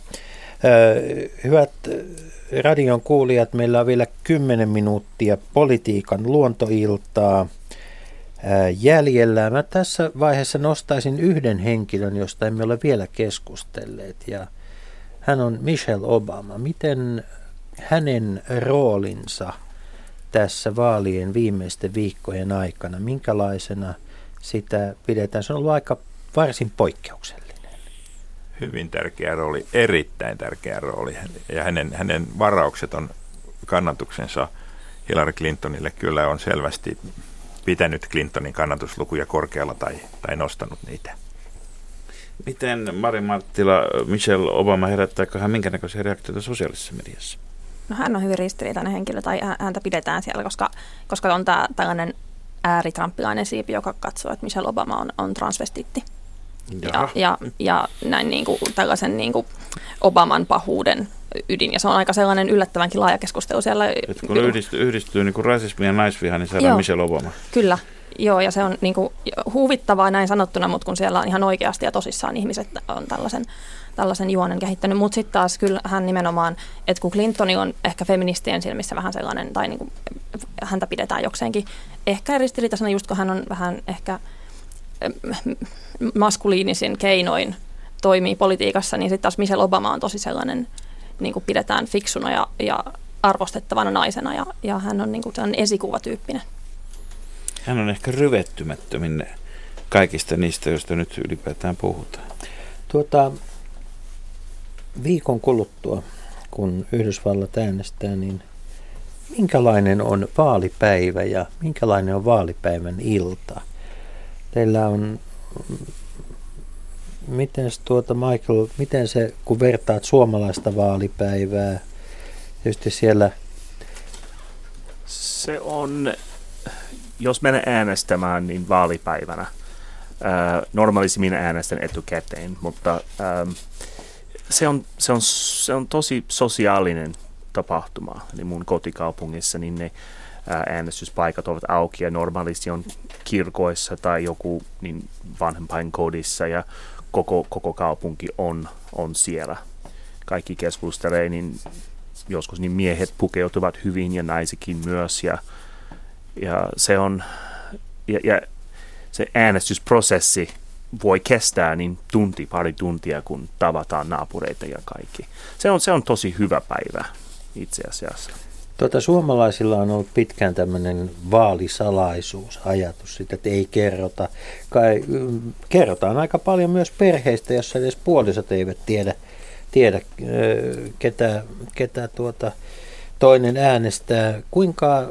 Hyvät radion kuulijat, meillä on vielä kymmenen minuuttia politiikan luontoiltaa. jäljellä. Mä tässä vaiheessa nostaisin yhden henkilön, josta emme ole vielä keskustelleet, ja hän on Michelle Obama. Miten hänen roolinsa tässä vaalien viimeisten viikkojen aikana, minkälaisena sitä pidetään? Se on ollut aika varsin poikkeuksellinen. Hyvin tärkeä rooli, erittäin tärkeä rooli, ja hänen, hänen varaukset on kannatuksensa Hillary Clintonille kyllä on selvästi pitänyt Clintonin kannatuslukuja korkealla tai, tai nostanut niitä. Miten Mari Marttila, Michelle Obama, herättääkö hän minkä näköisiä reaktioita sosiaalisessa mediassa? No hän on hyvin ristiriitainen henkilö, tai häntä pidetään siellä, koska, koska on tämä tällainen ääritrampilainen siipi, joka katsoo, että Michelle Obama on, on transvestiitti. Ja, ja, ja näin niin kuin, tällaisen niin kuin Obaman pahuuden ydin, ja se on aika sellainen yllättävänkin laaja keskustelu siellä. Et kun yhdistyy, yhdistyy niin kuin rasismi ja naisviha, niin saadaan Michelle Obama. Kyllä, joo, ja se on niin kuin huvittavaa näin sanottuna, mutta kun siellä on ihan oikeasti ja tosissaan ihmiset on tällaisen, tällaisen juonen kehittänyt, mutta sitten taas kyllä hän nimenomaan, että kun Clintoni on ehkä feministien silmissä vähän sellainen, tai niin kuin häntä pidetään jokseenkin ehkä ristiriitaisena, just kun hän on vähän ehkä maskuliinisin keinoin toimii politiikassa, niin sitten taas Michelle Obama on tosi sellainen, niin kuin pidetään fiksuna ja, ja arvostettavana naisena, ja, ja hän on niin kuin sellainen esikuvatyyppinen. Hän on ehkä ryvettymättömin kaikista niistä, joista nyt ylipäätään puhutaan. Tuota, viikon kuluttua, kun Yhdysvallat äänestää, niin minkälainen on vaalipäivä ja minkälainen on vaalipäivän ilta? Teillä on, miten tuota Michael, miten se, kun vertaat suomalaista vaalipäivää, tietysti siellä... Se on, jos menen äänestämään, niin vaalipäivänä. Ää, normaalisti minä äänestän etukäteen, mutta ää, se, on, se, on, se on tosi sosiaalinen tapahtuma. Eli mun kotikaupungissa niin ne äänestyspaikat ovat auki ja normaalisti on kirkoissa tai joku niin vanhempainkodissa ja koko, koko kaupunki on, on siellä. Kaikki keskustelee, niin joskus niin miehet pukeutuvat hyvin ja naisikin myös ja, ja se on ja, ja se äänestysprosessi voi kestää niin tunti, pari tuntia, kun tavataan naapureita ja kaikki. Se on, se on tosi hyvä päivä itse asiassa. Tuota, suomalaisilla on ollut pitkään tämmöinen vaalisalaisuusajatus, sitä, että ei kerrota. Kai, kerrotaan aika paljon myös perheistä, jossa edes puolisot eivät tiedä, tiedä ketä, ketä tuota toinen äänestää. Kuinka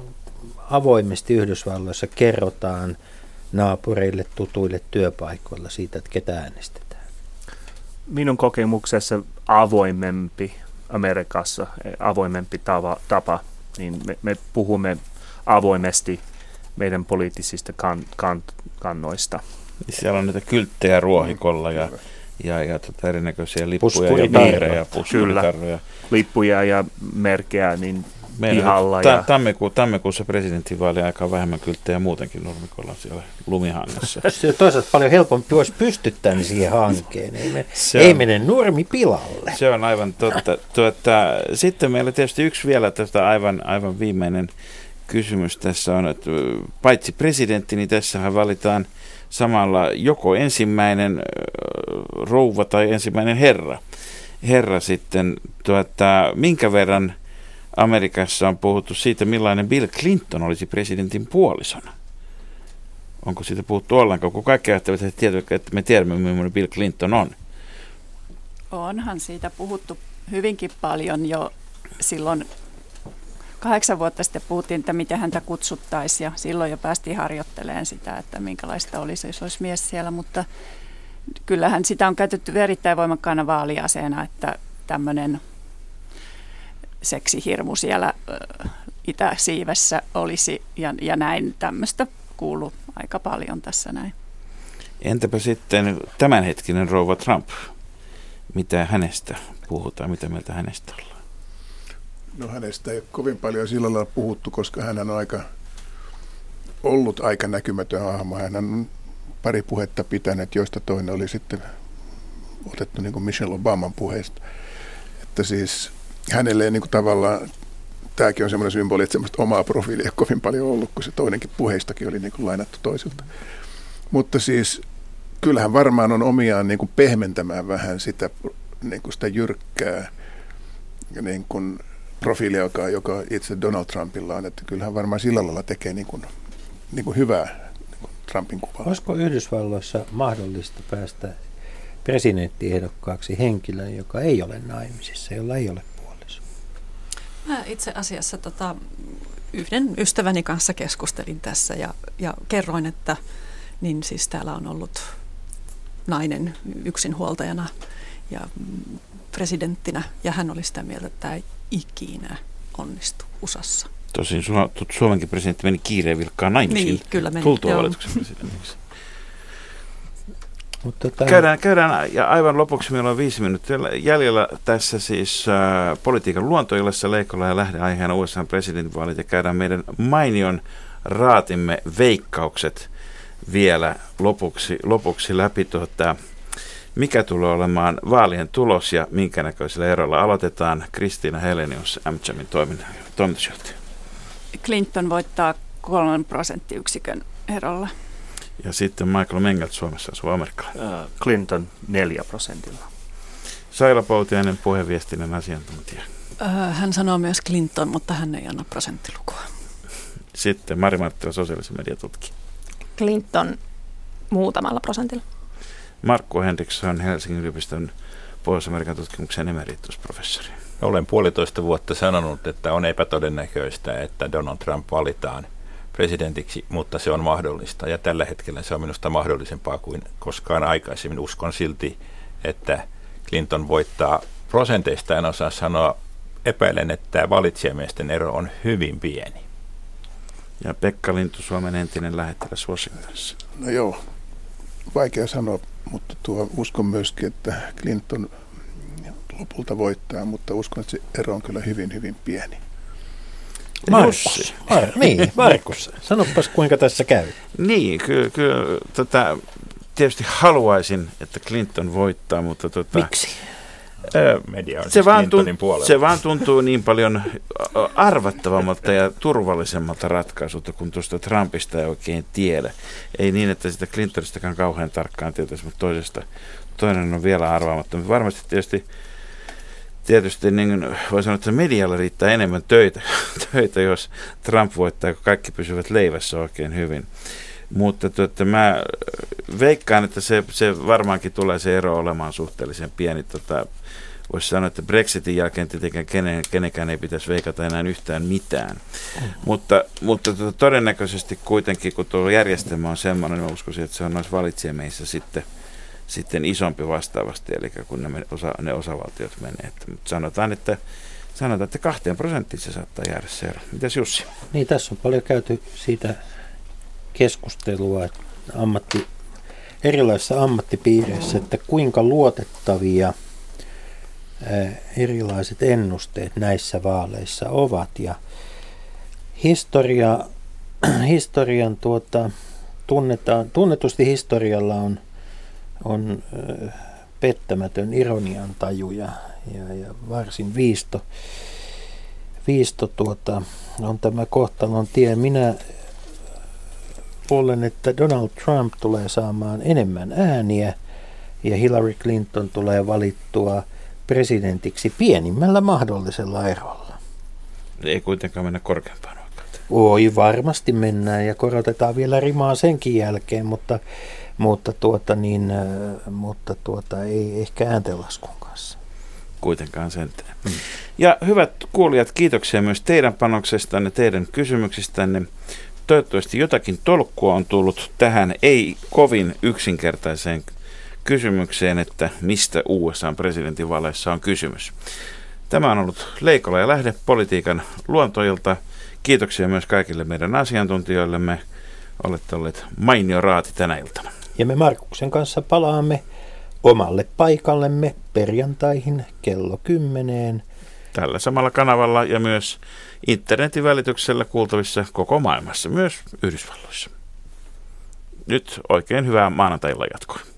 avoimesti Yhdysvalloissa kerrotaan naapureille, tutuille työpaikoilla siitä, että ketä äänestetään? Minun kokemuksessa avoimempi Amerikassa, avoimempi tava, tapa, niin me, me puhumme avoimesti meidän poliittisista kan, kan, kannoista. Siellä on näitä kylttejä ruohikolla ja, ja, ja tota erinäköisiä lippuja ja piirejä, puskuritarroja. Lippuja ja merkkejä niin meillä pihalla. Ta- ja tammikuun, tammikuussa presidentinvaalien aikaa vähemmän kylttejä muutenkin Nurmikolla siellä lumihangassa. Toisaalta paljon helpompi olisi pystyttää niin siihen hankeen. Ei, me, ei on, mene nurmi pilalle. Se on aivan totta. Tuota, sitten meillä tietysti yksi vielä tästä aivan, aivan viimeinen kysymys tässä on, että paitsi presidentti, niin tässähän valitaan samalla joko ensimmäinen rouva tai ensimmäinen herra. Herra sitten, tuota, minkä verran Amerikassa on puhuttu siitä, millainen Bill Clinton olisi presidentin puolisona. Onko siitä puhuttu ollenkaan, kun kaikki ajattelevat, että, että me tiedämme, millainen Bill Clinton on? Onhan siitä puhuttu hyvinkin paljon jo silloin kahdeksan vuotta sitten puhuttiin, että miten häntä kutsuttaisiin, ja silloin jo päästiin harjoittelemaan sitä, että minkälaista olisi, jos olisi mies siellä, mutta kyllähän sitä on käytetty erittäin voimakkaana vaaliaseena, että tämmöinen seksihirmu siellä Itä-Siivessä olisi, ja, ja näin tämmöistä kuuluu aika paljon tässä näin. Entäpä sitten tämänhetkinen rouva Trump? Mitä hänestä puhutaan, mitä mieltä hänestä ollaan? No hänestä ei ole kovin paljon sillä lailla puhuttu, koska hän on aika ollut aika näkymätön hahmo. Hän on pari puhetta pitänyt, joista toinen oli sitten otettu niin kuin Michelle Obaman puheesta. Että siis hänelle ei niin kuin tavallaan tämäkin on semmoinen symboli, että semmoista omaa profiilia ei ole kovin paljon ollut, kun se toinenkin puheistakin oli niin kuin lainattu toisilta. Mutta siis kyllähän varmaan on omiaan niin kuin pehmentämään vähän sitä, niin kuin sitä jyrkkää niin kuin profiilia, joka, joka itse Donald Trumpilla on. Että kyllähän varmaan sillä lailla tekee niin kuin, niin kuin hyvää niin kuin Trumpin kuvaa. Olisiko Yhdysvalloissa mahdollista päästä presidenttiehdokkaaksi henkilön, joka ei ole naimisissa, jolla ei ole puoliso? Mä itse asiassa tota, yhden ystäväni kanssa keskustelin tässä ja, ja kerroin, että niin siis täällä on ollut nainen yksinhuoltajana ja presidenttinä, ja hän oli sitä mieltä, että tämä ei ikinä onnistu U S A:ssa. Tosin Suomenkin presidentti meni kiireen vilkkaan naimisiin. Niin, kyllä meni. Tultua valituksen presidentiksi. Mutta tota... käydään, käydään, ja aivan lopuksi meillä on viisi minuuttia jäljellä tässä siis äh, politiikan luontoillassa Leikola ja lähdeaiheena U S A:n presidentinvaalit, ja käydään meidän mainion raatimme veikkaukset vielä lopuksi, lopuksi läpi. Tuota, mikä tulee olemaan vaalien tulos ja minkä näköisellä erolla? Aloitetaan Kristiina Helenius, AmChamin toimitusjohtaja. Clinton voittaa kolmen prosenttiyksikön erolla. Ja sitten Michael Mengelt, Suomessa asuva amerikkalainen. Uh, Clinton neljä prosentilla. Saila Poutiainen, puheviestinnän asiantuntija. Uh, hän sanoo myös Clinton, mutta hän ei anna prosenttilukua. Sitten Mari Marttila, sosiaalisen median tutkija. Clinton muutamalla prosentilla. Markku Henriksson, Helsingin yliopiston Pohjois-Amerikan tutkimuksen emeritusprofessori. Olen puolitoista vuotta sanonut, että on epätodennäköistä, että Donald Trump valitaan presidentiksi, mutta se on mahdollista. Ja tällä hetkellä se on minusta mahdollisempaa kuin koskaan aikaisemmin. Uskon silti, että Clinton voittaa. Prosenteista en osaa sanoa. Epäilen, että valitsijamiesten ero on hyvin pieni. Ja Pekka Lintu, Suomen entinen lähettiläs Washingtonissa. No joo, vaikea sanoa, mutta tuo uskon myöskin, että Clinton lopulta voittaa, mutta uskon, että se ero on kyllä hyvin, hyvin pieni. Markus. Mar- niin, Markus. Sanopas, kuinka tässä käy. Niin, kyllä, kyllä tota, tietysti haluaisin, että Clinton voittaa, mutta... Tota, miksi? Media on se, siis vaan tunt, se vaan tuntuu niin paljon arvattavammalta ja turvallisemmalta ratkaisulta, kun tuosta Trumpista ei oikein tiedä. Ei niin, että sitä Clintonistakaan kauhean tarkkaan tietäisi, mutta toisesta toinen on vielä arvaamattomia. Varmasti tietysti, tietysti niin voi sanoa, että medialla riittää enemmän töitä, töitä, jos Trump voittaa, kun kaikki pysyvät leivässä oikein hyvin. Mutta tuota, mä veikkaan, että se, se varmaankin tulee se ero olemaan suhteellisen pieni. Tota, voisi sanoa, että Brexitin jälkeen tietenkään kenen, kenenkään ei pitäisi veikata enää yhtään mitään. Mm. Mutta, mutta tuota, todennäköisesti kuitenkin, kun tuo järjestelmä on semmoinen, niin mä uskoisin, että se on noissa valitsijameissä sitten, sitten isompi vastaavasti, eli kun ne, osa, ne osavaltiot menee. Että, mutta sanotaan, että sanotaan, että kahteen prosenttiin se saattaa jäädä se ero. Mitäs Jussi? Niin, tässä on paljon käyty siitä keskustelua ammatti, erilaisissa ammattipiireissä, että kuinka luotettavia ää, erilaiset ennusteet näissä vaaleissa ovat. Ja historia, historian tuota, tunnetaan, tunnetusti historialla on, on ää, pettämätön ironian taju ja, ja, ja varsin viisto, viisto tuota, on tämä kohtalon tie. Minä luulen, että Donald Trump tulee saamaan enemmän ääniä ja Hillary Clinton tulee valittua presidentiksi pienimmällä mahdollisella erolla. Ei kuitenkaan mennä korkeampaan oikeuteen. Oi, varmasti mennään ja korotetaan vielä rimaa senkin jälkeen, mutta, mutta, tuota niin, mutta tuota, ei ehkä ääntenlaskun kanssa. Kuitenkaan sentään. Hmm. Ja hyvät kuulijat, kiitoksia myös teidän panoksestanne, teidän kysymyksistänne. Toivottavasti jotakin tolkkua on tullut tähän ei kovin yksinkertaiseen kysymykseen, että mistä U S A:n presidentinvaaleissa on kysymys. Tämä on ollut Leikola ja Lähde politiikan luontoilta. Kiitoksia myös kaikille meidän asiantuntijoillemme. Olette olleet mainio raati tänä iltana. Ja me Markuksen kanssa palaamme omalle paikallemme perjantaihin kello kymmeneen. Tällä samalla kanavalla ja myös internetin välityksellä kuultavissa koko maailmassa, myös Yhdysvalloissa. Nyt oikein hyvää maanantai-illan jatkoa.